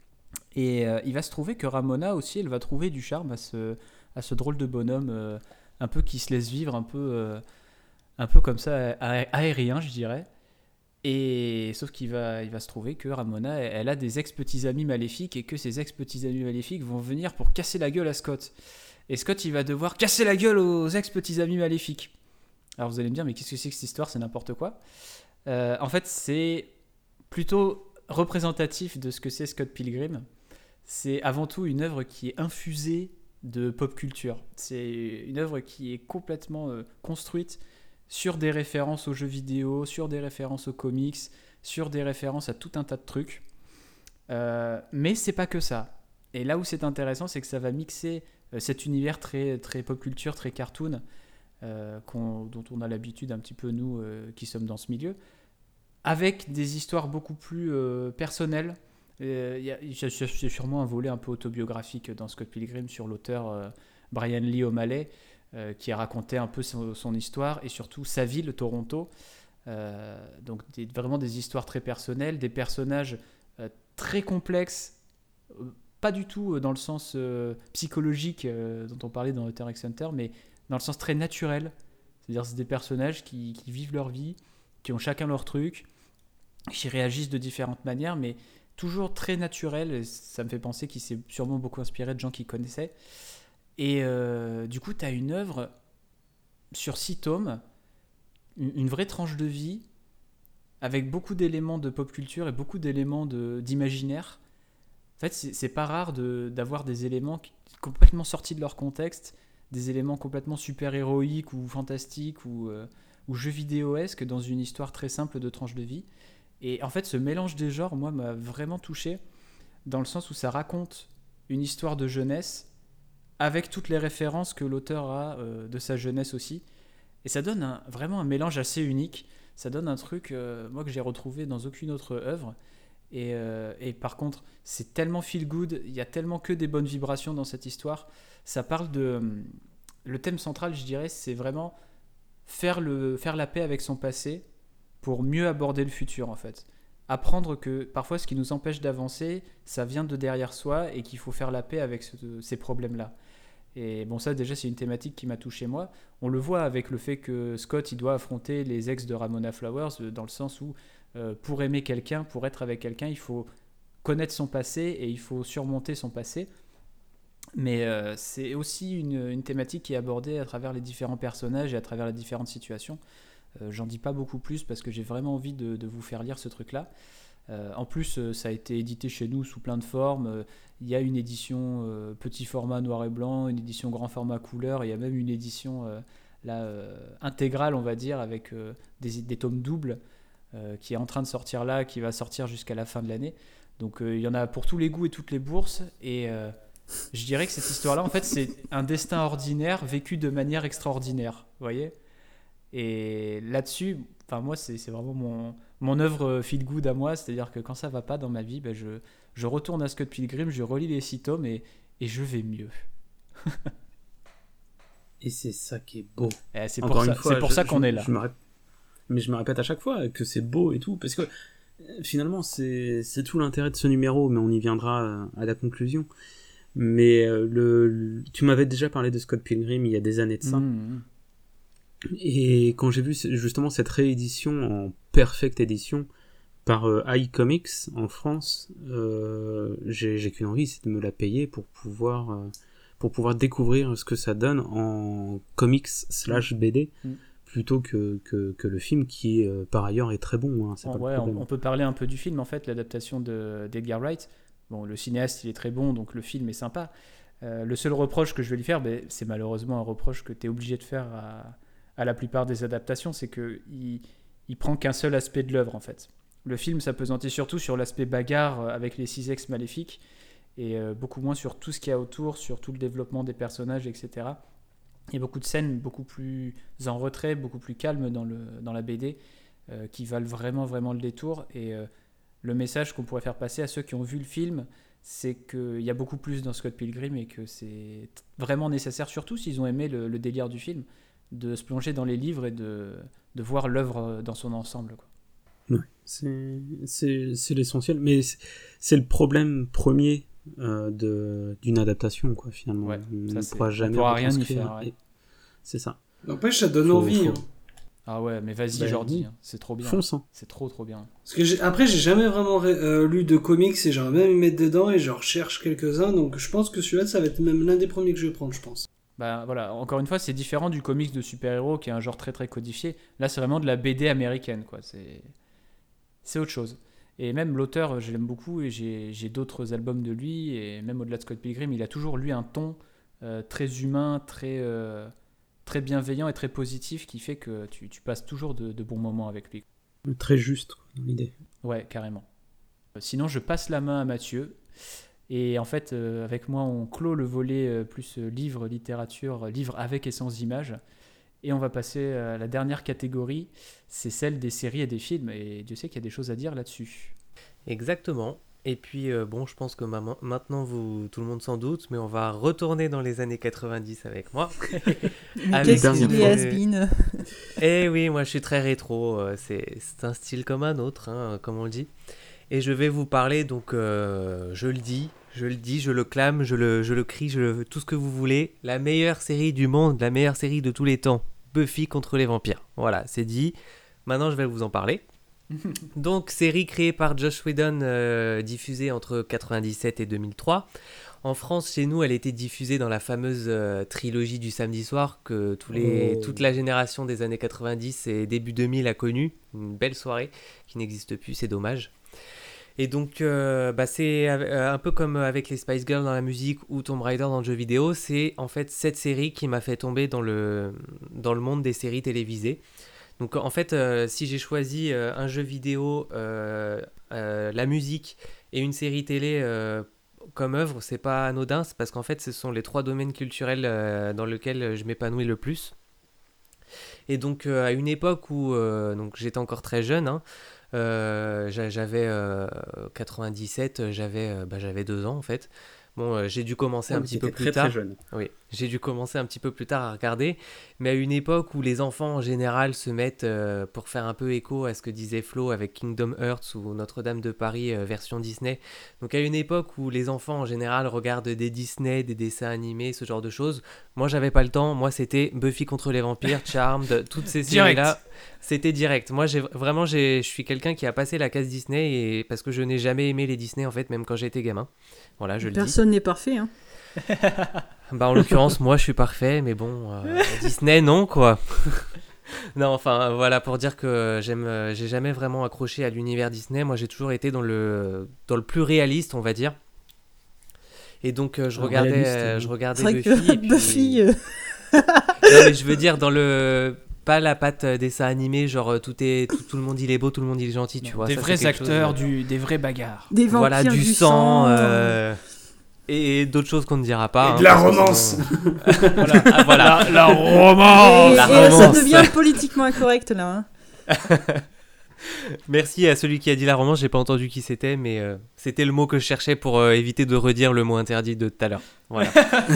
Et il va se trouver que Ramona aussi, elle va trouver du charme à ce drôle de bonhomme un peu qui se laisse vivre, un peu comme ça, aérien, je dirais. Et sauf qu'il va se trouver que Ramona, elle a des ex-petits amis maléfiques, et que ces ex-petits amis maléfiques vont venir pour casser la gueule à Scott. Et Scott, il va devoir casser la gueule aux ex-petits amis maléfiques. Alors vous allez me dire, mais qu'est-ce que c'est que cette histoire, c'est n'importe quoi. En fait, c'est plutôt représentatif de ce que c'est Scott Pilgrim. C'est avant tout une œuvre qui est infusée de pop culture. C'est une œuvre qui est complètement construite sur des références aux jeux vidéo, sur des références aux comics, sur des références à tout un tas de trucs. Mais c'est pas que ça. Et là où c'est intéressant, c'est que ça va mixer cet univers très, très pop culture, très cartoon, dont on a l'habitude un petit peu, nous, qui sommes dans ce milieu, avec des histoires beaucoup plus personnelles. Il y a sûrement un volet un peu autobiographique dans Scott Pilgrim sur l'auteur Brian Lee O'Malley, qui a raconté un peu son histoire et surtout sa ville, Toronto. Donc vraiment des histoires très personnelles, des personnages très complexes, pas du tout dans le sens psychologique dont on parlait dans Hunter x Hunter, mais dans le sens très naturel. C'est-à-dire c'est des personnages qui vivent leur vie, qui ont chacun leur truc, qui réagissent de différentes manières, mais toujours très naturel. Et ça me fait penser qu'il s'est sûrement beaucoup inspiré de gens qu'il connaissait. Et du coup, tu as une œuvre sur 6 tomes, une vraie tranche de vie, avec beaucoup d'éléments de pop culture et beaucoup d'éléments d'imaginaire. En fait, c'est pas rare d'avoir des éléments complètement sortis de leur contexte, des éléments complètement super-héroïques ou fantastiques ou jeux vidéo-esques dans une histoire très simple de tranche de vie. Et en fait, ce mélange des genres, moi, m'a vraiment touché, dans le sens où ça raconte une histoire de jeunesse avec toutes les références que l'auteur a de sa jeunesse aussi. Et ça donne vraiment un mélange assez unique. Ça donne un truc, moi, que j'ai retrouvé dans aucune autre œuvre. Et par contre, c'est tellement feel good, il y a tellement que des bonnes vibrations dans cette histoire. Ça parle de... Le thème central, je dirais, c'est vraiment faire la paix avec son passé pour mieux aborder le futur, en fait. Apprendre que parfois, ce qui nous empêche d'avancer, ça vient de derrière soi et qu'il faut faire la paix avec ces problèmes-là. Et bon, ça, déjà, c'est une thématique qui m'a touché, moi. On le voit avec le fait que Scott, il doit affronter les ex de Ramona Flowers, dans le sens où pour aimer quelqu'un, pour être avec quelqu'un, il faut connaître son passé et il faut surmonter son passé. Mais c'est aussi une thématique qui est abordée à travers les différents personnages et à travers les différentes situations. J'en dis pas beaucoup plus parce que j'ai vraiment envie de vous faire lire ce truc-là. En plus, ça a été édité chez nous sous plein de formes. Il y a une édition petit format noir et blanc, une édition grand format couleur, il y a même une édition intégrale, on va dire, avec des tomes doubles qui est en train de sortir là, qui va sortir jusqu'à la fin de l'année. Donc il y en a pour tous les goûts et toutes les bourses. Et je dirais que cette histoire-là, en fait, c'est un destin ordinaire vécu de manière extraordinaire, vous voyez ? Et là-dessus, moi, c'est vraiment mon œuvre feel good à moi, c'est-à-dire que quand ça va pas dans ma vie, je retourne à Scott Pilgrim, je relis les 6 tomes et je vais mieux. Et c'est ça qui est beau. C'est pour ça qu'on est là. Mais je me répète à chaque fois que c'est beau et tout, parce que finalement, c'est tout l'intérêt de ce numéro, mais on y viendra à la conclusion. Mais tu m'avais déjà parlé de Scott Pilgrim il y a des années de ça. Et quand j'ai vu justement cette réédition en perfecte édition par iComics en France, j'ai qu'une envie, c'est de me la payer pour pouvoir découvrir ce que ça donne en comics/BD plutôt que le film qui par ailleurs est très bon. Hein, c'est pas le problème. On peut parler un peu du film en fait, l'adaptation d'Edgar Wright. Bon, le cinéaste il est très bon, donc le film est sympa. Le seul reproche que je vais lui faire, c'est malheureusement un reproche que tu es obligé de faire à la plupart des adaptations, c'est qu'il prend qu'un seul aspect de l'œuvre en fait. Le film s'appesantit surtout sur l'aspect bagarre avec les 6 ex maléfiques et beaucoup moins sur tout ce qu'il y a autour, sur tout le développement des personnages, etc. Il y a beaucoup de scènes beaucoup plus en retrait, beaucoup plus calmes dans la BD qui valent vraiment, vraiment le détour. Et le message qu'on pourrait faire passer à ceux qui ont vu le film, c'est qu'il y a beaucoup plus dans Scott Pilgrim et que c'est vraiment nécessaire, surtout s'ils ont aimé le délire du film, de se plonger dans les livres et de voir l'œuvre dans son ensemble, quoi. Ouais, c'est l'essentiel, mais c'est le problème premier d'une adaptation, quoi, finalement. Ouais, on ça, ne pourra jamais rien y faire. Ouais. C'est ça. N'empêche, ça donne envie. Hein. Ah ouais, mais vas-y, Jordi, c'est trop bien. Fonce. C'est trop bien. Parce que après, j'ai jamais vraiment lu de comics et j'aimerais bien m'y mettre dedans et je recherche quelques-uns, donc je pense que celui-là, ça va être même l'un des premiers que je vais prendre, je pense. Voilà, encore une fois, c'est différent du comics de super-héros qui est un genre très très codifié. Là, c'est vraiment de la BD américaine, quoi. C'est autre chose. Et même l'auteur, je l'aime beaucoup et j'ai d'autres albums de lui. Et même au-delà de Scott Pilgrim, il a toujours, lui, un ton très humain, très bienveillant et très positif qui fait que tu passes toujours de bons moments avec lui. Très juste, quoi, dans l'idée. Ouais, carrément. Sinon, je passe la main à Mathieu. Et en fait, avec moi, on clôt le volet plus livre, littérature, livre avec et sans images. Et on va passer à la dernière catégorie, c'est celle des séries et des films. Et Dieu sait qu'il y a des choses à dire là-dessus. Exactement. Et puis, je pense que maintenant, tout le monde s'en doute, mais on va retourner dans les années 90 avec moi. Mais qu'est-ce qu'il est has-been. Eh oui, moi je suis très rétro. C'est un style comme un autre, hein, comme on le dit. Et je vais vous parler, donc je le dis, je le clame, je le crie, tout ce que vous voulez. La meilleure série du monde, la meilleure série de tous les temps. Buffy contre les vampires. Voilà, c'est dit. Maintenant, je vais vous en parler. Donc, série créée par Joss Whedon, diffusée entre 97 et 2003. En France, chez nous, elle était diffusée dans la fameuse trilogie du samedi soir que toute la génération des années 90 et début 2000 a connue. Une belle soirée qui n'existe plus, c'est dommage. Et donc, c'est un peu comme avec les Spice Girls dans la musique ou Tomb Raider dans le jeu vidéo. C'est en fait cette série qui m'a fait tomber dans le monde des séries télévisées. Donc en fait, si j'ai choisi un jeu vidéo, la musique et une série télé comme œuvre, c'est pas anodin, c'est parce qu'en fait ce sont les 3 domaines culturels dans lesquels je m'épanouis le plus. Et donc à une époque où donc j'étais encore très jeune, hein, j'avais 97, j'avais 2 ans en fait. Bon, j'ai dû commencer un petit peu plus tard. Très jeune. Oui, j'ai dû commencer un petit peu plus tard à regarder, mais à une époque où les enfants en général se mettent, pour faire un peu écho à ce que disait Flo avec Kingdom Hearts ou Notre-Dame de Paris version Disney. Donc à une époque où les enfants en général regardent des Disney, des dessins animés, ce genre de choses. Moi, j'avais pas le temps. Moi, c'était Buffy contre les vampires, Charmed, toutes ces séries-là. C'était direct. Moi, je suis quelqu'un qui a passé la case Disney et parce que je n'ai jamais aimé les Disney en fait, même quand j'étais gamin. Voilà, je le dis. Personne n'est parfait, hein. Bah en l'occurrence, moi, je suis parfait, mais bon, Disney, non quoi. Non, enfin, voilà, pour dire que j'ai jamais vraiment accroché à l'univers Disney. Moi, j'ai toujours été dans le plus réaliste, on va dire. Et donc, je regardais C'est vrai Buffy. que Buffy. Non, mais je veux dire, dans le. Pas la patte dessin animé, genre tout le monde il est beau, tout le monde il est gentil, tu vois. Des ça, vrais c'est quelque acteurs, chose, des vrais bagarres. Des vampires, voilà, du sang. Et d'autres choses qu'on ne dira pas. Et de la romance. Voilà, Voilà. La romance. Et la ça romance. devient politiquement incorrect là. Hein. Merci à celui qui a dit la romance, j'ai pas entendu qui c'était, mais c'était le mot que je cherchais pour éviter de redire le mot interdit de tout à l'heure. Voilà.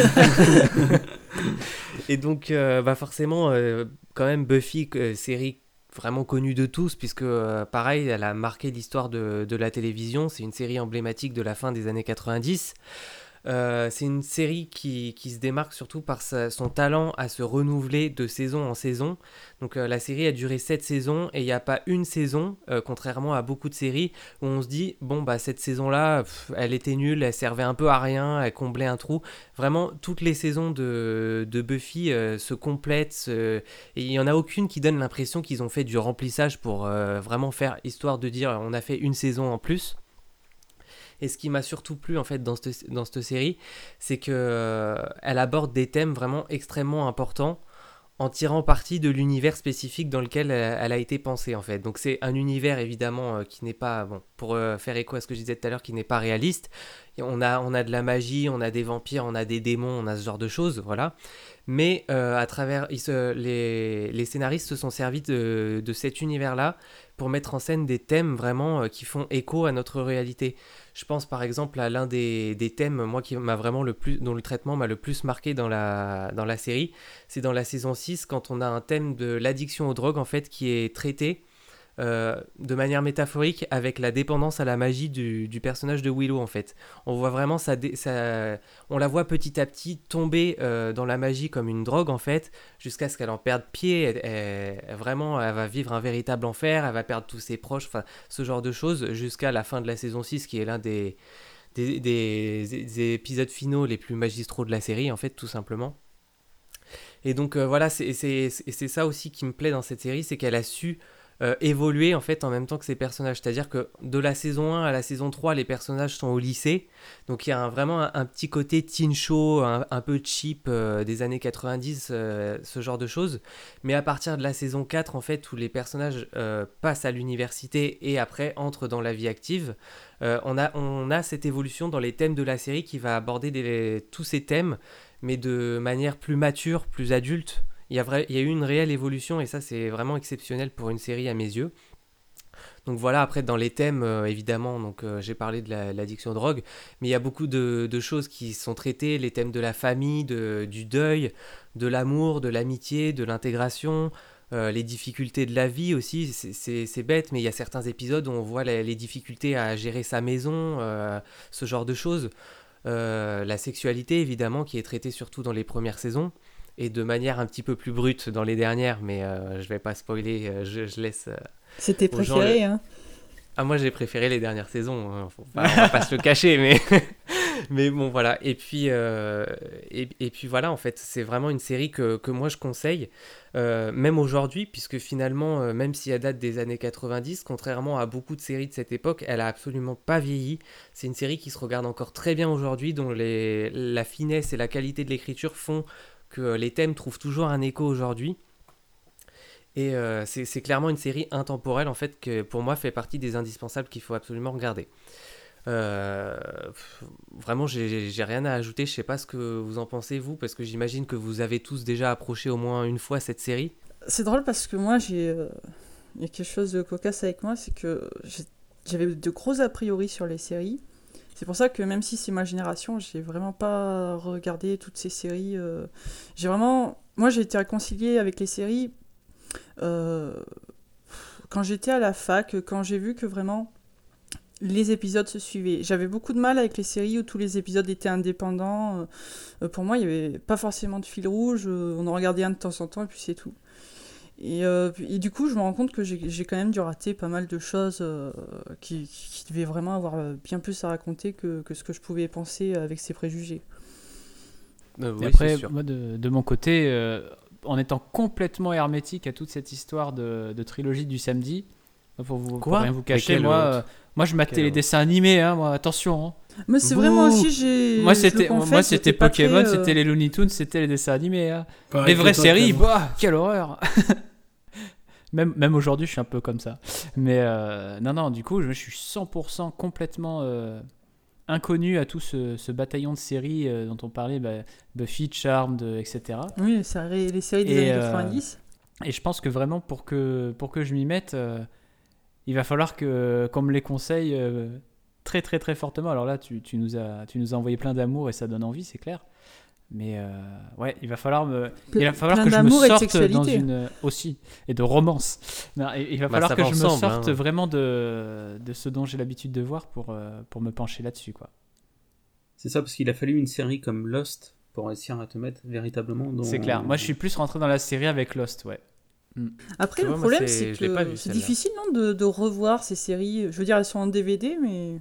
Et donc, forcément, quand même, Buffy, série vraiment connue de tous, puisque pareil, elle a marqué l'histoire de la télévision. C'est une série emblématique de la fin des années 90. C'est une série qui se démarque surtout par son talent à se renouveler de saison en saison. Donc la série a duré 7 saisons et il n'y a pas une saison, contrairement à beaucoup de séries, où on se dit, bon bah cette saison-là, elle était nulle, elle servait un peu à rien, elle comblait un trou. Vraiment, toutes les saisons de Buffy se complètent, et il n'y en a aucune qui donne l'impression qu'ils ont fait du remplissage pour vraiment faire, histoire de dire, on a fait une saison en plus. Et ce qui m'a surtout plu en fait dans cette série, c'est que elle aborde des thèmes vraiment extrêmement importants en tirant parti de l'univers spécifique dans lequel elle a été pensée en fait. Donc c'est un univers évidemment qui n'est pas, bon, pour faire écho à ce que je disais tout à l'heure, qui n'est pas réaliste. Et on a de la magie, on a des vampires, on a des démons, on a ce genre de choses, voilà. Mais à travers, les scénaristes se sont servis de cet univers-là pour mettre en scène des thèmes vraiment qui font écho à notre réalité. Je pense par exemple à l'un des thèmes, moi, qui m'a vraiment dont le traitement m'a le plus marqué dans la série. C'est dans la saison 6, quand on a un thème de l'addiction aux drogues, en fait, qui est traité de manière métaphorique avec la dépendance à la magie du personnage de Willow, en fait. On voit vraiment on la voit petit à petit tomber dans la magie comme une drogue, en fait, jusqu'à ce qu'elle en perde pied. Vraiment, elle va vivre un véritable enfer, elle va perdre tous ses proches, enfin, ce genre de choses, jusqu'à la fin de la saison 6, qui est l'un des épisodes finaux les plus magistraux de la série, en fait, tout simplement. Et donc, voilà, c'est ça aussi qui me plaît dans cette série, c'est qu'elle a su évoluer en fait en même temps que ces personnages, c'est-à-dire que de la saison 1 à la saison 3 les personnages sont au lycée, donc il y a vraiment un petit côté teen show un peu cheap des années 90, ce genre de choses, mais à partir de la saison 4 en fait, où les personnages passent à l'université et après entrent dans la vie active, on a cette évolution dans les thèmes de la série qui va aborder tous ces thèmes mais de manière plus mature, plus adulte. Il y a eu une réelle évolution et ça c'est vraiment exceptionnel pour une série à mes yeux. Donc voilà, après dans les thèmes évidemment, donc j'ai parlé de l'addiction aux drogues, mais il y a beaucoup de choses qui sont traitées, les thèmes de la famille, du deuil, de l'amour, de l'amitié, de l'intégration, les difficultés de la vie aussi, c'est bête, mais il y a certains épisodes où on voit les difficultés à gérer sa maison, ce genre de choses. La sexualité, évidemment, qui est traitée surtout dans les premières saisons, et de manière un petit peu plus brute dans les dernières, mais je vais pas spoiler, je laisse C'était aux gens préféré, hein. Ah, moi j'ai préféré les dernières saisons, hein. On va pas se le cacher, mais bon voilà. Et puis voilà, en fait, c'est vraiment une série que moi je conseille, même aujourd'hui, puisque finalement, même si elle date des années 90, contrairement à beaucoup de séries de cette époque, elle a absolument pas vieilli. C'est une série qui se regarde encore très bien aujourd'hui, dont la finesse et la qualité de l'écriture font que les thèmes trouvent toujours un écho aujourd'hui. Et c'est clairement une série intemporelle, en fait, que pour moi fait partie des indispensables qu'il faut absolument regarder. Vraiment, j'ai rien à ajouter. Je sais pas ce que vous en pensez, vous, parce que j'imagine que vous avez tous déjà approché au moins une fois cette série. C'est drôle parce que moi, il y a quelque chose de cocasse avec moi, c'est que j'avais de gros a priori sur les séries. C'est pour ça que même si c'est ma génération, j'ai vraiment pas regardé toutes ces séries. Moi, j'ai été réconciliée avec les séries quand j'étais à la fac, quand j'ai vu que vraiment les épisodes se suivaient. J'avais beaucoup de mal avec les séries où tous les épisodes étaient indépendants. Pour moi, il n'y avait pas forcément de fil rouge. On en regardait un de temps en temps et puis c'est tout. Et du coup, je me rends compte que j'ai quand même dû rater pas mal de choses qui devaient vraiment avoir bien plus à raconter que ce que je pouvais penser avec ces préjugés. Et après, moi, de mon côté, en étant complètement hermétique à toute cette histoire de trilogie du samedi, pour rien vous cacher, moi je matais les dessins animés, hein, moi, attention. Hein. Mais c'est vraiment aussi, moi c'était Pokémon, c'était les Looney Tunes, c'était les dessins animés. Hein. Les vraies séries, quelle horreur. Même aujourd'hui, je suis un peu comme ça. Mais non, du coup, je suis 100% complètement inconnu à tout ce bataillon de séries dont on parlait, Buffy, Charmed, etc. Oui, les séries des années 90. Et je pense que vraiment, pour que je m'y mette, il va falloir qu'on me les conseille très très très fortement. Alors là, tu nous as envoyé plein d'amour et ça donne envie, c'est clair. Mais ouais, il va falloir que je me sorte dans une aussi et de romance. Non, il va falloir que je me sorte vraiment de ce dont j'ai l'habitude de voir pour me pencher là-dessus, quoi. C'est ça, parce qu'il a fallu une série comme Lost pour réussir à te mettre véritablement dans... C'est clair. Moi, je suis plus rentré dans la série avec Lost, ouais. Après, le problème, c'est que c'est difficile de revoir ces séries. Je veux dire, elles sont en DVD, mais...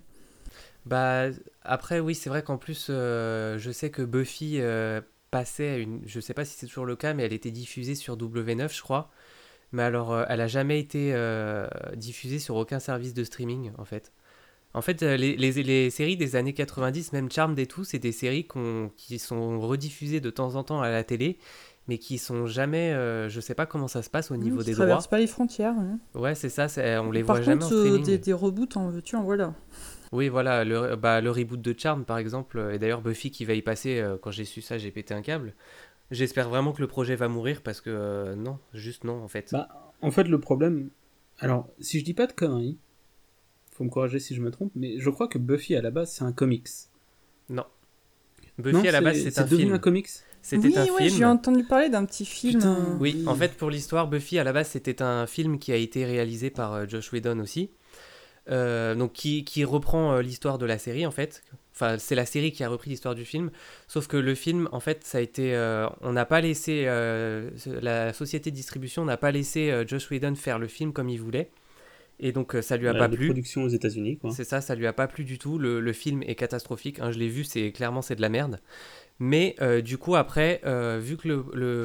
Après, oui, c'est vrai qu'en plus, je sais que Buffy passait je sais pas si c'est toujours le cas, mais elle était diffusée sur W9, je crois. Mais alors, elle a jamais été diffusée sur aucun service de streaming, en fait. En fait, les séries des années 90, même Charmed et tout, c'est des séries qui sont rediffusées de temps en temps à la télé, mais qui sont jamais... je sais pas comment ça se passe au niveau des droits. Ils traversent pas les frontières. Hein. Ouais, c'est ça, on les voit jamais en streaming. Par contre, des reboots, en veux-tu, en voilà. Oui, voilà, le reboot de Charmed, par exemple, et d'ailleurs Buffy qui va y passer, quand j'ai su ça, j'ai pété un câble. J'espère vraiment que le projet va mourir, parce que non, juste non, en fait. En fait, le problème... Alors, si je dis pas de conneries, faut me corriger si je me trompe, mais je crois que Buffy, à la base, c'est un comics. Non. Buffy, à la base, c'est un film. C'est devenu un comics ? C'était un film. Oui, j'ai entendu parler d'un petit film. Putain, oui, en fait, pour l'histoire, Buffy, à la base, c'était un film qui a été réalisé par Joss Whedon aussi. Donc qui reprend l'histoire de la série, en fait. Enfin, c'est la série qui a repris l'histoire du film. Sauf que le film, en fait, ça a été... on n'a pas laissé... la société de distribution n'a pas laissé Joss Whedon faire le film comme il voulait. Et donc, ça lui a pas plu. Production aux États-Unis, quoi. C'est ça lui a pas plu du tout. Le film est catastrophique. Hein, je l'ai vu, c'est de la merde. Mais du coup, après, vu que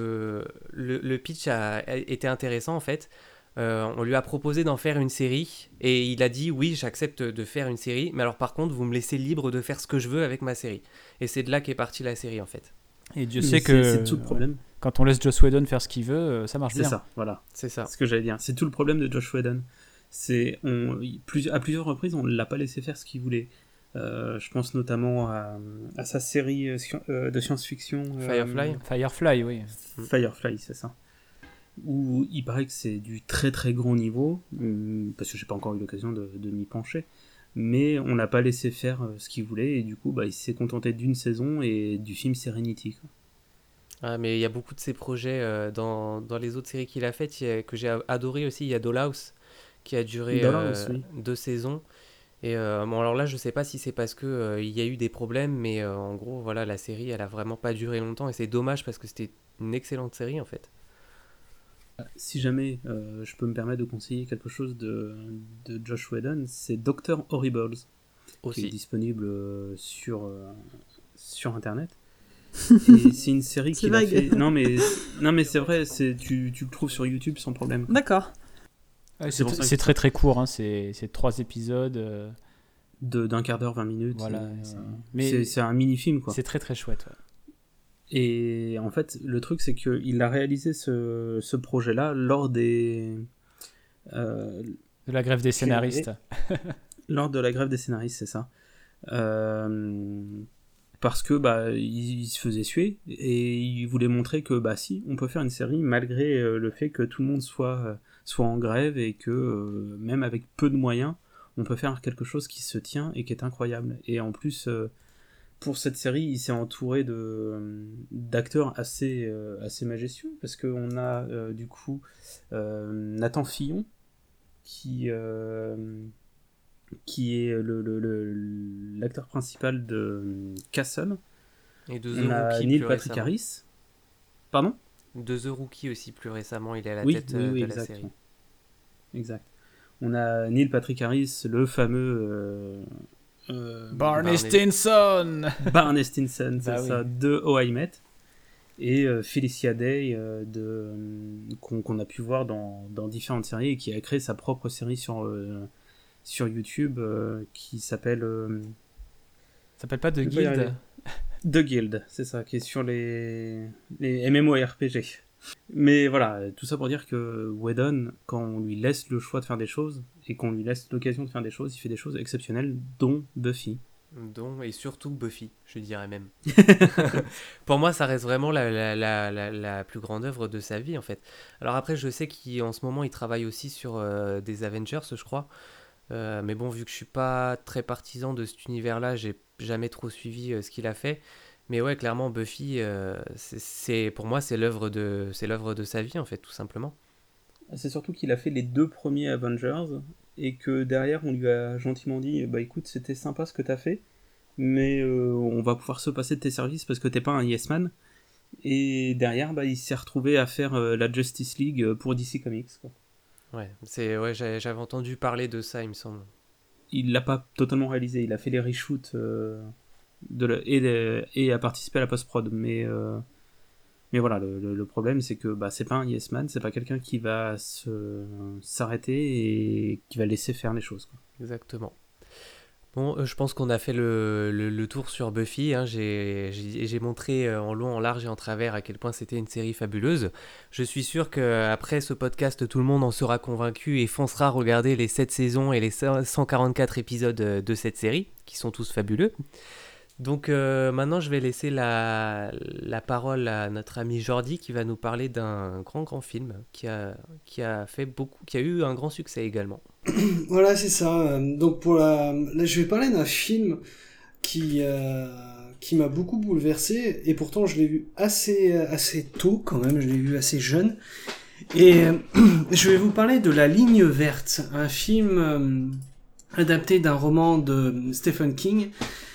le pitch était intéressant, en fait, on lui a proposé d'en faire une série. Et il a dit, oui, j'accepte de faire une série. Mais alors, par contre, vous me laissez libre de faire ce que je veux avec ma série. Et c'est de là qu'est partie la série, en fait. Et Dieu sait que c'est tout le problème. Quand on laisse Joss Whedon faire ce qu'il veut, ça marche bien. C'est ça, voilà. C'est ça. C'est ce que j'allais dire. C'est tout le problème de Joss Whedon. À plusieurs reprises, on ne l'a pas laissé faire ce qu'il voulait. Je pense notamment à sa série de science-fiction Firefly, oui. Firefly, c'est ça. Où il paraît que c'est du très très grand niveau, parce que j'ai pas encore eu l'occasion de m'y pencher, mais on n'a pas laissé faire ce qu'il voulait, et du coup il s'est contenté d'une saison et du film Serenity, quoi. Ah, mais il y a beaucoup de ces projets dans les autres séries qu'il a faites que j'ai adoré aussi. Il y a Dollhouse qui a duré Dollhouse, oui. 2 saisons. Et bon, alors là, je sais pas si c'est parce que il y a eu des problèmes, mais en gros, voilà, la série, elle a vraiment pas duré longtemps et c'est dommage parce que c'était une excellente série en fait. Si jamais je peux me permettre de conseiller quelque chose de Josh Whedon, c'est Dr. Horribles, qui est Aussi. disponible sur internet. Et c'est une série C'est qu'il a vague. fait. Non mais c'est vrai, tu le trouves sur YouTube sans problème. D'accord. Ouais, C'est pour ça que- c'est très très court, hein. C'est 3 épisodes. D'un quart d'heure, 20 minutes. Voilà, Mais c'est un mini-film, quoi. C'est très très chouette. Ouais. Et en fait, le truc, c'est qu'il a réalisé ce projet-là lors des. De la grève des scénaristes. Lors de la grève des scénaristes, c'est ça. Parce que il se faisait suer et il voulait montrer que si, on peut faire une série malgré le fait que tout le monde soit en grève et que même avec peu de moyens, on peut faire quelque chose qui se tient et qui est incroyable. Et en plus, pour cette série, il s'est entouré d'acteurs assez majestueux parce qu'on a du coup Nathan Fillon qui est l'acteur principal de Castle. Et de On The a Rookie Neil plus Patrick récemment. Harris. Pardon ? De The Rookie aussi plus récemment, il est à la Oui, tête oui, de la exact. série. Exact. On a Neil Patrick Harris, le fameux Barney Stinson. Barney Stinson, c'est Bah oui. ça, de How I Met. Et Felicia Day, qu'on a pu voir dans différentes séries et qui a créé sa propre série sur YouTube qui s'appelle Ça s'appelle pas The Je peux y arriver. Guild. The Guild, c'est ça, qui est sur les MMORPG. Mais voilà, tout ça pour dire que Whedon, quand on lui laisse le choix de faire des choses et qu'on lui laisse l'occasion de faire des choses, il fait des choses exceptionnelles, dont Buffy. Et surtout Buffy, je dirais même. Pour moi, ça reste vraiment la plus grande œuvre de sa vie, en fait. Alors après, je sais qu'en ce moment, il travaille aussi sur des Avengers, je crois. Mais bon, vu que je suis pas très partisan de cet univers-là, j'ai jamais trop suivi ce qu'il a fait. Mais ouais, clairement, Buffy, pour moi, c'est l'œuvre de sa vie, en fait, tout simplement. C'est surtout qu'il a fait les 2 premiers Avengers et que derrière, on lui a gentiment dit écoute, c'était sympa ce que t'as fait, mais on va pouvoir se passer de tes services parce que t'es pas un yes man. Et derrière, il s'est retrouvé à faire la Justice League pour DC Comics, quoi. Ouais, j'avais entendu parler de ça, il me semble. Il l'a pas totalement réalisé, il a fait les reshoots et a participé à la post-prod, mais voilà, le problème c'est que c'est pas un yes man, c'est pas quelqu'un qui va s'arrêter et qui va laisser faire les choses, quoi. Exactement. Bon, je pense qu'on a fait le tour sur Buffy, hein. J'ai montré en long, en large et en travers à quel point c'était une série fabuleuse. Je suis sûr qu'après ce podcast, tout le monde en sera convaincu et foncera regarder les 7 saisons et les 144 épisodes de cette série, qui sont tous fabuleux. Donc maintenant, je vais laisser la parole à notre ami Jordi qui va nous parler d'un grand film qui a eu un grand succès également. Voilà, c'est ça. Donc là, je vais parler d'un film qui m'a beaucoup bouleversé et pourtant je l'ai vu assez tôt quand même. Je l'ai vu assez jeune. Et je vais vous parler de La Ligne Verte, un film adapté d'un roman de Stephen King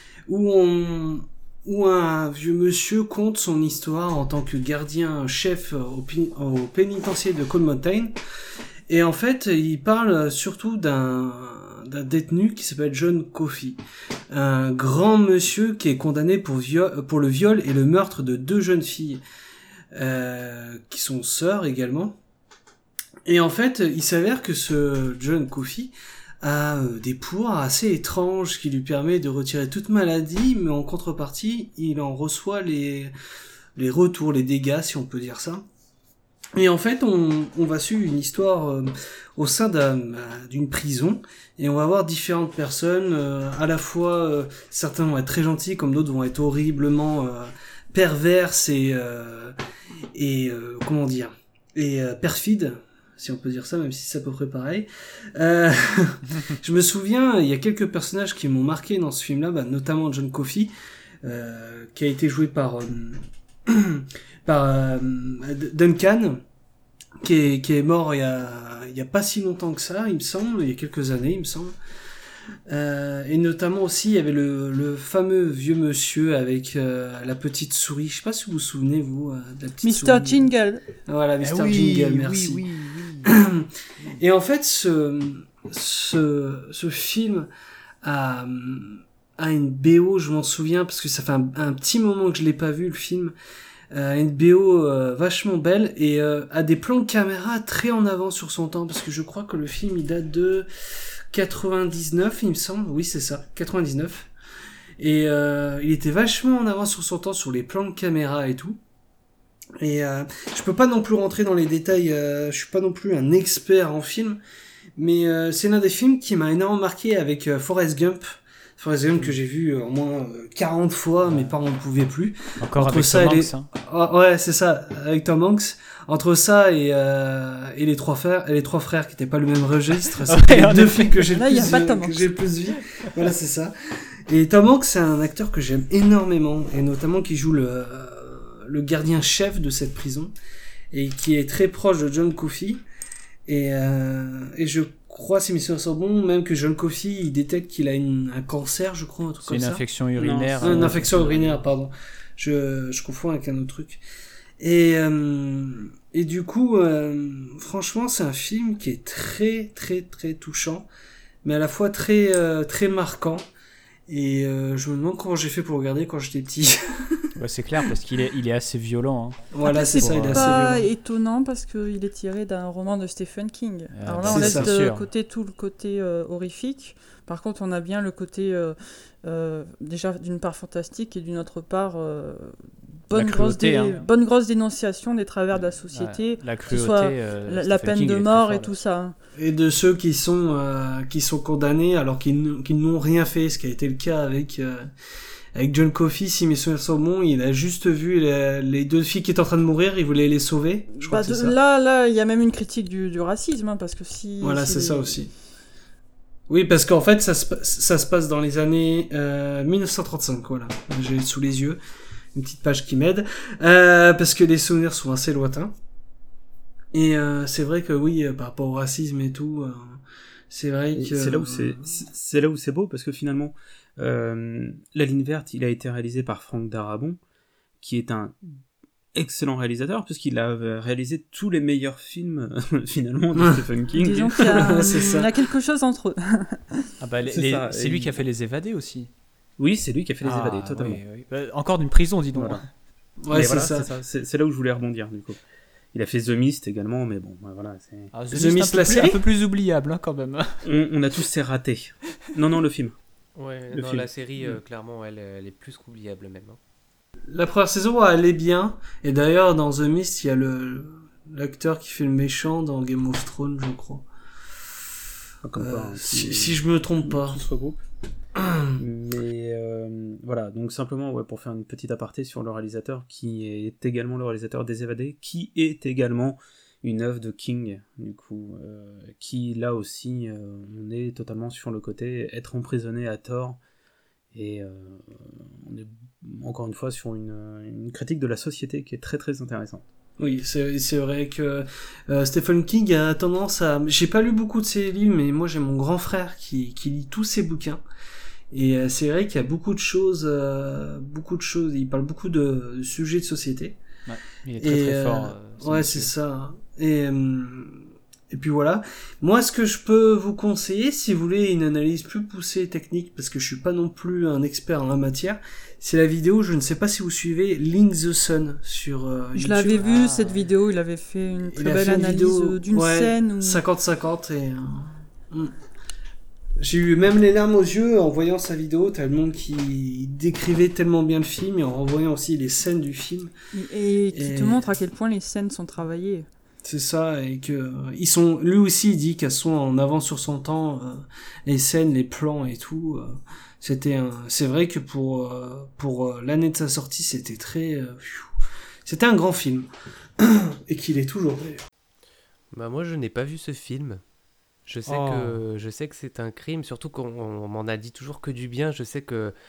où un vieux monsieur conte son histoire en tant que gardien chef au pénitencier de Cold Mountain. Et en fait, il parle surtout d'un détenu qui s'appelle John Coffey, un grand monsieur qui est condamné pour le viol et le meurtre de 2 jeunes filles, qui sont sœurs également. Et en fait, il s'avère que ce John Coffey a des pouvoirs assez étranges qui lui permettent de retirer toute maladie, mais en contrepartie, il en reçoit les retours, les dégâts, si on peut dire ça. Et en fait, on va suivre une histoire au sein d'une prison, et on va voir différentes personnes, à la fois, certains vont être très gentils, comme d'autres vont être horriblement perverses et comment dire, et perfides, si on peut dire ça, même si c'est à peu près pareil. Je me souviens, il y a quelques personnages qui m'ont marqué dans ce film-là, notamment John Coffey, qui a été joué par par Duncan, qui est mort il y a pas si longtemps que ça, il me semble, il y a quelques années, il me semble. Et notamment aussi, il y avait le fameux vieux monsieur avec la petite souris. Je sais pas si vous vous souvenez, vous, de la petite souris. Mr. Jingle. Voilà, Mr. oui, Jingle, merci. oui. Et en fait, ce film a une BO, je m'en souviens, parce que ça fait un petit moment que je l'ai pas vu, le film. Une BO vachement belle et a des plans de caméra très en avant sur son temps, parce que je crois que le film il date de 99, il me semble. Oui, c'est ça, 99. Et il était vachement en avant sur son temps sur les plans de caméra et tout. Et je peux pas non plus rentrer dans les détails, je suis pas non plus un expert en film, mais c'est l'un des films qui m'a énormément marqué avec Forrest Gump. Forrest Gump que j'ai vu au moins 40 fois, mes parents ne pouvaient plus. Encore Entre avec ça Tom et Hanks, hein. Oh, ouais, c'est ça, avec Tom Hanks. Entre ça et les trois frères qui n'étaient pas le même registre, c'est les deux films que j'ai Là, il y a pas Tom Hanks. le plus vu. Voilà, c'est ça. Et Tom Hanks, c'est un acteur que j'aime énormément, et notamment qui joue le gardien chef de cette prison, et qui est très proche de John Coffey. Et je crois, si mes souvenirs sont bons, même que John Coffey, il détecte qu'il a un cancer, je crois, un truc C'est comme une ça. infection urinaire. Une infection urinaire, pardon. Je confonds avec un autre truc. Et du coup, franchement, c'est un film qui est très, très, très touchant, mais à la fois très, très marquant. Et je me demande comment j'ai fait pour regarder quand j'étais petit. Ouais, c'est clair, parce qu'il est assez violent. Hein. Voilà, Après, c'est ça, il est assez pas violent. étonnant parce qu'il est tiré d'un roman de Stephen King. Alors là, c'est on laisse ça. de Sûr. côté tout le côté horrifique. Par contre, on a bien le côté déjà d'une part fantastique et d'une autre part bonne cruauté, hein. bonne grosse dénonciation des travers de la société, La que ce cruauté. soit la Stephen peine King de est très mort fort et tout ça. Hein. Et de ceux qui sont condamnés alors qu'ils n'ont rien fait, ce qui a été le cas avec John Coffey, si mes souvenirs sont bons, il a juste vu les deux filles qui étaient en train de mourir, il voulait les sauver. Je crois que c'est ça. Là, il y a même une critique du racisme, hein, parce que si... Voilà, si c'est les- ça aussi. Oui, parce qu'en fait, ça se passe dans les années 1935, voilà. J'ai sous les yeux une petite page qui m'aide, parce que les souvenirs sont assez lointains. Et c'est vrai que oui, par rapport au racisme et tout, c'est vrai Et que... c'est là où c'est beau, parce que finalement, La Ligne Verte, il a été réalisé par Frank Darabont, qui est un excellent réalisateur, puisqu'il a réalisé tous les meilleurs films, finalement, de Stephen King. Disons qu'il y a, C'est ça. il y a quelque chose entre eux. Ah bah, C'est ça, c'est et- lui qui a fait Les Évadés aussi. Oui, c'est lui qui a fait Les Ah, Évadés, totalement. oui, oui. Encore d'une prison, dis donc. Voilà. Ouais, Mais c'est voilà, ça. c'est là où je voulais rebondir, du coup. Il a fait The Mist également, mais bon, voilà, c'est... Ah, The Mist, la un série peu plus oubliable, hein, quand même. On a tous ces ratés. Non, le film. Ouais, Le non, film. la série, clairement, elle est plus qu'oubliable même. Hein. La première saison, ouais, elle est bien. Et d'ailleurs, dans The Mist, il y a l'acteur qui fait le méchant dans Game of Thrones, je crois. Comme quoi, hein, Si je me trompe pas. tout se regroupe. Mais voilà, donc simplement pour faire une petite aparté sur le réalisateur, qui est également le réalisateur des Évadés, qui est également une œuvre de King, du coup, qui là aussi, on est totalement sur le côté être emprisonné à tort, et on est encore une fois sur une critique de la société qui est très très intéressante. Oui, c'est vrai que Stephen King a tendance à... J'ai pas lu beaucoup de ses livres, mais moi j'ai mon grand frère qui lit tous ses bouquins. Et c'est vrai qu'il y a beaucoup de choses, il parle beaucoup de sujets de société. Ouais, il est très très fort. Ouais, c'est ça. Et puis voilà. Moi, ce que je peux vous conseiller, si vous voulez une analyse plus poussée technique, parce que je suis pas non plus un expert en la matière, c'est la vidéo, je ne sais pas si vous suivez Link the Sun sur YouTube. Je l'avais vu, cette vidéo, il avait fait une Il très a belle fait une analyse vidéo, d'une ouais, scène où... 50-50 et... J'ai eu même les larmes aux yeux en voyant sa vidéo, tellement qui décrivait tellement bien le film et en revoyant aussi les scènes du film. Et qui te montre à quel point les scènes sont travaillées. C'est ça, et que lui aussi il dit qu'elles sont en avance sur son temps, les scènes, les plans et tout. C'est vrai que pour l'année de sa sortie, c'était c'était un grand film. Et qu'il est toujours d'ailleurs. Bah moi, je n'ai pas vu ce film. Je sais que c'est un crime, surtout qu'on m'en a dit toujours que du bien. Je sais que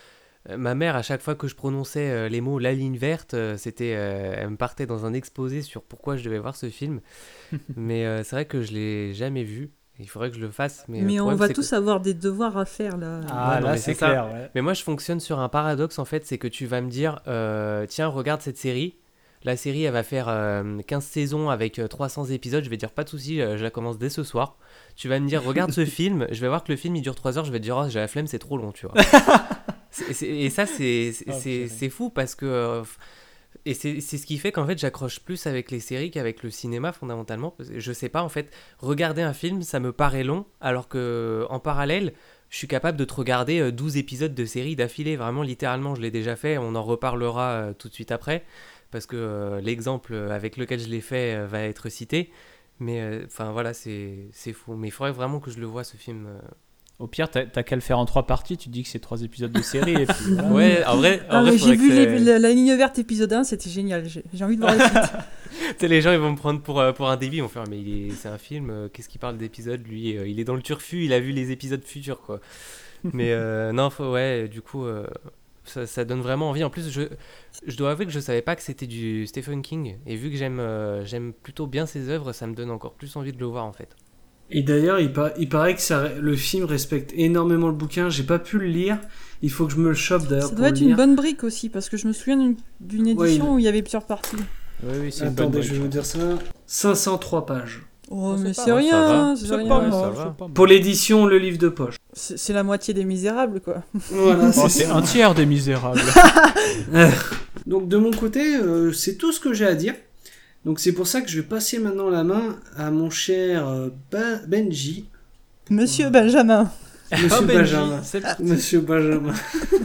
Ma mère, à chaque fois que je prononçais les mots la ligne verte, elle me partait dans un exposé sur pourquoi je devais voir ce film. Mais c'est vrai que je l'ai jamais vu. Il faudrait que je le fasse. Mais, le Mais on problème, va c'est tous que... avoir des devoirs à faire là. Ah, non, là, mais c'est c'est ça. clair. Ouais. Mais moi, je fonctionne sur un paradoxe, en fait. C'est que tu vas me dire, tiens, regarde cette série. La série, elle va faire 15 saisons avec 300 épisodes. Je vais dire, pas de souci, je la commence dès ce soir. Tu vas me dire, regarde ce film. Je vais voir que le film, il dure 3 heures. Je vais te dire, oh, j'ai la flemme, c'est trop long, tu vois. Et ça, c'est fou parce que... et c'est ce qui fait qu'en fait, j'accroche plus avec les séries qu'avec le cinéma, fondamentalement. Parce que je sais pas, en fait, regarder un film, ça me paraît long, alors que en parallèle, je suis capable de te regarder 12 épisodes de série d'affilée. Vraiment, littéralement, je l'ai déjà fait. On en reparlera tout de suite après. Parce que l'exemple avec lequel je l'ai fait va être cité. Mais enfin voilà, c'est fou. Mais il faudrait vraiment que je le voie, ce film. Au pire, t'as qu'à le faire en 3 parties. Tu dis que c'est 3 épisodes de série. Et puis, voilà. Ouais, en vrai, Ah, mais j'ai faudrait vu que la ligne verte épisode 1, c'était génial. J'ai envie de voir la suite. Tu sais, les gens ils vont me prendre pour un débile, ils vont faire mais c'est un film, qu'est-ce qu'il parle d'épisodes lui, il est dans le turfu, il a vu les épisodes futurs quoi. Mais non, ouais, du coup ça donne vraiment envie. En plus, je dois avouer que je savais pas que c'était du Stephen King, et vu que j'aime plutôt bien ses œuvres, ça me donne encore plus envie de le voir en fait. Et d'ailleurs, il paraît que le film respecte énormément le bouquin. J'ai pas pu le lire. Il faut que je me le chope d'ailleurs. Ça pour doit le être une lire. bonne brique aussi, parce que je me souviens d'une édition Ouais, où il y avait plusieurs parties. Oui, c'est une bonne Attendez, brique. je vais vous dire ça. 503 pages. Oh, c'est mais pas c'est mal, rien, C'est c'est rien. pas Ouais, ça mal, va. c'est pas mal. Pour l'édition, le livre de poche. C'est la moitié des Misérables, quoi. Voilà, Oh, c'est c'est ça. un tiers des Misérables. Donc de mon côté, c'est tout ce que j'ai à dire. Donc c'est pour ça que je vais passer maintenant la main à mon cher Benji. Monsieur Benjamin. Monsieur Oh, Benji, Benjamin. c'est parti. Monsieur Benjamin.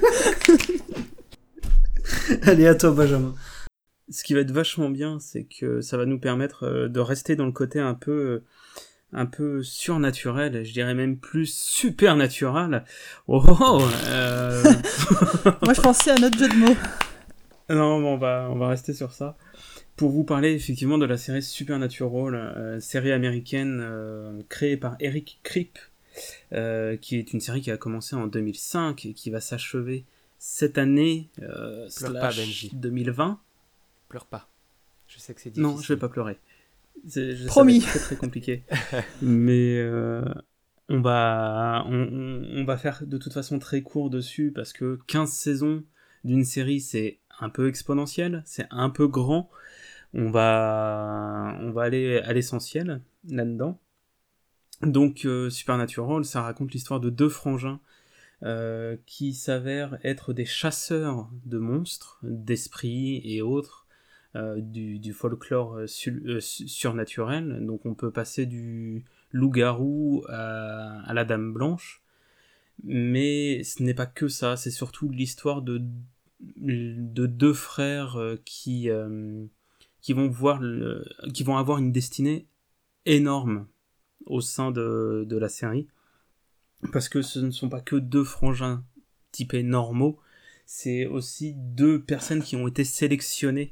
Allez, à toi Benjamin. Ce qui va être vachement bien, c'est que ça va nous permettre de rester dans le côté un peu surnaturel, je dirais même plus supernatural. Oh, oh, oh, Moi, je pensais à notre jeu de mots. Non, bon, on va rester sur ça. Pour vous parler effectivement de la série Supernatural, série américaine créée par Eric Kripke, qui est une série qui a commencé en 2005 et qui va s'achever cette année, Pleure pas, Benji. 2020. Pleure pas. Je sais que c'est difficile. Non, je vais pas pleurer. Promis. C'est très compliqué. Mais on va faire de toute façon très court dessus parce que 15 saisons d'une série, c'est un peu exponentiel, c'est un peu grand. On va aller à l'essentiel là-dedans. Donc Supernatural, ça raconte l'histoire de deux frangins qui s'avèrent être des chasseurs de monstres, d'esprits et autres, du folklore surnaturel. Donc on peut passer du loup-garou à la dame blanche, mais ce n'est pas que ça, c'est surtout l'histoire de deux frères qui vont avoir une destinée énorme au sein de la série, parce que ce ne sont pas que deux frangins typés normaux, c'est aussi deux personnes qui ont été sélectionnées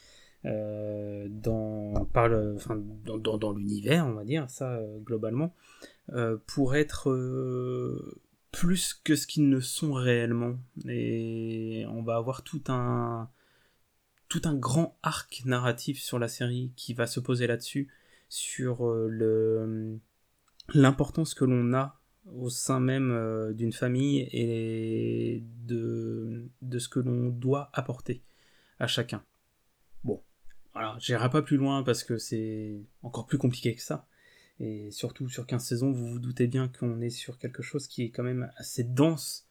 dans l'univers, on va dire ça globalement, pour être plus que ce qu'ils ne sont réellement. Et on va avoir tout un grand arc narratif sur la série qui va se poser là-dessus, sur l'importance que l'on a au sein même d'une famille et de ce que l'on doit apporter à chacun. Bon, voilà, j'irai pas plus loin parce que c'est encore plus compliqué que ça. Et surtout sur 15 saisons, vous vous doutez bien qu'on est sur quelque chose qui est quand même assez dense.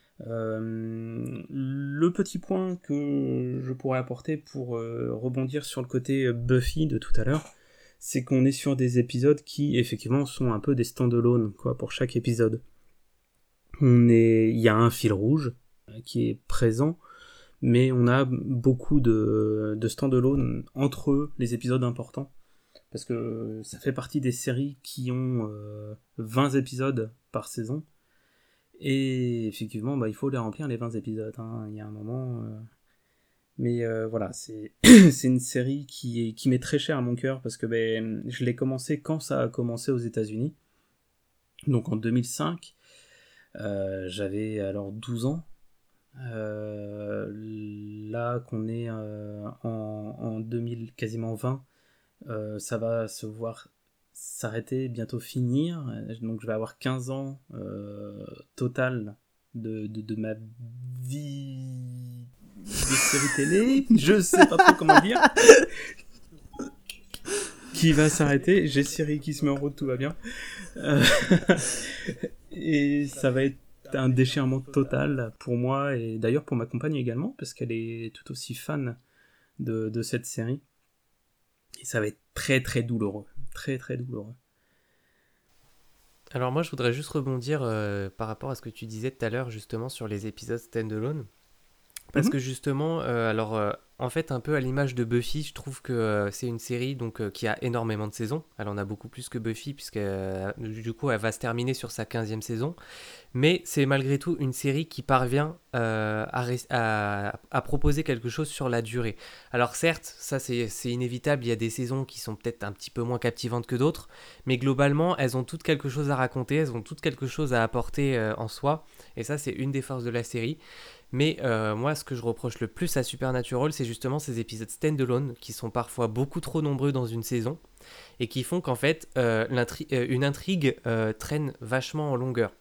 Le petit point que je pourrais apporter pour rebondir sur le côté Buffy de tout à l'heure, c'est qu'on est sur des épisodes qui effectivement sont un peu des stand-alone quoi, pour chaque épisode. Il y a un fil rouge qui est présent, mais on a beaucoup de stand-alone entre les épisodes importants, parce que ça fait partie des séries qui ont 20 épisodes par saison, et effectivement il faut les remplir les 20 épisodes, hein. Il y a un moment... Mais voilà, c'est une série qui m'est très chère à mon cœur, parce que je l'ai commencé quand ça a commencé aux États-Unis, donc en 2005. J'avais alors 12 ans Là qu'on est en 2000, quasiment 20, ça va se voir s'arrêter, bientôt finir. Donc je vais avoir 15 ans total de ma vie de série télé. Je sais pas trop comment dire. Qui va s'arrêter. J'ai Siri qui se met en route, tout va bien. Et ça va être un déchirement total pour moi et d'ailleurs pour ma compagne également parce qu'elle est tout aussi fan de cette série et ça va être très très douloureux, très très douloureux. Alors moi je voudrais juste rebondir par rapport à ce que tu disais tout à l'heure justement sur les épisodes stand-alone. Parce que justement, en fait, un peu à l'image de Buffy, je trouve que c'est une série donc, qui a énormément de saisons. Elle en a beaucoup plus que Buffy, puisque du coup, elle va se terminer sur sa 15e saison. Mais c'est malgré tout une série qui parvient à proposer quelque chose sur la durée. Alors certes, ça c'est inévitable, il y a des saisons qui sont peut-être un petit peu moins captivantes que d'autres, mais globalement, elles ont toutes quelque chose à raconter, elles ont toutes quelque chose à apporter en soi. Et ça, c'est une des forces de la série. Mais moi, ce que je reproche le plus à Supernatural, c'est justement ces épisodes stand-alone qui sont parfois beaucoup trop nombreux dans une saison et qui font qu'en fait, une intrigue traîne vachement en longueur.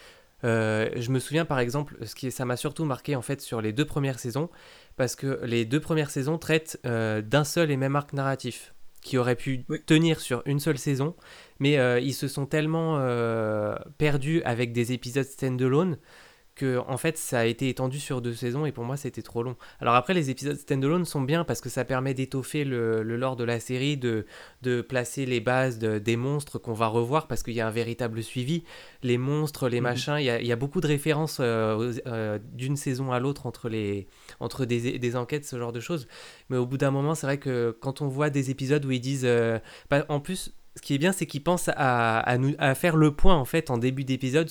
Je me souviens par exemple, ça m'a surtout marqué en fait sur les 2 premières saisons, parce que les 2 premières saisons traitent d'un seul et même arc narratif qui aurait pu tenir sur une seule saison, mais ils se sont tellement perdus avec des épisodes stand-alone que en fait ça a été étendu sur 2 saisons et pour moi c'était trop long. Alors après les épisodes stand-alone sont bien parce que ça permet d'étoffer le lore de la série, de placer les bases des monstres qu'on va revoir parce qu'il y a un véritable suivi. Les monstres, les machins, il y a beaucoup de références d'une saison à l'autre entre des enquêtes, ce genre de choses. Mais au bout d'un moment c'est vrai que quand on voit des épisodes où ils disent... en plus ce qui est bien c'est qu'ils pensent à faire le point en fait en début d'épisode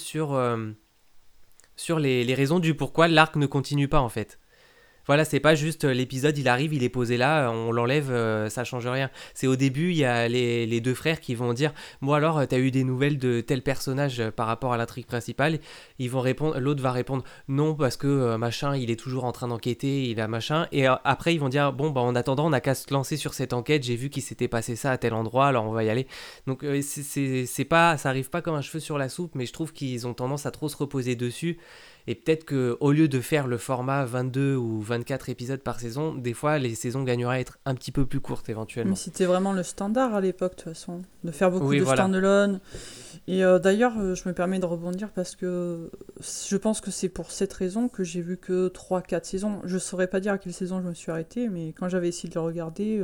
sur les raisons du pourquoi l'arc ne continue pas en fait. Voilà, c'est pas juste l'épisode, il arrive, il est posé là, on l'enlève, ça change rien. C'est au début, il y a les 2 frères qui vont dire « Bon alors, t'as eu des nouvelles de tel personnage par rapport à l'intrigue principale ?» Ils vont répondre, l'autre va répondre « Non, parce que machin, il est toujours en train d'enquêter, il a machin. » Et après, ils vont dire « Bon, bah en attendant, on n'a qu'à se lancer sur cette enquête, j'ai vu qu'il s'était passé ça à tel endroit, alors on va y aller. » Donc c'est pas, ça arrive pas comme un cheveu sur la soupe, mais je trouve qu'ils ont tendance à trop se reposer dessus. Et peut-être qu'au lieu de faire le format 22 ou 24 épisodes par saison, des fois les saisons gagneraient à être un petit peu plus courtes éventuellement. Mais c'était vraiment le standard à l'époque de toute façon, de faire beaucoup de stand-alone. Et d'ailleurs, je me permets de rebondir parce que je pense que c'est pour cette raison que j'ai vu que 3-4 saisons. Je saurais pas dire à quelle saison je me suis arrêtée, mais quand j'avais essayé de le regarder,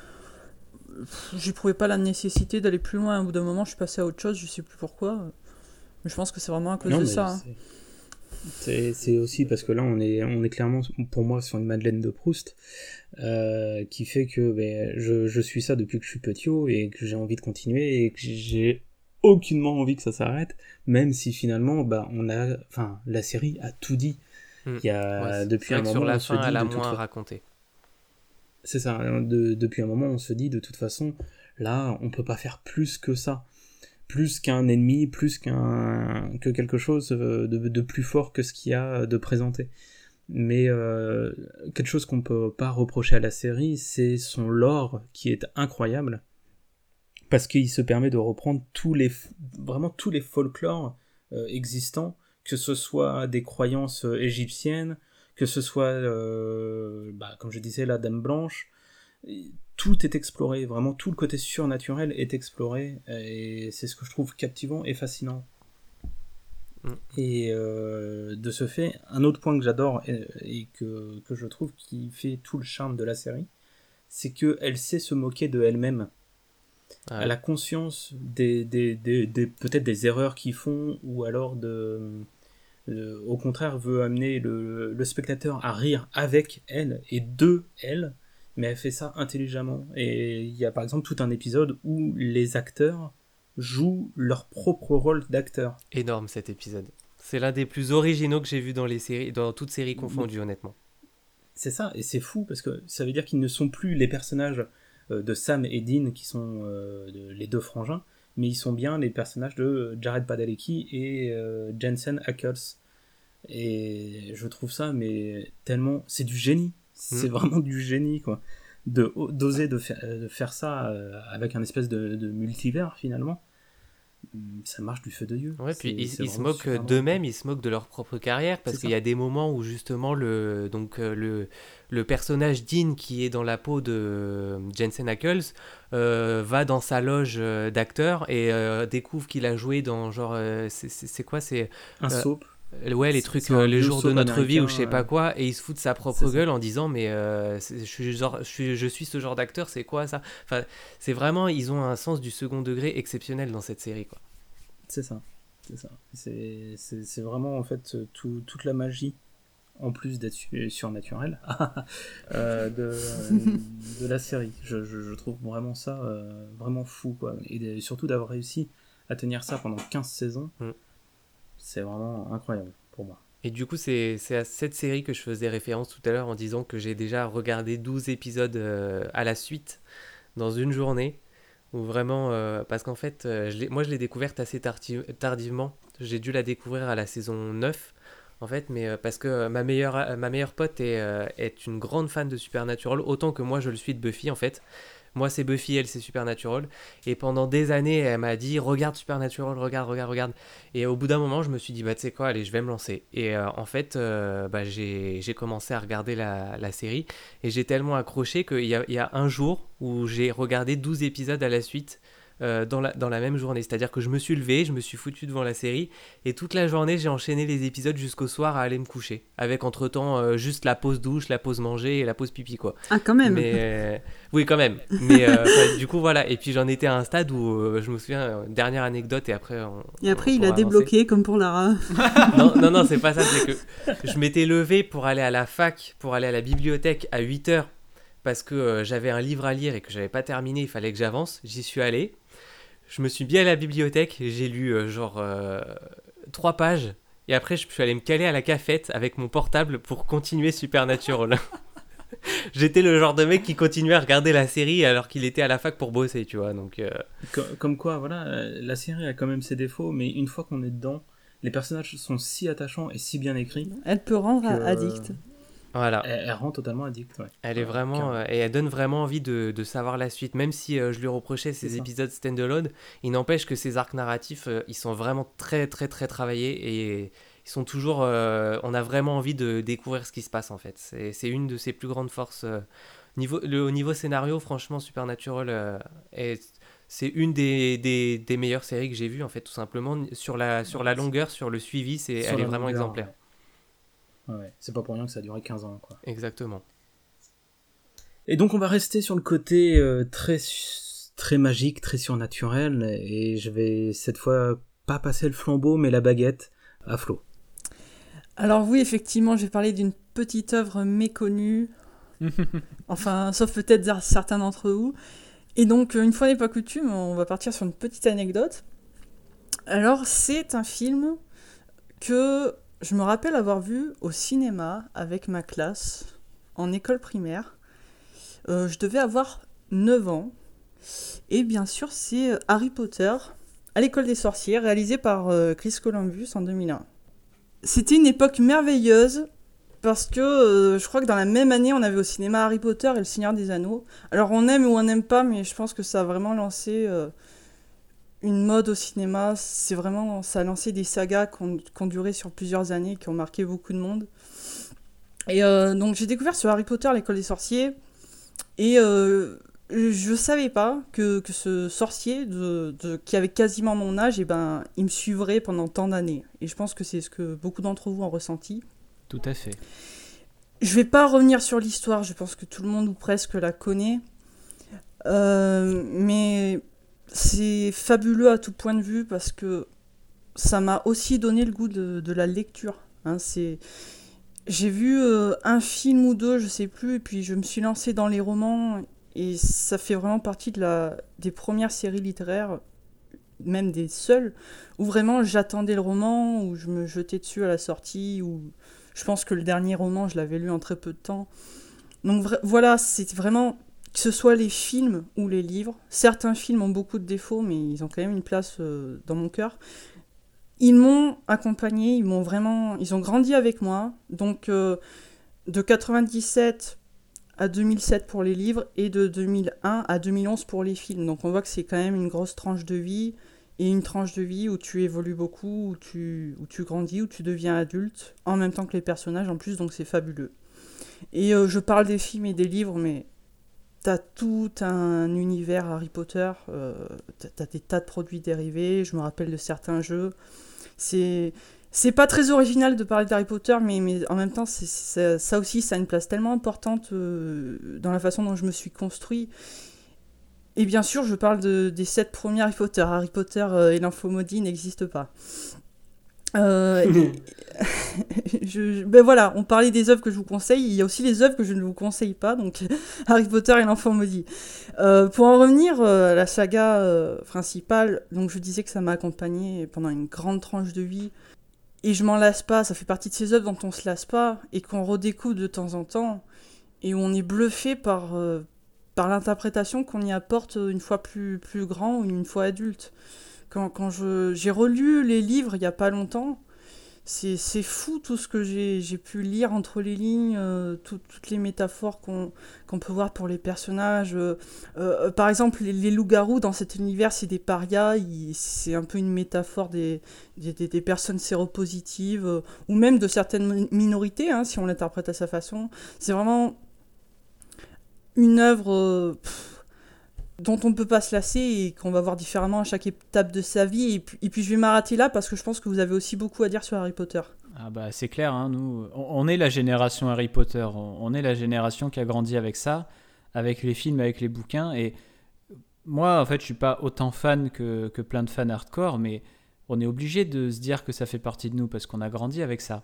j'éprouvais pas la nécessité d'aller plus loin. Au bout d'un moment, je suis passée à autre chose, je sais plus pourquoi. Mais je pense que c'est vraiment à cause de ça. Hein. C'est aussi parce que là on est clairement pour moi sur une Madeleine de Proust qui fait que je suis ça depuis que je suis petit et que j'ai envie de continuer et que j'ai aucunement envie que ça s'arrête, même si finalement la série a tout dit. Il y a depuis un moment sur la on fin se dit elle a moins raconté. C'est ça, depuis un moment on se dit de toute façon là on peut pas faire plus que ça. Plus qu'un ennemi, plus que quelque chose de plus fort que ce qu'il y a de présenté. Mais quelque chose qu'on peut pas reprocher à la série, c'est son lore qui est incroyable, parce qu'il se permet de reprendre vraiment tous les folklores existants, que ce soit des croyances égyptiennes, que ce soit, comme je disais, la Dame Blanche. Tout est exploré, vraiment tout le côté surnaturel est exploré, et c'est ce que je trouve captivant et fascinant. Et de ce fait, un autre point que j'adore et que je trouve qui fait tout le charme de la série, c'est qu'elle sait se moquer de elle-même. Ouais. Elle a conscience peut-être des erreurs qu'ils font, ou alors au contraire veut amener le spectateur à rire avec elle et de elle, mais elle fait ça intelligemment. Et il y a par exemple tout un épisode où les acteurs jouent leur propre rôle d'acteur. Énorme cet épisode. C'est l'un des plus originaux que j'ai vu dans les séries, dans toutes séries confondues, honnêtement. C'est ça, et c'est fou parce que ça veut dire qu'ils ne sont plus les personnages de Sam et Dean qui sont les 2 frangins, mais ils sont bien les personnages de Jared Padalecki et Jensen Ackles. Et je trouve ça, mais tellement... C'est du génie. C'est vraiment du génie, quoi. D'oser de faire ça avec un espèce de multivers, finalement. Ça marche du feu de Dieu. Ouais, puis ils se vraiment moquent super d'eux-mêmes, drôle. ils se moquent de leur propre carrière, parce C'est qu'il ça. y a des moments où justement le personnage Dean qui est dans la peau de Jensen Ackles va dans sa loge d'acteur et découvre qu'il a joué dans genre c'est quoi c'est Un euh, soap. ouais les trucs C'est un les vieux jours de soap notre vie ou je sais américain, pas quoi et il se fout de sa c'est propre ça. gueule en disant mais je suis ce genre d'acteur, c'est quoi ça, enfin c'est vraiment ils ont un sens du second degré exceptionnel dans cette série quoi. C'est ça. C'est ça. C'est vraiment, en fait, toute la magie, en plus d'être surnaturelle, de la série. Je trouve vraiment ça vraiment fou, quoi. Et surtout d'avoir réussi à tenir ça pendant 15 saisons, c'est vraiment incroyable pour moi. Et du coup, c'est à cette série que je faisais référence tout à l'heure en disant que j'ai déjà regardé 12 épisodes à la suite dans une journée. Ou vraiment, parce qu'en fait, moi je l'ai découverte assez tardivement. J'ai dû la découvrir à la saison 9, en fait, mais parce que ma meilleure pote est une grande fan de Supernatural, autant que moi je le suis de Buffy, en fait. Moi c'est Buffy, elle c'est Supernatural. Et pendant des années, elle m'a dit regarde Supernatural, regarde. Et au bout d'un moment, je me suis dit bah tu sais quoi, allez, je vais me lancer. Et en fait, bah, j'ai commencé à regarder la série et j'ai tellement accroché qu'il y a un jour où j'ai regardé 12 épisodes à la suite. Dans la même journée, c'est-à-dire que je me suis levé, je me suis foutu devant la série et toute la journée j'ai enchaîné les épisodes jusqu'au soir à aller me coucher avec entre-temps juste la pause douche, la pause manger et la pause pipi quoi. Ah, quand même. Mais oui quand même, mais du coup voilà, et puis j'en étais à un stade où je me souviens, dernière anecdote et après Et après, on il a pourra avancer. débloqué, comme pour Lara. Non, c'est pas ça, c'est que je m'étais levé pour aller à la fac, pour aller à la bibliothèque à 8h parce que j'avais un livre à lire et que j'avais pas terminé, il fallait que j'avance, j'y suis allé. Je me suis bien à la bibliothèque, j'ai lu 3 pages, et après je suis allé me caler à la cafette avec mon portable pour continuer Supernatural. J'étais le genre de mec qui continuait à regarder la série alors qu'il était à la fac pour bosser, tu vois, donc... Comme quoi, voilà, la série a quand même ses défauts, mais une fois qu'on est dedans, les personnages sont si attachants et si bien écrits Elle peut rendre que, addict. Voilà. Elle rend totalement addict. Ouais. Elle est vraiment et elle donne vraiment envie de savoir la suite, même si je lui reprochais C'est ces ça. épisodes standalone, il n'empêche que ces arcs narratifs ils sont vraiment très très très travaillés et ils sont toujours on a vraiment envie de découvrir ce qui se passe en fait. C'est une de ses plus grandes forces au niveau scénario, franchement Supernatural c'est une des meilleures séries que j'ai vues en fait, tout simplement sur la longueur, sur le suivi, Sur elle est la vraiment longueur, exemplaire. ouais. Ouais, c'est pas pour rien que ça a duré 15 ans, quoi. Exactement. Et donc on va rester sur le côté très magique, très surnaturel, et je vais cette fois pas passer le flambeau, mais la baguette à Flo. Alors oui, effectivement, je vais parler d'une petite œuvre méconnue. Enfin, sauf peut-être certains d'entre vous. Et donc, une fois n'est pas coutume, on va partir sur une petite anecdote. Alors, c'est un film que je me rappelle avoir vu au cinéma avec ma classe en école primaire. Je devais avoir 9 ans. Et bien sûr, c'est Harry Potter à l'école des sorciers, réalisé par Chris Columbus en 2001. C'était une époque merveilleuse parce que je crois que dans la même année, on avait au cinéma Harry Potter et Le Seigneur des Anneaux. Alors on aime ou on n'aime pas, mais je pense que ça a vraiment lancé une mode au cinéma. Ça a lancé des sagas qui ont duré sur plusieurs années, qui ont marqué beaucoup de monde. Et donc j'ai découvert ce Harry Potter à l'école des sorciers et je savais pas que ce sorcier qui avait quasiment mon âge, il me suivrait pendant tant d'années. Et je pense que c'est ce que beaucoup d'entre vous ont ressenti. Tout à fait. Je vais pas revenir sur l'histoire, je pense que tout le monde ou presque la connaît. Mais c'est fabuleux à tout point de vue parce que ça m'a aussi donné le goût de la lecture. Hein, j'ai vu un film ou deux, je sais plus, et puis je me suis lancée dans les romans. Et ça fait vraiment partie des premières séries littéraires, même des seules, où vraiment j'attendais le roman, où je me jetais dessus à la sortie, où je pense que le dernier roman, je l'avais lu en très peu de temps. Donc voilà, c'est vraiment, que ce soit les films ou les livres, certains films ont beaucoup de défauts, mais ils ont quand même une place dans mon cœur. Ils m'ont accompagné, ils ont grandi avec moi. Donc, de 97 à 2007 pour les livres et de 2001 à 2011 pour les films. Donc, on voit que c'est quand même une grosse tranche de vie et une tranche de vie où tu évolues beaucoup, où tu grandis, où tu deviens adulte, en même temps que les personnages en plus, donc c'est fabuleux. Et je parle des films et des livres, mais t'as tout un univers Harry Potter, t'as des tas de produits dérivés, je me rappelle de certains jeux. C'est pas très original de parler d'Harry Potter, mais en même temps, ça aussi, ça a une place tellement importante dans la façon dont je me suis construit. Et bien sûr, je parle des 7 premiers Harry Potter. Harry Potter et l'Enfant Maudit n'existent pas. Ben voilà, on parlait des œuvres que je vous conseille, il y a aussi les œuvres que je ne vous conseille pas, donc Harry Potter et l'Enfant Maudit. Pour en revenir à la saga principale, donc je disais que ça m'a accompagné pendant une grande tranche de vie, et je m'en lasse pas, ça fait partie de ces œuvres dont on se lasse pas, et qu'on redécouvre de temps en temps, et où on est bluffé par l'interprétation qu'on y apporte une fois plus grand ou une fois adulte. Quand j'ai relu les livres il y a pas longtemps, c'est fou tout ce que j'ai pu lire entre les lignes, toutes les métaphores qu'on peut voir pour les personnages. Par exemple, les loups-garous dans cet univers, c'est des parias, c'est un peu une métaphore des personnes séropositives, ou même de certaines minorités, hein, si on l'interprète à sa façon. C'est vraiment une œuvre dont on ne peut pas se lasser et qu'on va voir différemment à chaque étape de sa vie. Et puis je vais m'arrêter là parce que je pense que vous avez aussi beaucoup à dire sur Harry Potter. Ah bah c'est clair, hein, nous, on est la génération Harry Potter, on est la génération qui a grandi avec ça, avec les films, avec les bouquins. Et moi, en fait, je suis pas autant fan que plein de fans hardcore, mais on est obligé de se dire que ça fait partie de nous parce qu'on a grandi avec ça.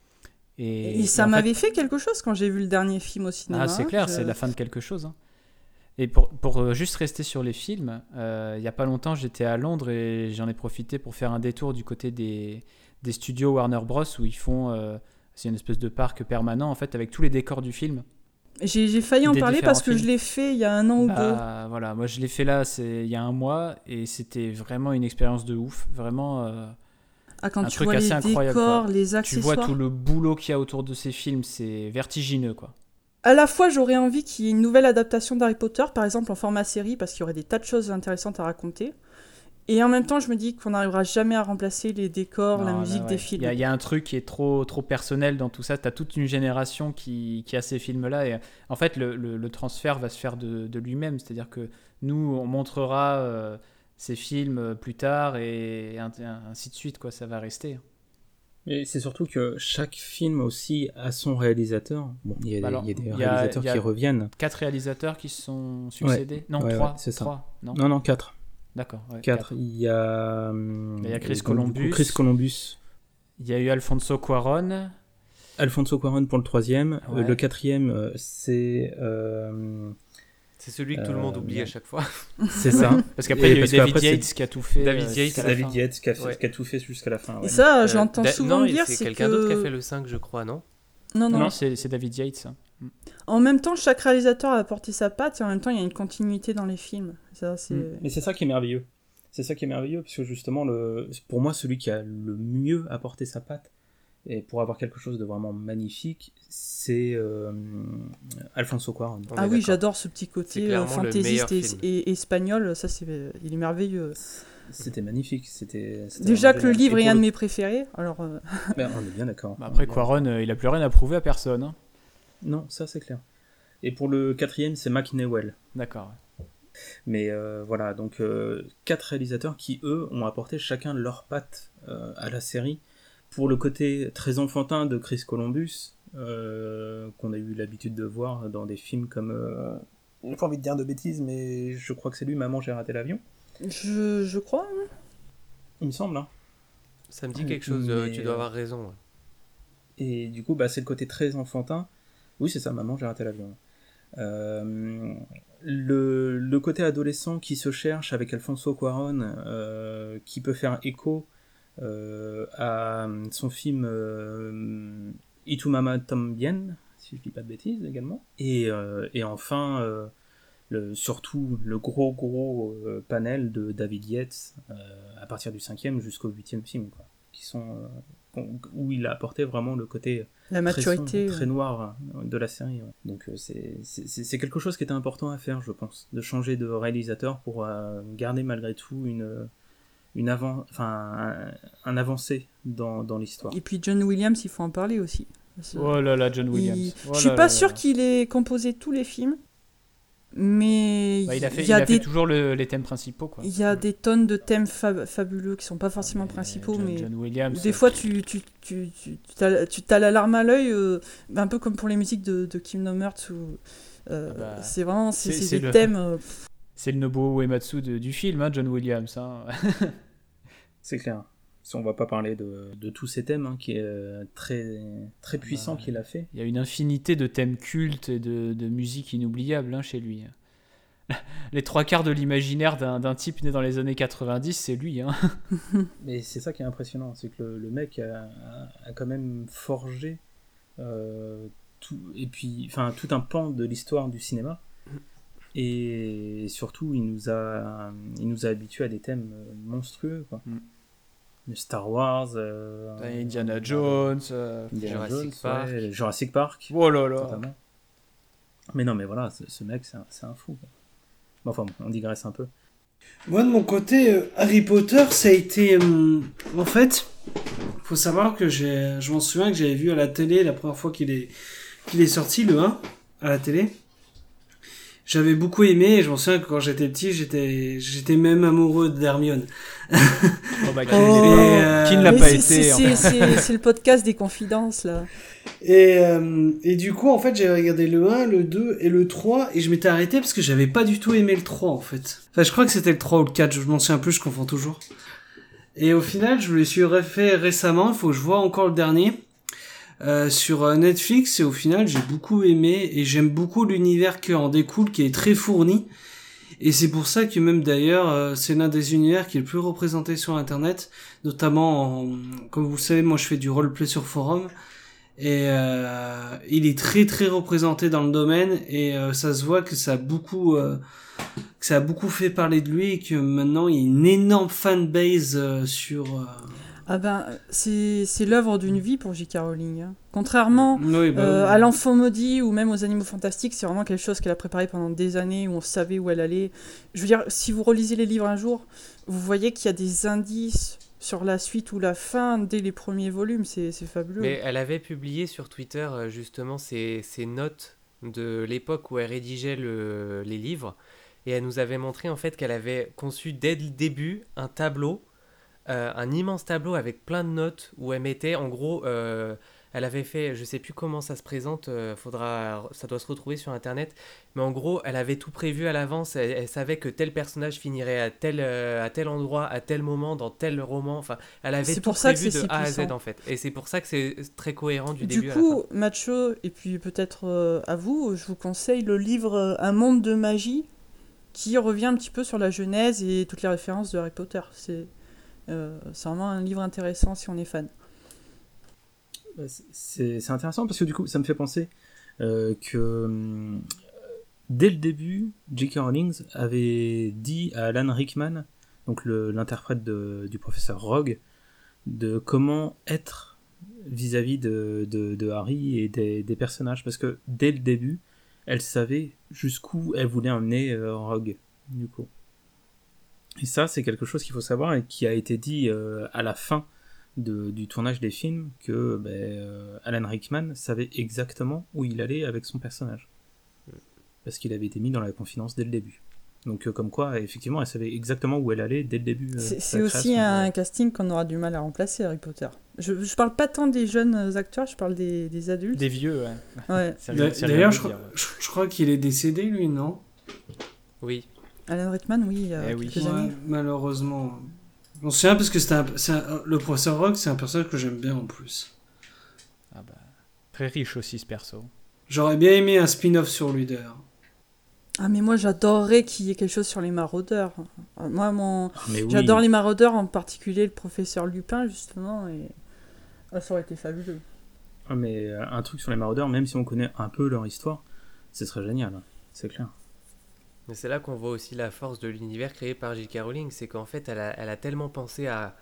Et ça m'avait fait quelque chose quand j'ai vu le dernier film au cinéma. Ah, c'est clair, c'est la fin de quelque chose. Hein. Et pour juste rester sur les films, il n'y a pas longtemps, j'étais à Londres et j'en ai profité pour faire un détour du côté des studios Warner Bros. Où ils font... c'est une espèce de parc permanent, en fait, avec tous les décors du film. J'ai failli en parler parce que je l'ai fait il y a 1 an ou 2. Voilà, moi je l'ai fait là, il y a 1 mois, et c'était vraiment une expérience de ouf. Vraiment... quand un tu truc vois assez les incroyable, décors, quoi. les accessoires... Tu vois tout le boulot qu'il y a autour de ces films, c'est vertigineux, quoi. À la fois, j'aurais envie qu'il y ait une nouvelle adaptation d'Harry Potter, par exemple en format série, parce qu'il y aurait des tas de choses intéressantes à raconter. Et en même temps, je me dis qu'on n'arrivera jamais à remplacer les décors, la musique des films. Il y a un truc qui est trop personnel dans tout ça. Tu as toute une génération qui a ces films-là. Et en fait, le transfert va se faire de lui-même. C'est-à-dire que nous, on montrera ces films plus tard et ainsi de suite, quoi. Ça va rester. Et c'est surtout que chaque film aussi a son réalisateur. Bon, il y a des réalisateurs qui reviennent. 4 réalisateurs qui se sont succédés. Ouais. Non, ouais, 3. Ouais, c'est ça. 3, non, non, 4. D'accord. Ouais, 4. Il y a Chris Columbus. Chris Columbus. Il y a eu Alfonso Cuarón. Alfonso Cuarón pour le 3e. Ouais. Le 4e, c'est... c'est celui que tout le monde oublie à chaque fois. C'est ça. Parce qu'après, il y a eu David Yates qui a tout fait. David Yates qui a tout fait jusqu'à la fin. Ouais. Et ça, j'entends souvent dire, c'est quelqu'un d'autre qui a fait le 5, je crois, non ? Non, c'est David Yates. En même temps, chaque réalisateur a apporté sa patte et en même temps, il y a une continuité dans les films. Ça, Mais c'est ça qui est merveilleux. C'est ça qui est merveilleux, parce que justement, pour moi, celui qui a le mieux apporté sa patte, et pour avoir quelque chose de vraiment magnifique, c'est Alfonso Cuarón. Ah oui, j'adore ce petit côté fantaisiste et espagnol, ça il est merveilleux. C'était magnifique. C'était déjà que le livre est un de mes préférés, alors... Ben, on est bien d'accord. Après, Cuarón, il a plus rien à prouver à personne. Hein. Non, ça c'est clair. Et pour le 4e, c'est Mac Newell. D'accord. Mais voilà, donc 4 réalisateurs qui, eux, ont apporté chacun leur patte à la série. Pour le côté très enfantin de Chris Columbus, qu'on a eu l'habitude de voir dans des films comme... j'ai pas envie de dire de bêtises, mais je crois que c'est lui, Maman, j'ai raté l'avion. Je crois, hein. Il me semble, hein. Ça me dit quelque chose, tu dois avoir raison. Ouais. Et du coup, c'est le côté très enfantin. Oui, c'est ça, Maman, j'ai raté l'avion. Le côté adolescent qui se cherche avec Alfonso Cuarón, qui peut faire écho à son film Y tu mamá también, si je dis pas de bêtises également. Et enfin, surtout le gros panel de David Yates à partir du 5e jusqu'au 8e film, quoi. où il a apporté vraiment le côté La très sombre, maturité. très noir de la série. Ouais. Donc c'est quelque chose qui était important à faire, je pense, de changer de réalisateur pour garder malgré tout un avancé dans l'histoire. Et puis John Williams, il faut en parler aussi. Oh là là, John Williams. Oh Je suis là pas là sûr là. qu'il ait composé tous les films, mais Bah, il a fait, il y a fait toujours les thèmes principaux, quoi. il y a des tonnes de thèmes fabuleux qui sont pas forcément principaux, mais John Williams. des fois tu t'as la larme à l'œil, un peu comme pour les musiques de Kingdom Hearts où bah, c'est vraiment c'est des le- thèmes. C'est le Nobuo Uematsu du film, hein, John Williams. Hein. C'est clair. Si on va pas parler de tous ces thèmes, qui est très, très puissant qu'il a fait. Il y a une infinité de thèmes cultes et de musique inoubliables chez lui. Les 3/4 de l'imaginaire d'un type né dans les années 90, c'est lui. Hein. Mais c'est ça qui est impressionnant, c'est que le mec a quand même forgé tout un pan de l'histoire du cinéma. Et surtout, il nous a habitués à des thèmes monstrueux, quoi. Le Star Wars, Indiana Jones, Jurassic Park. Oh là là. Totalement. Mais non, mais voilà, ce mec, c'est un fou, quoi. Bon, enfin, on digresse un peu. Moi, de mon côté, Harry Potter, ça a été... en fait, faut savoir que je m'en souviens que j'avais vu à la télé la première fois qu'il est sorti, le 1, à la télé. J'avais beaucoup aimé, et je m'en souviens que quand j'étais petit, j'étais même amoureux d'Hermione. Oh, bah, qui Oh. ne l'a Mais pas été. c'est le podcast des confidences là. Et du coup, en fait, j'avais regardé le 1, le 2 et le 3, et je m'étais arrêté parce que j'avais pas du tout aimé le 3, en fait. Enfin, je crois que c'était le 3 ou le 4, je m'en souviens plus, je confonds toujours. Et au final, je me le suis refait récemment, il faut que je vois encore le dernier, sur Netflix, et au final, j'ai beaucoup aimé, et j'aime beaucoup l'univers qui en découle, qui est très fourni. Et c'est pour ça que même d'ailleurs, c'est l'un des univers qui est le plus représenté sur Internet, notamment, comme vous le savez, moi je fais du roleplay sur forum, et il est très très représenté dans le domaine, et ça se voit que ça a beaucoup fait parler de lui, et que maintenant il y a une énorme fanbase sur... Ah ben, c'est l'œuvre d'une vie pour J.K. Rowling. Hein. Contrairement Oui, bah, oui. à l'Enfant maudit ou même aux Animaux fantastiques, c'est vraiment quelque chose qu'elle a préparé pendant des années, où on savait où elle allait. Je veux dire, si vous relisez les livres un jour, vous voyez qu'il y a des indices sur la suite ou la fin dès les premiers volumes, c'est fabuleux. Mais elle avait publié sur Twitter justement ses notes de l'époque où elle rédigeait les livres, et elle nous avait montré en fait qu'elle avait conçu dès le début un tableau, un immense tableau avec plein de notes où elle mettait en gros, elle avait fait, je sais plus comment ça se présente, ça doit se retrouver sur internet, mais en gros elle avait tout prévu à l'avance, elle savait que tel personnage finirait à tel endroit, à tel moment, dans tel roman, enfin elle avait C'est tout pour ça que prévu c'est de si A à Z puissant. en fait, et c'est pour ça que c'est très cohérent du Du début à la fin. coup, Mathieu, et puis peut-être à vous, je vous conseille le livre Un monde de magie, qui revient un petit peu sur la genèse et toutes les références de Harry Potter. C'est vraiment un livre intéressant si on est fan. C'est intéressant parce que du coup, ça me fait penser que dès le début, J.K. Rowling avait dit à Alan Rickman, donc l'interprète du professeur Rogue, de comment être vis-à-vis de Harry et des personnages, parce que dès le début, elle savait jusqu'où elle voulait emmener Rogue, du coup. Et ça, c'est quelque chose qu'il faut savoir et qui a été dit à la fin du tournage des films, que Alan Rickman savait exactement où il allait avec son personnage. Parce qu'il avait été mis dans la confidence dès le début. Donc comme quoi, effectivement, elle savait exactement où elle allait dès le début. C'est aussi un casting qu'on aura du mal à remplacer, Harry Potter. Je parle pas tant des jeunes acteurs, je parle des adultes. Des vieux, ouais. Ouais. D'ailleurs, je crois qu'il est décédé, lui, non? Oui. Alan Rickman, oui, il y a quelques années. Ouais, malheureusement. On se souvient parce que le professeur Rogue, c'est un personnage que j'aime bien en plus. Ah bah, très riche aussi ce perso. J'aurais bien aimé un spin-off sur lui d'ailleurs. Ah mais moi j'adorerais qu'il y ait quelque chose sur les maraudeurs. Moi Mais oui. j'adore les maraudeurs, en particulier le professeur Lupin justement, et ça aurait été fabuleux. Ah, mais un truc sur les maraudeurs, même si on connaît un peu leur histoire, ce serait génial, hein. C'est clair. Mais c'est là qu'on voit aussi la force de l'univers créé par J.K. Rowling, c'est qu'en fait elle a tellement pensé à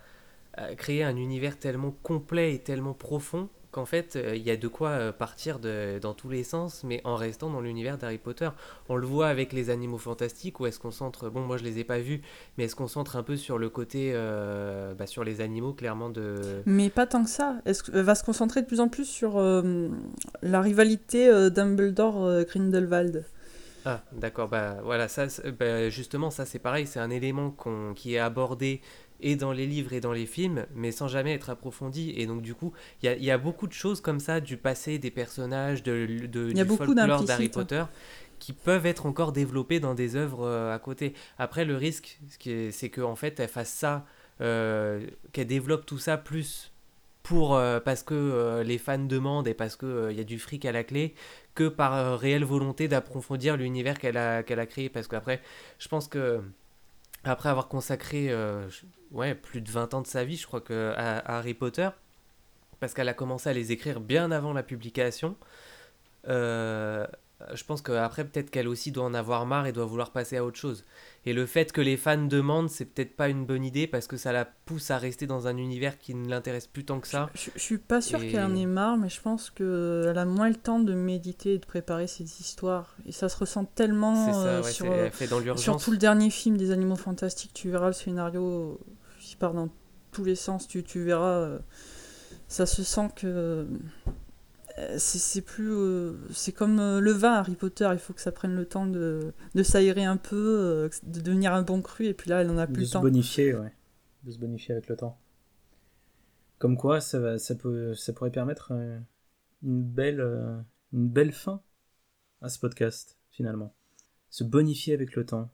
créé un univers tellement complet et tellement profond qu'en fait, il y a de quoi partir dans tous les sens, mais en restant dans l'univers d'Harry Potter. On le voit avec les animaux fantastiques, où est-ce qu'on centre, bon, moi je les ai pas vus, mais est-ce qu'on centre un peu sur le côté, sur les animaux, clairement, de... Mais pas tant que ça. Elle va se concentrer de plus en plus sur la rivalité Dumbledore-Grindelwald. Ah, d'accord, bah voilà, ça, justement, ça c'est pareil, c'est un élément qui est abordé et dans les livres et dans les films, mais sans jamais être approfondi. Et donc, du coup, il y a beaucoup de choses comme ça, du passé, des personnages, Il y a du beaucoup folklore d'Harry d'implicites. Potter, qui peuvent être encore développés dans des œuvres à côté. Après, le risque, c'est qu'en fait, elle fasse ça, qu'elle développe tout ça plus parce que les fans demandent et parce qu'il y a du fric à la clé, que par réelle volonté d'approfondir l'univers qu'elle a créé. Parce qu'après, je pense que après avoir consacré plus de 20 ans de sa vie, je crois, à Harry Potter, parce qu'elle a commencé à les écrire bien avant la publication, je pense qu'après, peut-être qu'elle aussi doit en avoir marre et doit vouloir passer à autre chose. Et le fait que les fans demandent, c'est peut-être pas une bonne idée, parce que ça la pousse à rester dans un univers qui ne l'intéresse plus tant que ça. Je suis pas sûre qu'elle en ait marre, mais je pense qu'elle a moins le temps de méditer et de préparer ses histoires. Et ça se ressent tellement C'est ça, ouais, elle fait dans l'urgence. sur tout le dernier film des Animaux Fantastiques. Tu verras le scénario qui part dans tous les sens. Tu verras, ça se sent que c'est plus c'est comme le vin Harry Potter, il faut que ça prenne le temps de s'aérer un peu, de devenir un bon cru, et puis là elle en a plus le temps. De se bonifier avec le temps. Comme quoi ça pourrait permettre une belle fin à ce podcast finalement. Se bonifier avec le temps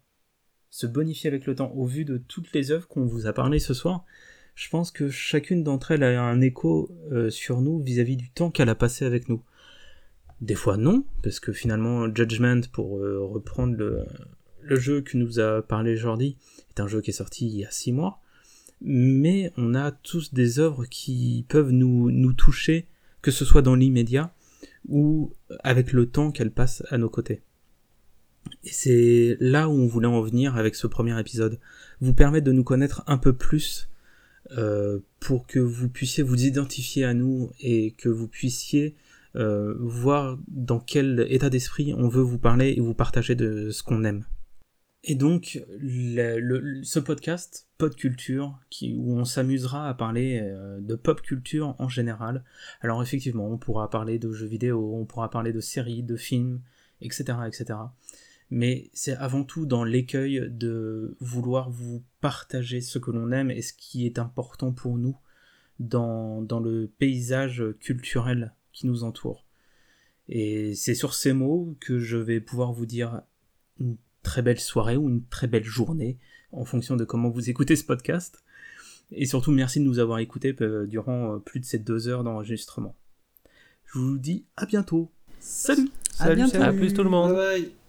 au vu de toutes les œuvres qu'on vous a parlé ce soir. Je pense que chacune d'entre elles a un écho sur nous vis-à-vis du temps qu'elle a passé avec nous. Des fois non, parce que finalement Judgment, pour reprendre le jeu que nous a parlé Jordi, est un jeu qui est sorti il y a 6 mois, mais on a tous des œuvres qui peuvent nous toucher, que ce soit dans l'immédiat ou avec le temps qu'elles passent à nos côtés. Et c'est là où on voulait en venir avec ce premier épisode, vous permettre de nous connaître un peu plus, pour que vous puissiez vous identifier à nous et que vous puissiez voir dans quel état d'esprit on veut vous parler et vous partager de ce qu'on aime. Et donc ce podcast Pop Culture, où on s'amusera à parler de pop culture en général. Alors effectivement, on pourra parler de jeux vidéo, on pourra parler de séries, de films, etc., etc. Mais c'est avant tout dans l'écueil de vouloir vous partager ce que l'on aime et ce qui est important pour nous dans le paysage culturel qui nous entoure. Et c'est sur ces mots que je vais pouvoir vous dire une très belle soirée ou une très belle journée, en fonction de comment vous écoutez ce podcast. Et surtout, merci de nous avoir écoutés durant plus de ces 2 heures d'enregistrement. Je vous dis à bientôt. Salut! À bientôt. À plus tout le monde. Bye bye.